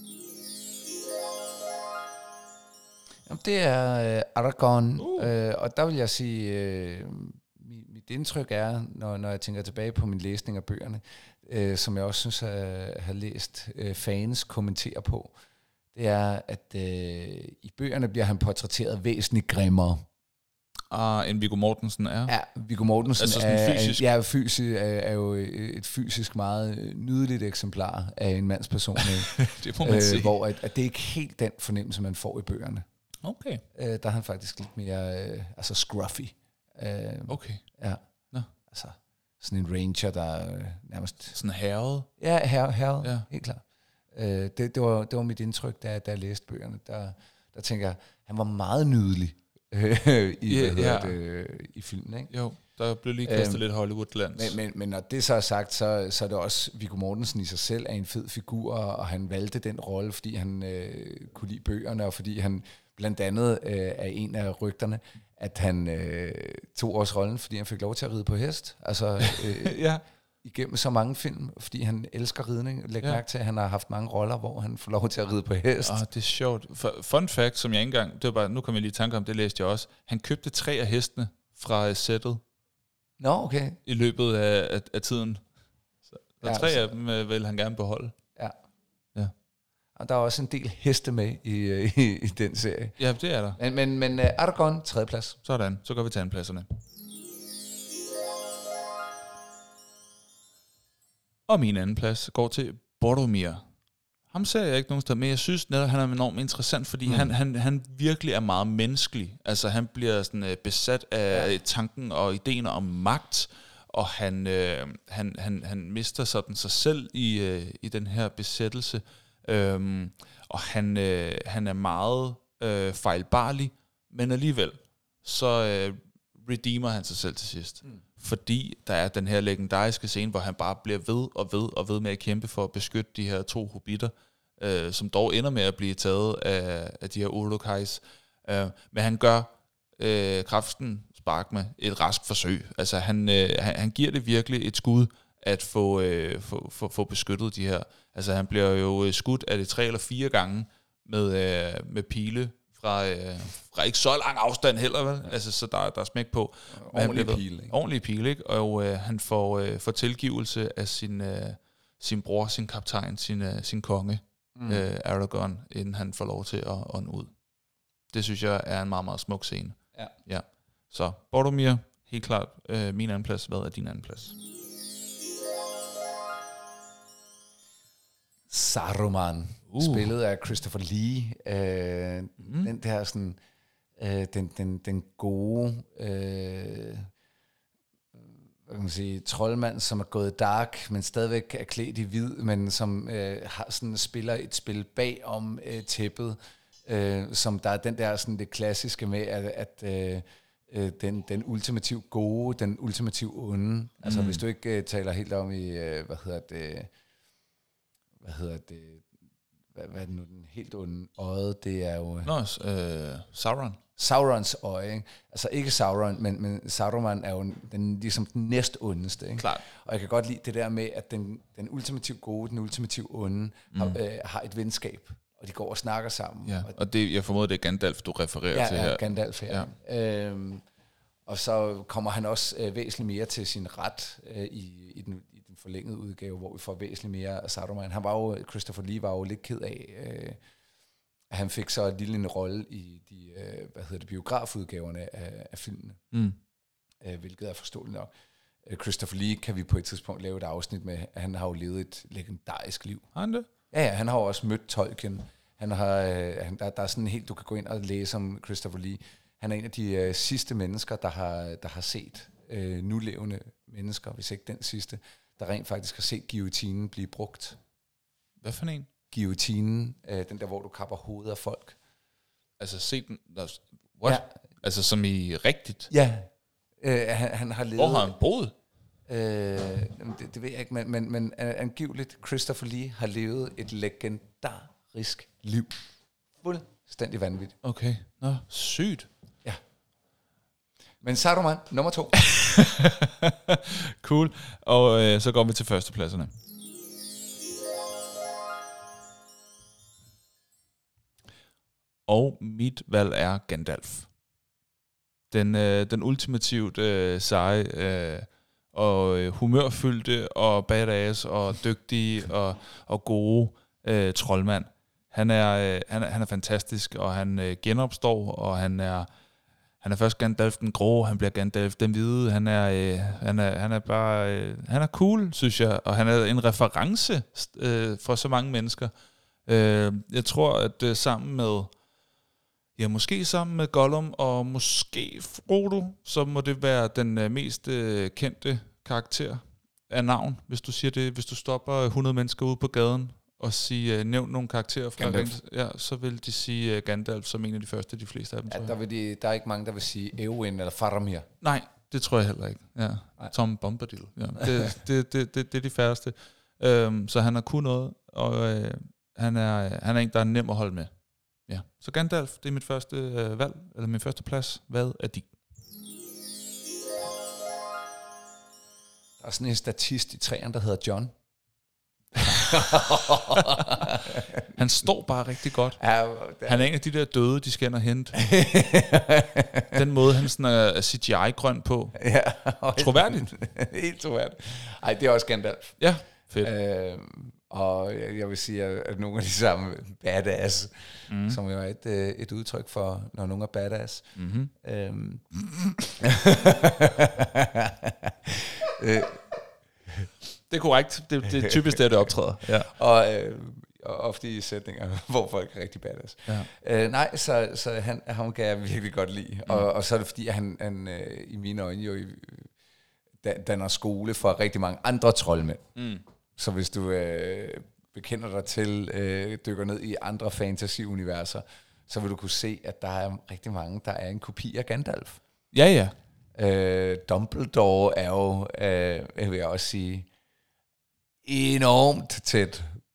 [SPEAKER 1] Jamen, det er øh, Aragorn. Uh. Øh, og der vil jeg sige, øh, mit, mit indtryk er, når, når jeg tænker tilbage på min læsning af bøgerne, øh, som jeg også synes, at har læst øh, fans kommentere på, det er, at øh, i bøgerne bliver han portrætteret væsentligt grimmere.
[SPEAKER 2] Ah, end Viggo Mortensen er?
[SPEAKER 1] Ja, Viggo Mortensen
[SPEAKER 2] altså
[SPEAKER 1] er,
[SPEAKER 2] fysisk.
[SPEAKER 1] er, ja, fysisk, er, er jo et fysisk meget nydeligt eksemplar af en mands personlighed.
[SPEAKER 2] Det må man øh, sige.
[SPEAKER 1] Hvor at, at det er ikke helt den fornemmelse, man får i bøgerne.
[SPEAKER 2] Okay.
[SPEAKER 1] Øh, der er han faktisk lidt mere øh, altså scruffy. Øh,
[SPEAKER 2] okay.
[SPEAKER 1] Ja.
[SPEAKER 2] Nå.
[SPEAKER 1] Altså sådan en ranger, der øh, nærmest...
[SPEAKER 2] Sådan herret?
[SPEAKER 1] Ja, her, herret,
[SPEAKER 2] ja.
[SPEAKER 1] Helt klart. Øh, det, det, var, det var mit indtryk, da, da jeg læste bøgerne. Der, der tænker jeg, han var meget nydelig. I,
[SPEAKER 2] yeah,
[SPEAKER 1] ja.
[SPEAKER 2] det,
[SPEAKER 1] i filmen, ikke?
[SPEAKER 2] Jo, der blev lige kastet øhm, lidt Hollywood-lands.
[SPEAKER 1] Men, men, men når det så er sagt, så, så er det også, Viggo Mortensen i sig selv er en fed figur, og han valgte den rolle, fordi han øh, kunne lide bøgerne, og fordi han blandt andet øh, er en af rygterne, at han øh, tog også rollen, fordi han fik lov til at ride på hest. Altså øh,
[SPEAKER 2] ja.
[SPEAKER 1] igennem så mange film, fordi han elsker ridning. Læg ja. mærke til, at han har haft mange roller, hvor han får lov til at ride på hest.
[SPEAKER 2] Ah, det er sjovt. Fun fact, som jeg ikke engang, det var bare, nu kom jeg lige i tanke om, det læste jeg også. Han købte tre af hestene fra sættet.
[SPEAKER 1] Nå, okay.
[SPEAKER 2] I løbet af, af, af tiden. Så der ja, tre
[SPEAKER 1] så,
[SPEAKER 2] af dem øh, vil han gerne beholde.
[SPEAKER 1] Ja.
[SPEAKER 2] Ja.
[SPEAKER 1] Og der er også en del heste med i, i, i den serie.
[SPEAKER 2] Ja, det er der.
[SPEAKER 1] Men, men, men uh, Aragorn, tredje plads.
[SPEAKER 2] Sådan, så går vi til andenpladserne. Og min anden plads går til Boromir. Ham ser jeg ikke nogen sted, men jeg synes netop, han er enormt interessant, fordi mm. han, han, han virkelig er meget menneskelig. Altså han bliver sådan uh, besat af ja. tanken og ideen om magt, og han, øh, han, han, han mister sådan sig selv i, øh, i den her besættelse. Øhm, og han, øh, han er meget øh, fejlbarlig, men alligevel så øh, redeemer han sig selv til sidst. Mm. Fordi der er den her legendariske scene, hvor han bare bliver ved og ved og ved med at kæmpe for at beskytte de her to hobitter, øh, som dog ender med at blive taget af, af de her Uruk-hais. Øh, men han gør øh, kraften spark med et rask forsøg. Altså han, øh, han, han giver det virkelig et skud at få, øh, få, få, få beskyttet de her. Altså han bliver jo skudt af det tre eller fire gange med, øh, med pile fra, øh, fra ikke så lang afstand heller, vel? Ja. Altså så der, der er smæk på.
[SPEAKER 1] Ordentlig pile, ikke?
[SPEAKER 2] Ordentlig pile, ikke? Og øh, han får, øh, får tilgivelse af sin, øh, sin bror, sin kaptajn, sin, øh, sin konge, mm. øh, Aragorn, inden han får lov til at ånde ud. Det synes jeg er en meget, meget smuk scene.
[SPEAKER 1] Ja.
[SPEAKER 2] Ja. Så Boromir, helt klart øh, min anden plads. Hvad er din anden plads?
[SPEAKER 1] Saruman, uh. spillet af Christopher Lee. Øh, mm. Den der sådan, øh, den, den, den gode, øh, hvad kan man sige, troldmand, som er gået dark, men stadigvæk er klædt i hvid, men som øh, har sådan spiller et spil bag om øh, tæppet, øh, som der er den der sådan det klassiske med, at, at øh, øh, den, den ultimativ gode, den ultimativ onde. Mm. Altså hvis du ikke øh, taler helt om i, øh, hvad hedder det, hvad hedder det, hvad, hvad er det nu, den helt onde øje, det er jo...
[SPEAKER 2] Nå, øh, Sauron.
[SPEAKER 1] Saurons øje, ikke? Altså ikke Sauron, men, men Saruman er jo den, ligesom den næst ondeste, ikke?
[SPEAKER 2] Klart.
[SPEAKER 1] Og jeg kan godt lide det der med, at den, den ultimativ gode, den ultimativ onde, mm. har, øh, har et venskab, og de går og snakker sammen.
[SPEAKER 2] Ja,
[SPEAKER 1] og,
[SPEAKER 2] og det, jeg formoder, det er Gandalf, du refererer
[SPEAKER 1] ja,
[SPEAKER 2] til
[SPEAKER 1] ja,
[SPEAKER 2] her.
[SPEAKER 1] Gandalf her. Ja. Øhm, og så kommer han også øh, væsentligt mere til sin ret øh, i, i, den, i den forlængede udgave, hvor vi får væsentligt mere af Saruman. Han var jo, Christopher Lee var jo lidt ked af, øh, at han fik så en lille en rolle i de øh, hvad hedder det, biografudgaverne af, af filmene, mm. øh, hvilket er forståeligt nok. Øh, Christopher Lee kan vi på et tidspunkt lave et afsnit med. Han har jo levet et legendarisk liv.
[SPEAKER 2] Har han det?
[SPEAKER 1] Ja, ja, han har jo også mødt Tolkien. Han har, øh, han, der, der er sådan helt, du kan gå ind og læse om Christopher Lee. Han er en af de øh, sidste mennesker, der har, der har set øh, nulevende mennesker, hvis ikke den sidste, der rent faktisk har set guillotinen blive brugt.
[SPEAKER 2] Hvad for en?
[SPEAKER 1] Guillotinen, øh, den der, hvor du kapper hovedet af folk.
[SPEAKER 2] Altså se den, what? Ja. Altså som i rigtigt?
[SPEAKER 1] Ja, øh, han, han har levet...
[SPEAKER 2] Hvor har han boet?
[SPEAKER 1] Øh, det, det ved jeg ikke, men, men, men angiveligt Christopher Lee har levet et legendarisk liv. Fuldstændig vanvittigt.
[SPEAKER 2] Okay, nå, sygt.
[SPEAKER 1] Ja. Men Saruman, nummer to.
[SPEAKER 2] Cool, og øh, så går vi til førstepladserne. Og mit valg er Gandalf. Den, øh, den ultimativt øh, seje øh, og øh, humørfyldte og badass og dygtige og, og gode øh, troldmand. Han er, øh, han, er, han er fantastisk, og han øh, genopstår, og han er, han er først Gandalf den grå, han bliver Gandalf den hvide. Han er, øh, han er, han er bare, øh, han er cool, synes jeg, og han er en reference øh, for så mange mennesker. Øh, jeg tror, at øh, sammen med Ja, måske sammen med Gollum og måske Frodo, så må det være den øh, mest øh, kendte karakter af navn, hvis du siger det. Hvis du stopper hundrede mennesker ude på gaden og siger, øh, nævn nogle karakterer fra Gandalf, ja, så vil de sige øh, Gandalf som en af de første, de fleste af dem.
[SPEAKER 1] Ja, der, vil de, der er ikke mange, der vil sige Eowyn eller Faramir.
[SPEAKER 2] Nej, det tror jeg heller ikke. Ja. Tom Bombadil. Ja. Det, det, det, det, det er de færreste. Øhm, så han har kun noget, og øh, han, er, han er en, der er nem at holde med. Ja, så Gandalf, det er mit første øh, valg, eller min første plads. Hvad er de?
[SPEAKER 1] Der er sådan en statist i træerne, der hedder John.
[SPEAKER 2] Han står bare rigtig godt.
[SPEAKER 1] Ja,
[SPEAKER 2] han er en af de der døde, de skal ind og hente. Den måde, han sådan er C G I-grøn på.
[SPEAKER 1] Ja,
[SPEAKER 2] troværdigt.
[SPEAKER 1] Helt troværdigt. Ej, det er også Gandalf.
[SPEAKER 2] Ja, fedt.
[SPEAKER 1] Øh, og jeg vil sige, at nogle af de samme badass, mm. som jo er et, et udtryk for, når nogen er badass. Mm-hmm. Øhm.
[SPEAKER 2] Det er korrekt. Det, det er typisk det, det optræder. Ja.
[SPEAKER 1] Og, øh, og ofte i sætninger, hvor folk er rigtig badass. Ja. Øh, nej, så, så han, ham kan jeg virkelig godt lide. Mm. Og, og så er det fordi, at han, han øh, i mine øjne jo danner skole for rigtig mange andre troldmænd. Mm. Så hvis du øh, bekender dig til, øh, dykker ned i andre fantasy-universer, så vil du kunne se, at der er rigtig mange, der er en kopi af Gandalf.
[SPEAKER 2] Ja, ja.
[SPEAKER 1] Øh, Dumbledore er jo, øh, jeg vil også sige, enormt tæt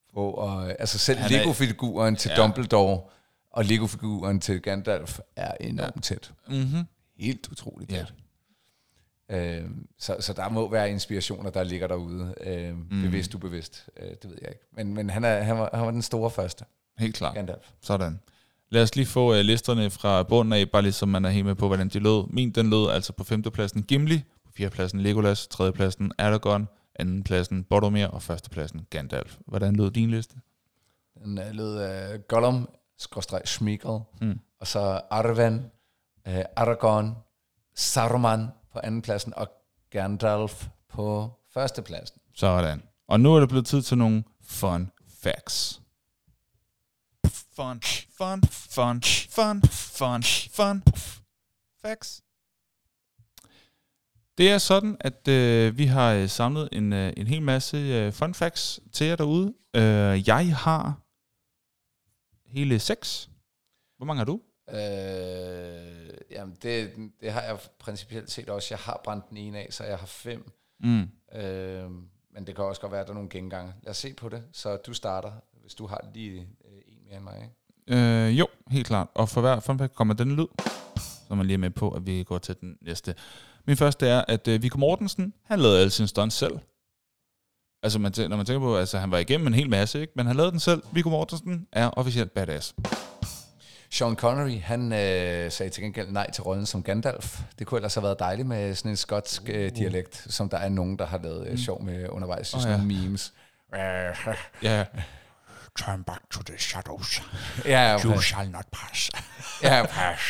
[SPEAKER 1] på, og, altså selv
[SPEAKER 2] Han er-
[SPEAKER 1] Lego-figuren til
[SPEAKER 2] Ja.
[SPEAKER 1] Dumbledore og Lego-figuren til Gandalf er enormt ja. tæt.
[SPEAKER 2] Mm-hmm.
[SPEAKER 1] Helt utroligt
[SPEAKER 2] Ja.
[SPEAKER 1] tæt. Øh, så, så der må være inspirationer, der ligger derude. Øh, mm. Bevidst, ubevidst. Øh, det ved jeg ikke. Men, men han, er, han, var, han var den store første,
[SPEAKER 2] Helt klart.
[SPEAKER 1] Gandalf.
[SPEAKER 2] Sådan. Lad os lige få uh, listerne fra bunden af, bare lige så man er helt med på, hvordan de lød. Min, den lød altså på femtepladsen Gimli, på fjerdepladsen Legolas, tredjepladsen Aragorn, andenpladsen Boromir og førstepladsen Gandalf. Hvordan lød din liste?
[SPEAKER 1] Den uh, lød uh, Gollum, skråstreg Smeagol,
[SPEAKER 2] Mm.
[SPEAKER 1] og så Arwen, uh, Aragorn, Saruman på andenpladsen, og Gandalf på førstepladsen.
[SPEAKER 2] Sådan. Og nu er det blevet tid til nogle fun facts. Fun, fun, fun, fun, fun, fun facts. Det er sådan, at øh, vi har øh, samlet en, øh, en hel masse øh, fun facts til jer derude. Øh, jeg har hele seks. Hvor mange har du?
[SPEAKER 1] Øh, jamen, det, det har jeg principielt set også. Jeg har brændt den ene af, så jeg har fem.
[SPEAKER 2] Mm.
[SPEAKER 1] Øh, men det kan også godt være, at der er nogle gengange. Lad os se på det. Så du starter, hvis du har lige øh, en mere end mig, ikke?
[SPEAKER 2] Øh, jo, helt klart. Og for hver fun fact kommer den lyd, så er man lige med på, at vi går til den næste. Min første er, at øh, Viggo Mortensen, han lavede alle sine stunts selv. Altså, man tæ- når man tænker på, altså han var igennem en hel masse, ikke? Men han lavede den selv. Viggo Mortensen er officielt badass.
[SPEAKER 1] Sean Connery, han øh, sagde til gengæld nej til rollen som Gandalf. Det kunne ellers have været dejligt med sådan en skotsk øh, dialekt, som der er nogen, der har lavet øh, sjov med undervejs i
[SPEAKER 2] Oh,
[SPEAKER 1] sådan
[SPEAKER 2] ja.
[SPEAKER 1] nogle memes.
[SPEAKER 2] Ja,
[SPEAKER 3] Turn back to the shadows.
[SPEAKER 1] Ja,
[SPEAKER 3] You
[SPEAKER 1] okay.
[SPEAKER 3] shall not pass.
[SPEAKER 1] Ja, pas.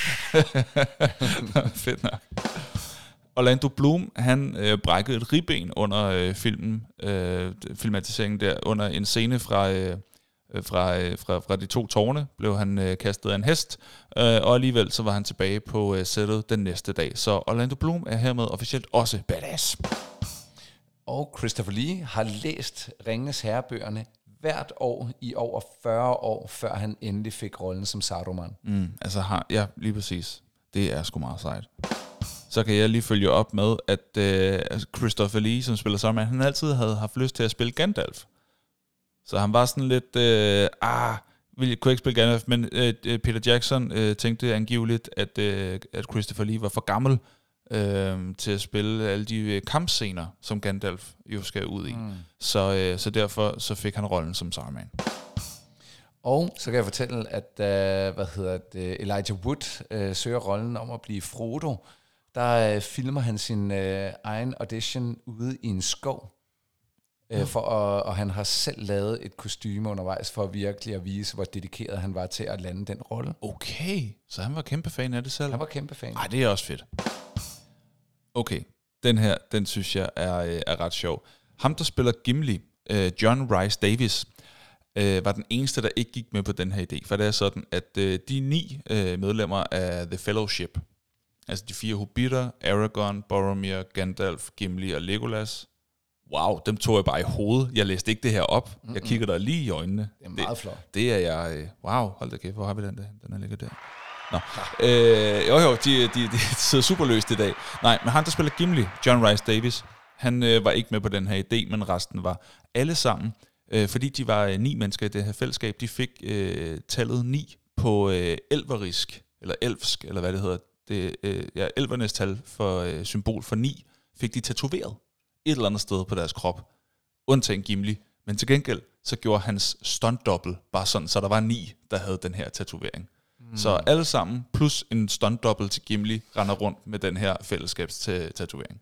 [SPEAKER 2] fedt nok. Orlando Bloom, han øh, brækkede et ribben under øh, filmen, øh, filmatiseringen der, under en scene fra, øh, fra, øh, fra, fra De To Tårne, blev han øh, kastet af en hest, øh, og alligevel så var han tilbage på øh, sættet den næste dag. Så Orlando Bloom er hermed officielt også badass.
[SPEAKER 1] Og Christopher Lee har læst Ringenes Herrebøgerne hvert år i over fyrre år, før han endelig fik rollen som Saruman.
[SPEAKER 2] Mm, altså har, ja, lige præcis. Det er sgu meget sejt. Så kan jeg lige følge op med, at øh, Christopher Lee, som spiller Saruman, han altid havde haft lyst til at spille Gandalf. Så han var sådan lidt, øh, ah, ville, kunne ikke spille Gandalf, men øh, Peter Jackson øh, tænkte angiveligt, at, øh, at Christopher Lee var for gammel øh, til at spille alle de øh, kampscener, som Gandalf jo skal ud i. Mm. Så, øh, så derfor så fik han rollen som Saruman.
[SPEAKER 1] Og så kan jeg fortælle, at uh, hvad hedder det, Elijah Wood uh, søger rollen om at blive Frodo. Der uh, filmer han sin uh, egen audition ude i en skov. Uh, for at, og han har selv lavet et kostyme undervejs for virkelig at vise, hvor dedikeret han var til at lande den rolle.
[SPEAKER 2] Okay, så han var kæmpe fan af det selv.
[SPEAKER 1] Han var kæmpe fan.
[SPEAKER 2] Ej, det er også fedt. Okay, den her, den synes jeg er, øh, er ret sjov. Ham, der spiller Gimli, øh, John Rhys Davies, øh, var den eneste, der ikke gik med på den her idé. For det er sådan, at øh, de ni øh, medlemmer af The Fellowship, altså de fire hobitter, Aragorn, Boromir, Gandalf, Gimli og Legolas, wow, dem tog jeg bare i hovedet. Jeg læste ikke det her op. Mm-mm. Jeg kigger der lige i øjnene.
[SPEAKER 1] Det er meget
[SPEAKER 2] det,
[SPEAKER 1] flot.
[SPEAKER 2] Det er jeg... Øh, wow, hold da kæft, hvor har vi den der? Den er ligger der. Nå. Øh, jo jo, de, de, de sidder super løst i dag. Nej, men han, der spiller Gimli, John Rhys Davies, han øh, var ikke med på den her idé, men resten var alle sammen. Øh, fordi de var øh, ni mennesker i det her fællesskab, de fik øh, tallet ni på øh, elverisk, eller elvsk, eller hvad det hedder. Det, øh, ja, elvernes tal for øh, symbol for ni, fik de tatoveret et eller andet sted på deres krop. Undtagen Gimli. Men til gengæld, så gjorde hans stunt-double bare sådan, så der var ni, der havde den her tatovering. Mm. Så alle sammen, plus en stunt-double til Gimli, render rundt med den her fællesskabstatovering.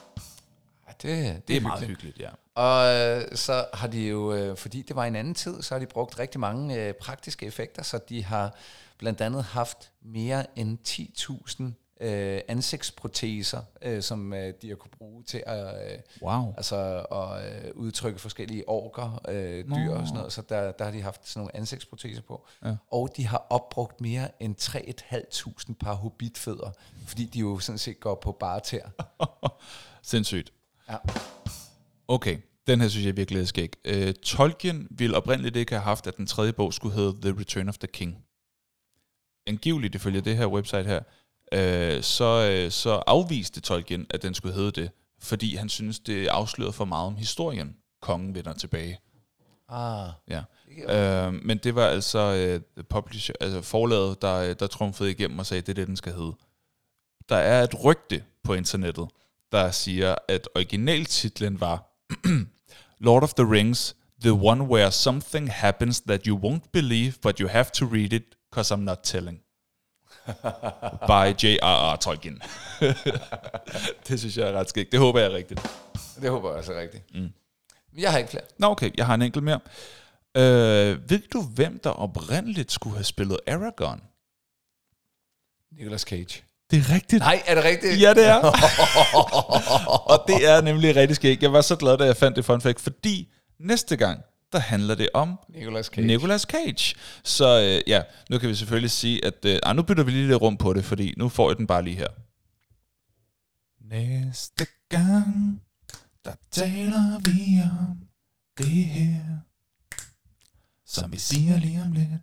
[SPEAKER 1] Det, det,
[SPEAKER 2] Det er meget hyggeligt, ja.
[SPEAKER 1] Og øh, så har de jo, øh, fordi det var en anden tid, så har de brugt rigtig mange øh, praktiske effekter, så de har blandt andet haft mere end ti tusind øh, ansigtsproteser, øh, som øh, de har kunne bruge til at, øh,
[SPEAKER 2] Wow.
[SPEAKER 1] altså, at øh, udtrykke forskellige orker, øh, dyr og sådan noget. Så der, der har de haft sådan nogle ansigtsproteser på.
[SPEAKER 2] Ja.
[SPEAKER 1] Og de har opbrugt mere end tre tusind fem hundrede par hobbitfødder, fordi de jo sådan set går på bare tæer.
[SPEAKER 2] Sindssygt.
[SPEAKER 1] Ja.
[SPEAKER 2] Okay, den her synes jeg virkelig er skæg. Uh, Tolkien ville oprindeligt ikke have haft, at den tredje bog skulle hedde The Return of the King. Angiveligt, ifølge det her website her, uh, så, uh, så afviste Tolkien, at den skulle hedde det, fordi han synes, det afslørede for meget om historien. Kongen vender tilbage.
[SPEAKER 1] Ah.
[SPEAKER 2] Ja. Øh, men det var altså uh, publisher, altså forlaget, der, der trumfede igennem og sagde, det er det, den skal hedde. Der er et rygte på internettet, der siger, at originaltitlen var Lord of the Rings, the one where something happens that you won't believe, but you have to read it, because I'm not telling. By J R R. Tolkien. Det synes jeg er ret skægt. Det håber jeg er rigtigt.
[SPEAKER 1] Det håber jeg også er rigtigt. Mm. Jeg har ikke flere.
[SPEAKER 2] Nå okay, jeg har en enkelt mere. Øh, ved du, hvem der oprindeligt skulle have spillet Aragorn?
[SPEAKER 1] Nicolas Cage.
[SPEAKER 2] Det er rigtigt.
[SPEAKER 1] Nej, er det rigtigt?
[SPEAKER 2] Ja, det er. Og det er nemlig rigtig skægt. Jeg var så glad, da jeg fandt det fun fact, fordi næste gang, der handler det om
[SPEAKER 1] Nicolas Cage.
[SPEAKER 2] Nicolas Cage. Så øh, ja, nu kan vi selvfølgelig sige, at øh, ah, nu bytter vi lige lidt rum på det, fordi nu får jeg den bare lige her. Næste gang, der taler vi om det her, som vi siger lige om lidt.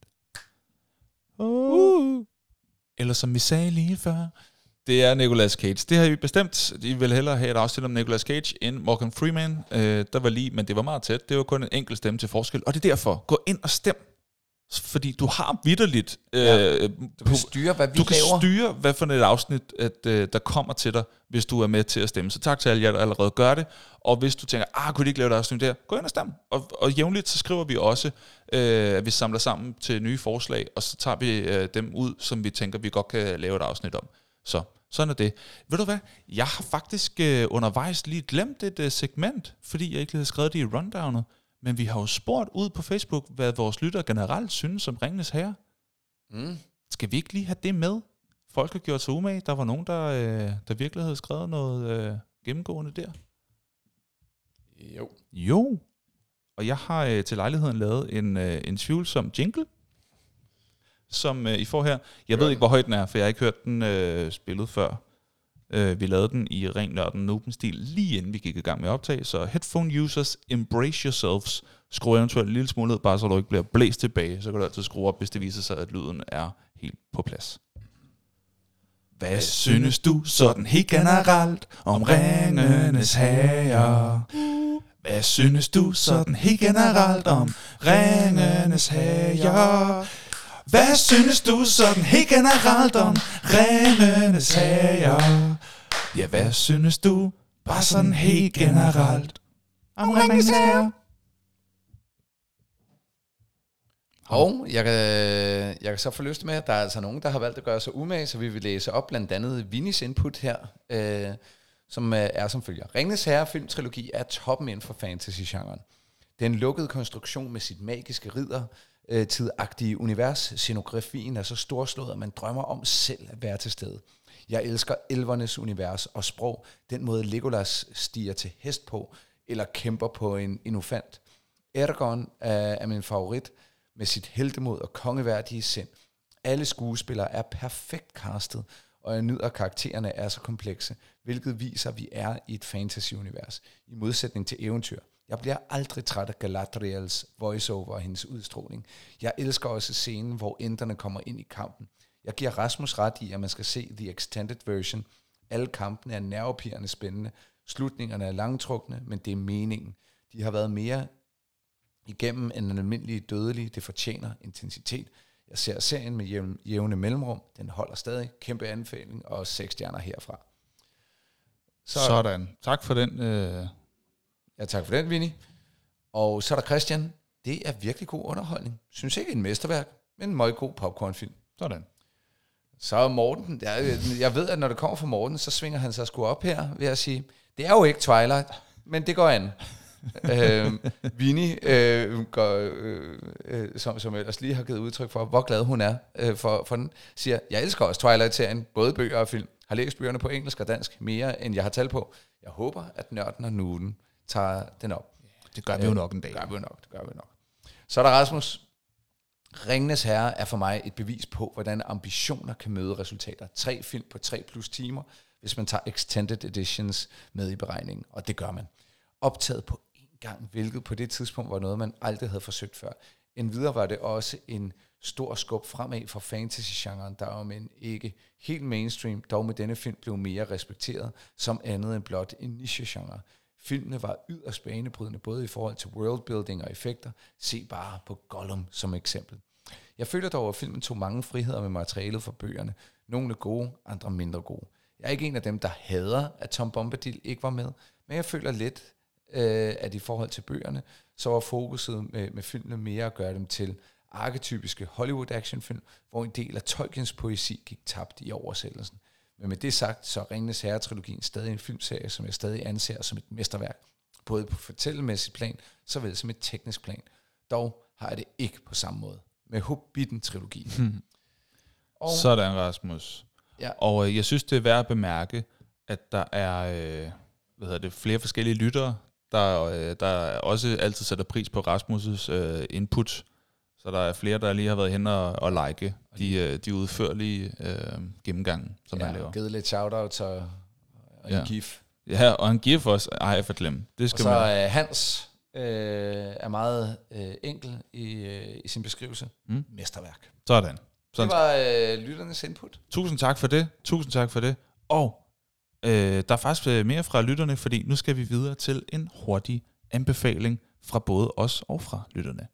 [SPEAKER 2] Uh. Eller som vi sagde lige før. Det er Nicolas Cage. Det har vi bestemt. I vil hellere have et afsnit om Nicolas Cage end Morgan Freeman. Øh, der var lige, men det var meget tæt. Det var kun en enkelt stemme til forskel. Og det er derfor, gå ind og stem. Fordi du har vitterligt... Øh,
[SPEAKER 1] ja. Du kan styre, hvad vi
[SPEAKER 2] Du kan
[SPEAKER 1] laver.
[SPEAKER 2] styre, hvad for et afsnit, at, øh, der kommer til dig, hvis du er med til at stemme. Så tak til alle jer, der allerede gør det. Og hvis du tænker, ah, kunne de ikke lave et afsnit der? Gå ind og stem. Og, og jævnligt så skriver vi også, øh, at vi samler sammen til nye forslag, og så tager vi øh, dem ud, som vi tænker, vi godt kan lave et afsnit om. Så sådan er det. Ved du hvad? Jeg har faktisk øh, undervejs lige glemt et øh, segment, fordi jeg ikke havde skrevet det i rundownet. Men vi har jo spurgt ud på Facebook, hvad vores lyttere generelt synes om Ringenes Herre. Mm. Skal vi ikke lige have det med? Folk har gjort sig umage. Der var nogen, der, øh, der virkelig havde skrevet noget øh, gennemgående der.
[SPEAKER 1] Jo.
[SPEAKER 2] Jo. Og jeg har øh, til lejligheden lavet en, øh, en tvivlsom jingle, som øh, I får her. Jeg ved ikke, hvor høj den er, for jeg har ikke hørt den øh, spillet før. Uh, vi lavede den i ren nørden Nuben-stil, lige inden vi gik i gang med optag. Så headphone users, embrace yourselves. Skru eventuelt en lille smule ned, bare så du ikke bliver blæst tilbage. Så kan du altid skrue op, hvis det viser sig, at lyden er helt på plads. Hvad synes du sådan helt generelt om Ringenes Herre? Hvad synes du sådan helt generelt om Ringenes Herre? Hvad synes du sådan helt generelt om Ringenes Herre? Ja, hvad synes du bare sådan helt generelt om Ringenes Herre?
[SPEAKER 1] Og jeg kan, jeg kan så få lyst med, at der er altså nogen, der har valgt at gøre sig umage, så vi vil læse op blandt andet Vinnies input her, øh, som er som følger. Ringenes Herre filmtrilogi er toppen inden for fantasy-genren. Det er en lukket konstruktion med sit magiske ridder, tidagtige univers. Scenografien er så storslået, at man drømmer om selv at være til stede. Jeg elsker elvernes univers og sprog, den måde Legolas stiger til hest på, eller kæmper på en inofant. Aragorn er min favorit, med sit heltemod og kongeværdige sind. Alle skuespillere er perfekt castet, og jeg nyder, at karaktererne er så komplekse, hvilket viser, at vi er i et fantasy-univers, i modsætning til eventyr. Jeg bliver aldrig træt af Galadriels voiceover og hendes udstråling. Jeg elsker også scenen, hvor enterne kommer ind i kampen. Jeg giver Rasmus ret i, at man skal se The Extended Version. Alle kampene er nervepirrende spændende. Slutningerne er langtrukne, men det er meningen. De har været mere igennem end en almindelig dødelig. Det fortjener intensitet. Jeg ser serien med jævne, jævne mellemrum. Den holder stadig. Kæmpe anbefaling og seks stjerner herfra.
[SPEAKER 2] Så, Sådan. Tak for den... Øh
[SPEAKER 1] Ja, tak for den, Vinnie. Og så er der Christian. Det er virkelig god underholdning. Synes ikke en mesterværk, men en meget god popcornfilm.
[SPEAKER 2] Sådan.
[SPEAKER 1] Så er Morten. Jeg, jeg ved, at når det kommer fra Morten, så svinger han sig sgu op her ved at sige, det er jo ikke Twilight, men det går an. øh, Vinnie, øh, går, øh, øh, som, som ellers lige har givet udtryk for, hvor glad hun er øh, for, for den, siger, jeg elsker også Twilight-serien, både bøger og film. Har læst bøgerne på engelsk og dansk mere, end jeg har talt på. Jeg håber, at nørden og nuden tager den op.
[SPEAKER 2] Det gør vi jo nok en dag.
[SPEAKER 1] Det gør vi jo nok, det gør vi nok. Så er der Rasmus. Ringenes Herre er for mig et bevis på, hvordan ambitioner kan møde resultater. Tre film på tre plus timer, hvis man tager extended editions med i beregningen, og det gør man. Optaget på én gang, hvilket på det tidspunkt var noget, man aldrig havde forsøgt før. Endvidere var det også en stor skub fremad for fantasy-genren, der var men ikke helt mainstream, dog med denne film blev mere respekteret som andet end blot en niche-genre. Filmene var yderst banebrydende, både i forhold til worldbuilding og effekter. Se bare på Gollum som eksempel. Jeg føler dog, at filmen tog mange friheder med materialet fra bøgerne. Nogle gode, andre mindre gode. Jeg er ikke en af dem, der hader, at Tom Bombadil ikke var med, men jeg føler lidt, øh, at i forhold til bøgerne, så var fokuset med, med filmene mere at gøre dem til arketypiske Hollywood-actionfilm, hvor en del af Tolkiens poesi gik tabt i oversættelsen. Men med det sagt, så er Ringenes Herre-trilogien stadig en filmserie, som jeg stadig anser som et mesterværk, både på fortællemæssigt plan, såvel som et teknisk plan. Dog har jeg det ikke på samme måde med Hobbiten-trilogien.
[SPEAKER 2] Hmm. Og sådan, Rasmus.
[SPEAKER 1] Ja.
[SPEAKER 2] Og øh, jeg synes, det er værd at bemærke, at der er øh, hvad hedder det, flere forskellige lyttere, der, øh, der også altid sætter pris på Rasmus' øh, input. Så der er flere, der lige har været hen og, og like de, øh, de udførlige øh, gennemgange, som
[SPEAKER 1] ja,
[SPEAKER 2] han laver.
[SPEAKER 1] Givet lidt shoutouts og, og
[SPEAKER 2] ja.
[SPEAKER 1] en gif.
[SPEAKER 2] Ja, og en gif også. Ej, for glem. Det skal
[SPEAKER 1] og så
[SPEAKER 2] man.
[SPEAKER 1] Øh, Hans øh, er meget øh, enkel i, øh, i sin beskrivelse. Mm. Mesterværk.
[SPEAKER 2] Sådan. Sådan.
[SPEAKER 1] Det var øh, lytternes input.
[SPEAKER 2] Tusind tak for det. Tusind tak for det. Og øh, der er faktisk mere fra lytterne, fordi nu skal vi videre til en hurtig anbefaling fra både os og fra lytterne.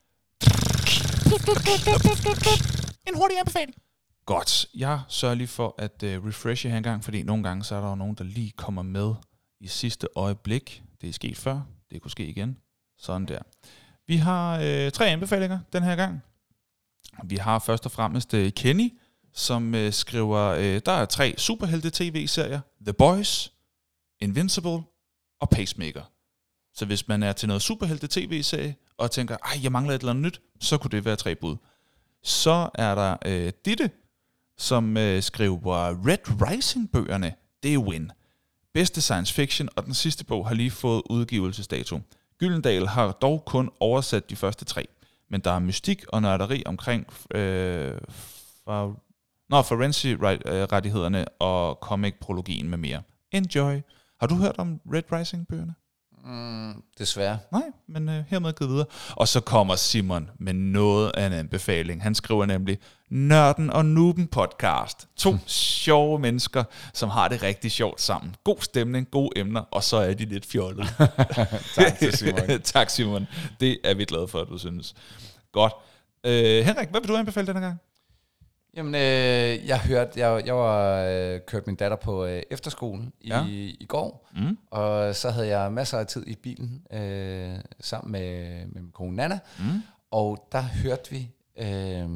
[SPEAKER 2] En hurtig anbefaling. Godt. Jeg sørger lige for at uh, refreshe her en gang, fordi nogle gange så er der jo nogen, der lige kommer med i sidste øjeblik. Det er sket før. Det kunne ske igen. Sådan der. Vi har øh, tre anbefalinger den her gang. Vi har først og fremmest øh, Kenny, som øh, skriver, øh, der er tre superhelte-tv-serier. The Boys, Invincible og Pacemaker. Så hvis man er til noget superhelte-tv-serie, og tænker, ej, jeg mangler et eller andet nyt, så kunne det være tre bud. Så er der øh, Ditte, som øh, skriver Red Rising-bøgerne. Det er win. Bedste science fiction, og den sidste bog har lige fået udgivelsesdato. Gyldendal har dog kun oversat de første tre, men der er mystik og nørderi omkring øh, for, nå, forensic-rettighederne og comic-prologien med mere. Enjoy. Har du hørt om Red Rising-bøgerne?
[SPEAKER 1] Mm, desværre.
[SPEAKER 2] Nej, men øh, hermed givet videre. Og så kommer Simon med noget af en anbefaling. Han skriver nemlig Nørden og Nuben podcast. To mm. sjove mennesker, som har det rigtig sjovt sammen. God stemning, gode emner, og så er de lidt fjollede.
[SPEAKER 1] Tak til Simon.
[SPEAKER 2] Tak Simon. Det er vi glade for, at du synes. Godt. Øh, Henrik, hvad vil du anbefale denne gang?
[SPEAKER 1] Jamen, øh, jeg hørte, jeg, jeg var øh, kørt min datter på øh, efterskolen i,
[SPEAKER 2] ja.
[SPEAKER 1] i går,
[SPEAKER 2] mm.
[SPEAKER 1] og så havde jeg masser af tid i bilen øh, sammen med, med min kone Nana,
[SPEAKER 2] mm.
[SPEAKER 1] og der hørte vi, øh,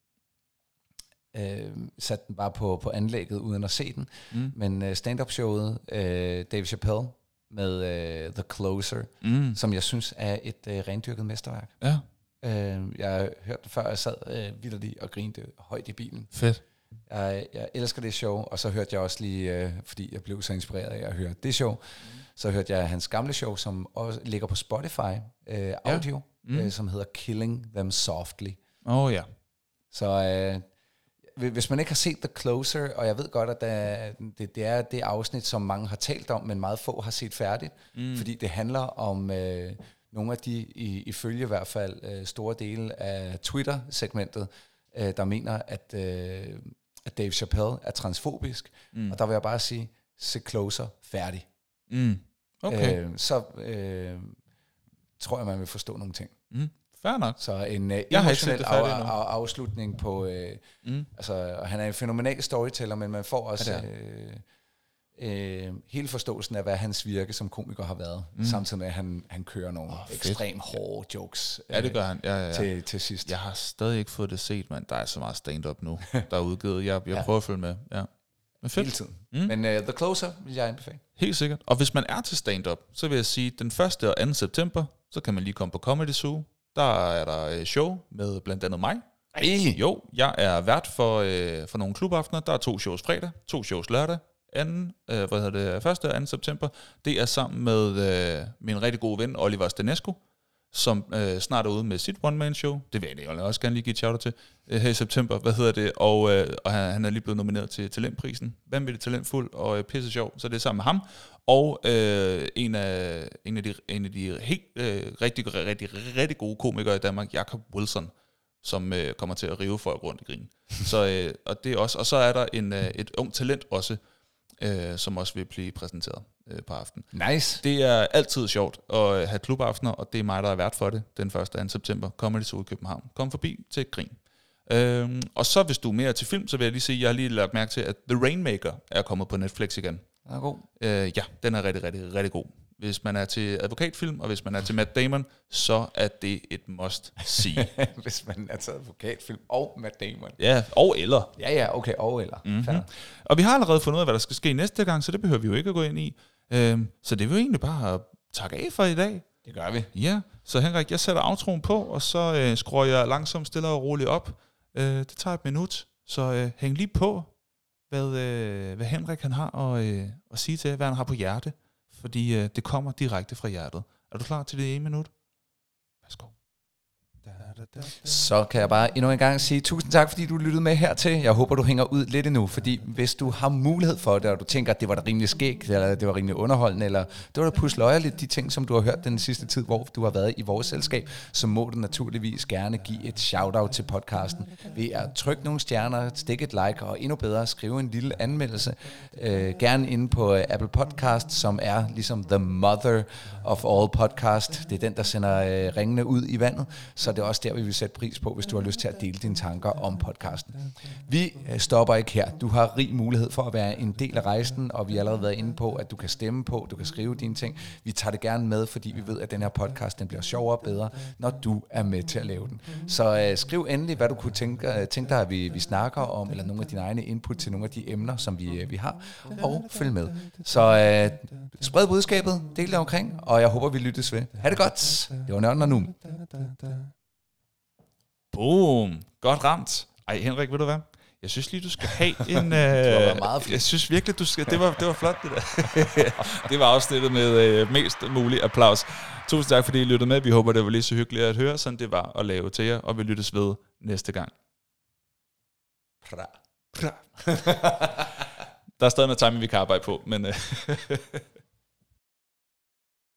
[SPEAKER 1] øh, satte den bare på, på anlægget uden at se den, mm. men øh, stand-up showet, øh, Dave Chappelle med øh, The Closer,
[SPEAKER 2] mm.
[SPEAKER 1] som jeg synes er et øh, rendyrket mesterværk.
[SPEAKER 2] Ja.
[SPEAKER 1] Uh, jeg hørte det før, jeg sad uh, vitterligt og grinte højt i bilen.
[SPEAKER 2] Fedt.
[SPEAKER 1] Jeg, jeg elsker det show, og så hørte jeg også lige, uh, fordi jeg blev så inspireret af at høre det show, mm. så hørte jeg hans gamle show, som også ligger på Spotify, uh, audio, ja. mm. uh, som hedder Killing Them Softly.
[SPEAKER 2] Åh oh, ja.
[SPEAKER 1] Så uh, hvis man ikke har set The Closer, og jeg ved godt, at der, det, det er det afsnit, som mange har talt om, men meget få har set færdigt, mm. fordi det handler om... Uh, nogle af de, i, ifølge i hvert fald, øh, store dele af Twitter-segmentet, øh, der mener, at, øh, at Dave Chappelle er transfobisk. Mm. Og der vil jeg bare sige, se Closer, færdig.
[SPEAKER 2] Mm. Okay.
[SPEAKER 1] Øh, så øh, tror jeg, man vil forstå nogle ting.
[SPEAKER 2] Mm. Fair nok.
[SPEAKER 1] Så en øh, emotionel af, af, afslutning på... Øh, mm. altså, han er en fænomenal storyteller, men man får også... Ja, Øh, hele forståelsen af, hvad hans virke som komiker har været, mm. samtidig med, at han, han kører nogle oh, ekstremt hårde jokes
[SPEAKER 2] øh, ja, det gør han. Ja, ja, ja.
[SPEAKER 1] Til, til sidst.
[SPEAKER 2] Jeg har stadig ikke fået det set, men der er så meget stand-up nu, der er udgivet. Jeg, jeg ja. prøver at følge med. Ja. Men fedt.
[SPEAKER 1] Hele tiden. Mm. Men uh, The Closer vil jeg anbefale.
[SPEAKER 2] Helt sikkert. Og hvis man er til stand-up, så vil jeg sige, den første og anden september, så kan man lige komme på Comedy Zoo. Der er der show med blandt andet mig.
[SPEAKER 1] Ej.
[SPEAKER 2] Jo, jeg er vært for, øh, for nogle klubaftener. Der er to shows fredag, to shows lørdag. Anden, øh, hvad hedder det, første og anden september, det er sammen med øh, min rigtig gode ven, Oliver Stanescu, som øh, snart er ude med sit one-man-show. Det vil jeg også gerne lige give et shout-out til øh, her i september. Hvad hedder det? Og, øh, og han, han er lige blevet nomineret til Talentprisen. Vanvittigt talentfuld og øh, pisse sjov. Så det er sammen med ham. Og øh, en, af, en, af de, en af de helt øh, rigtig, rigtig, rigtig gode komikere i Danmark, Jacob Wilson, som øh, kommer til at rive folk rundt i grin. Så, øh, og, det er også, og så er der en, øh, et ung talent også, øh, som også vil blive præsenteret øh, på aften.
[SPEAKER 1] Nice.
[SPEAKER 2] Det er altid sjovt at have klubaftener, og det er mig, der er vært for det den første og anden september. Comedy Zoo i København. Kom forbi til grin. Øhm, og så hvis du er mere til film, så vil jeg lige sige, at jeg har lige lagt mærke til, at The Rainmaker er kommet på Netflix igen.
[SPEAKER 1] Den er god.
[SPEAKER 2] Øh, ja, den er rigtig, rigtig, rigtig god. Hvis man er til advokatfilm, og hvis man er til Matt Damon, så er det et must-see.
[SPEAKER 1] Hvis man er til advokatfilm og Matt Damon.
[SPEAKER 2] Ja, og eller.
[SPEAKER 1] Ja, ja, okay, og eller.
[SPEAKER 2] Mm-hmm. Og vi har allerede fundet ud af, hvad der skal ske næste gang, så det behøver vi jo ikke at gå ind i. Øhm, så det vil jo egentlig bare takke af for i dag.
[SPEAKER 1] Det gør vi.
[SPEAKER 2] Ja, så Henrik, jeg sætter outroen på, og så øh, skruer jeg langsomt, stille og roligt op. Øh, det tager et minut, så øh, hæng lige på, hvad, øh, hvad Henrik han har at, øh, at sige til, hvad han har på hjerte. Fordi øh, det kommer direkte fra hjertet. Er du klar til det ene minut? Værsgo.
[SPEAKER 1] Så kan jeg bare endnu en gang sige tusind tak, fordi du lyttede med hertil. Jeg håber, du hænger ud lidt endnu, fordi hvis du har mulighed for det, og du tænker, at det var da rimelig skægt, eller det var rimelig underholdende, eller det var da pusløjerligt, de ting, som du har hørt den sidste tid, hvor du har været i vores selskab, så må du naturligvis gerne give et shout-out til podcasten ved at trykke nogle stjerner, stikke et like, og endnu bedre skrive en lille anmeldelse. Øh, gerne inde på Apple Podcast, som er ligesom the mother of all podcast. Det er den, der sender øh, ringene ud i vandet, så det er også der, vi vil sætte pris på, hvis du har lyst til at dele dine tanker om podcasten. Vi stopper ikke her. Du har rig mulighed for at være en del af rejsen, og vi har allerede været inde på, at du kan stemme på, du kan skrive dine ting. Vi tager det gerne med, fordi vi ved, at den her podcast den bliver sjovere og bedre, når du er med til at lave den. Så øh, skriv endelig, hvad du kunne tænke, tænke dig, at vi, vi snakker om, eller nogle af dine egne input til nogle af de emner, som vi, vi har, og følg med. Så øh, spred budskabet, del det omkring, og jeg håber, vi lyttes ved. Ha' det godt. Det var Nørden og Nu.
[SPEAKER 2] Boom. Godt ramt. Ej, Henrik, ved du hvad? Jeg synes lige, du skal have en... øh,
[SPEAKER 1] meget
[SPEAKER 2] jeg synes virkelig, du skal... Det var, det var flot, det der. Det var afsnittet med øh, mest mulig applaus. Tusind tak, fordi I lyttede med. Vi håber, det var lige så hyggeligt at høre, sådan det var at lave til jer, og vi lyttes ved næste gang.
[SPEAKER 1] Pra.
[SPEAKER 2] Der er stadig noget timing, vi kan arbejde på, men... Øh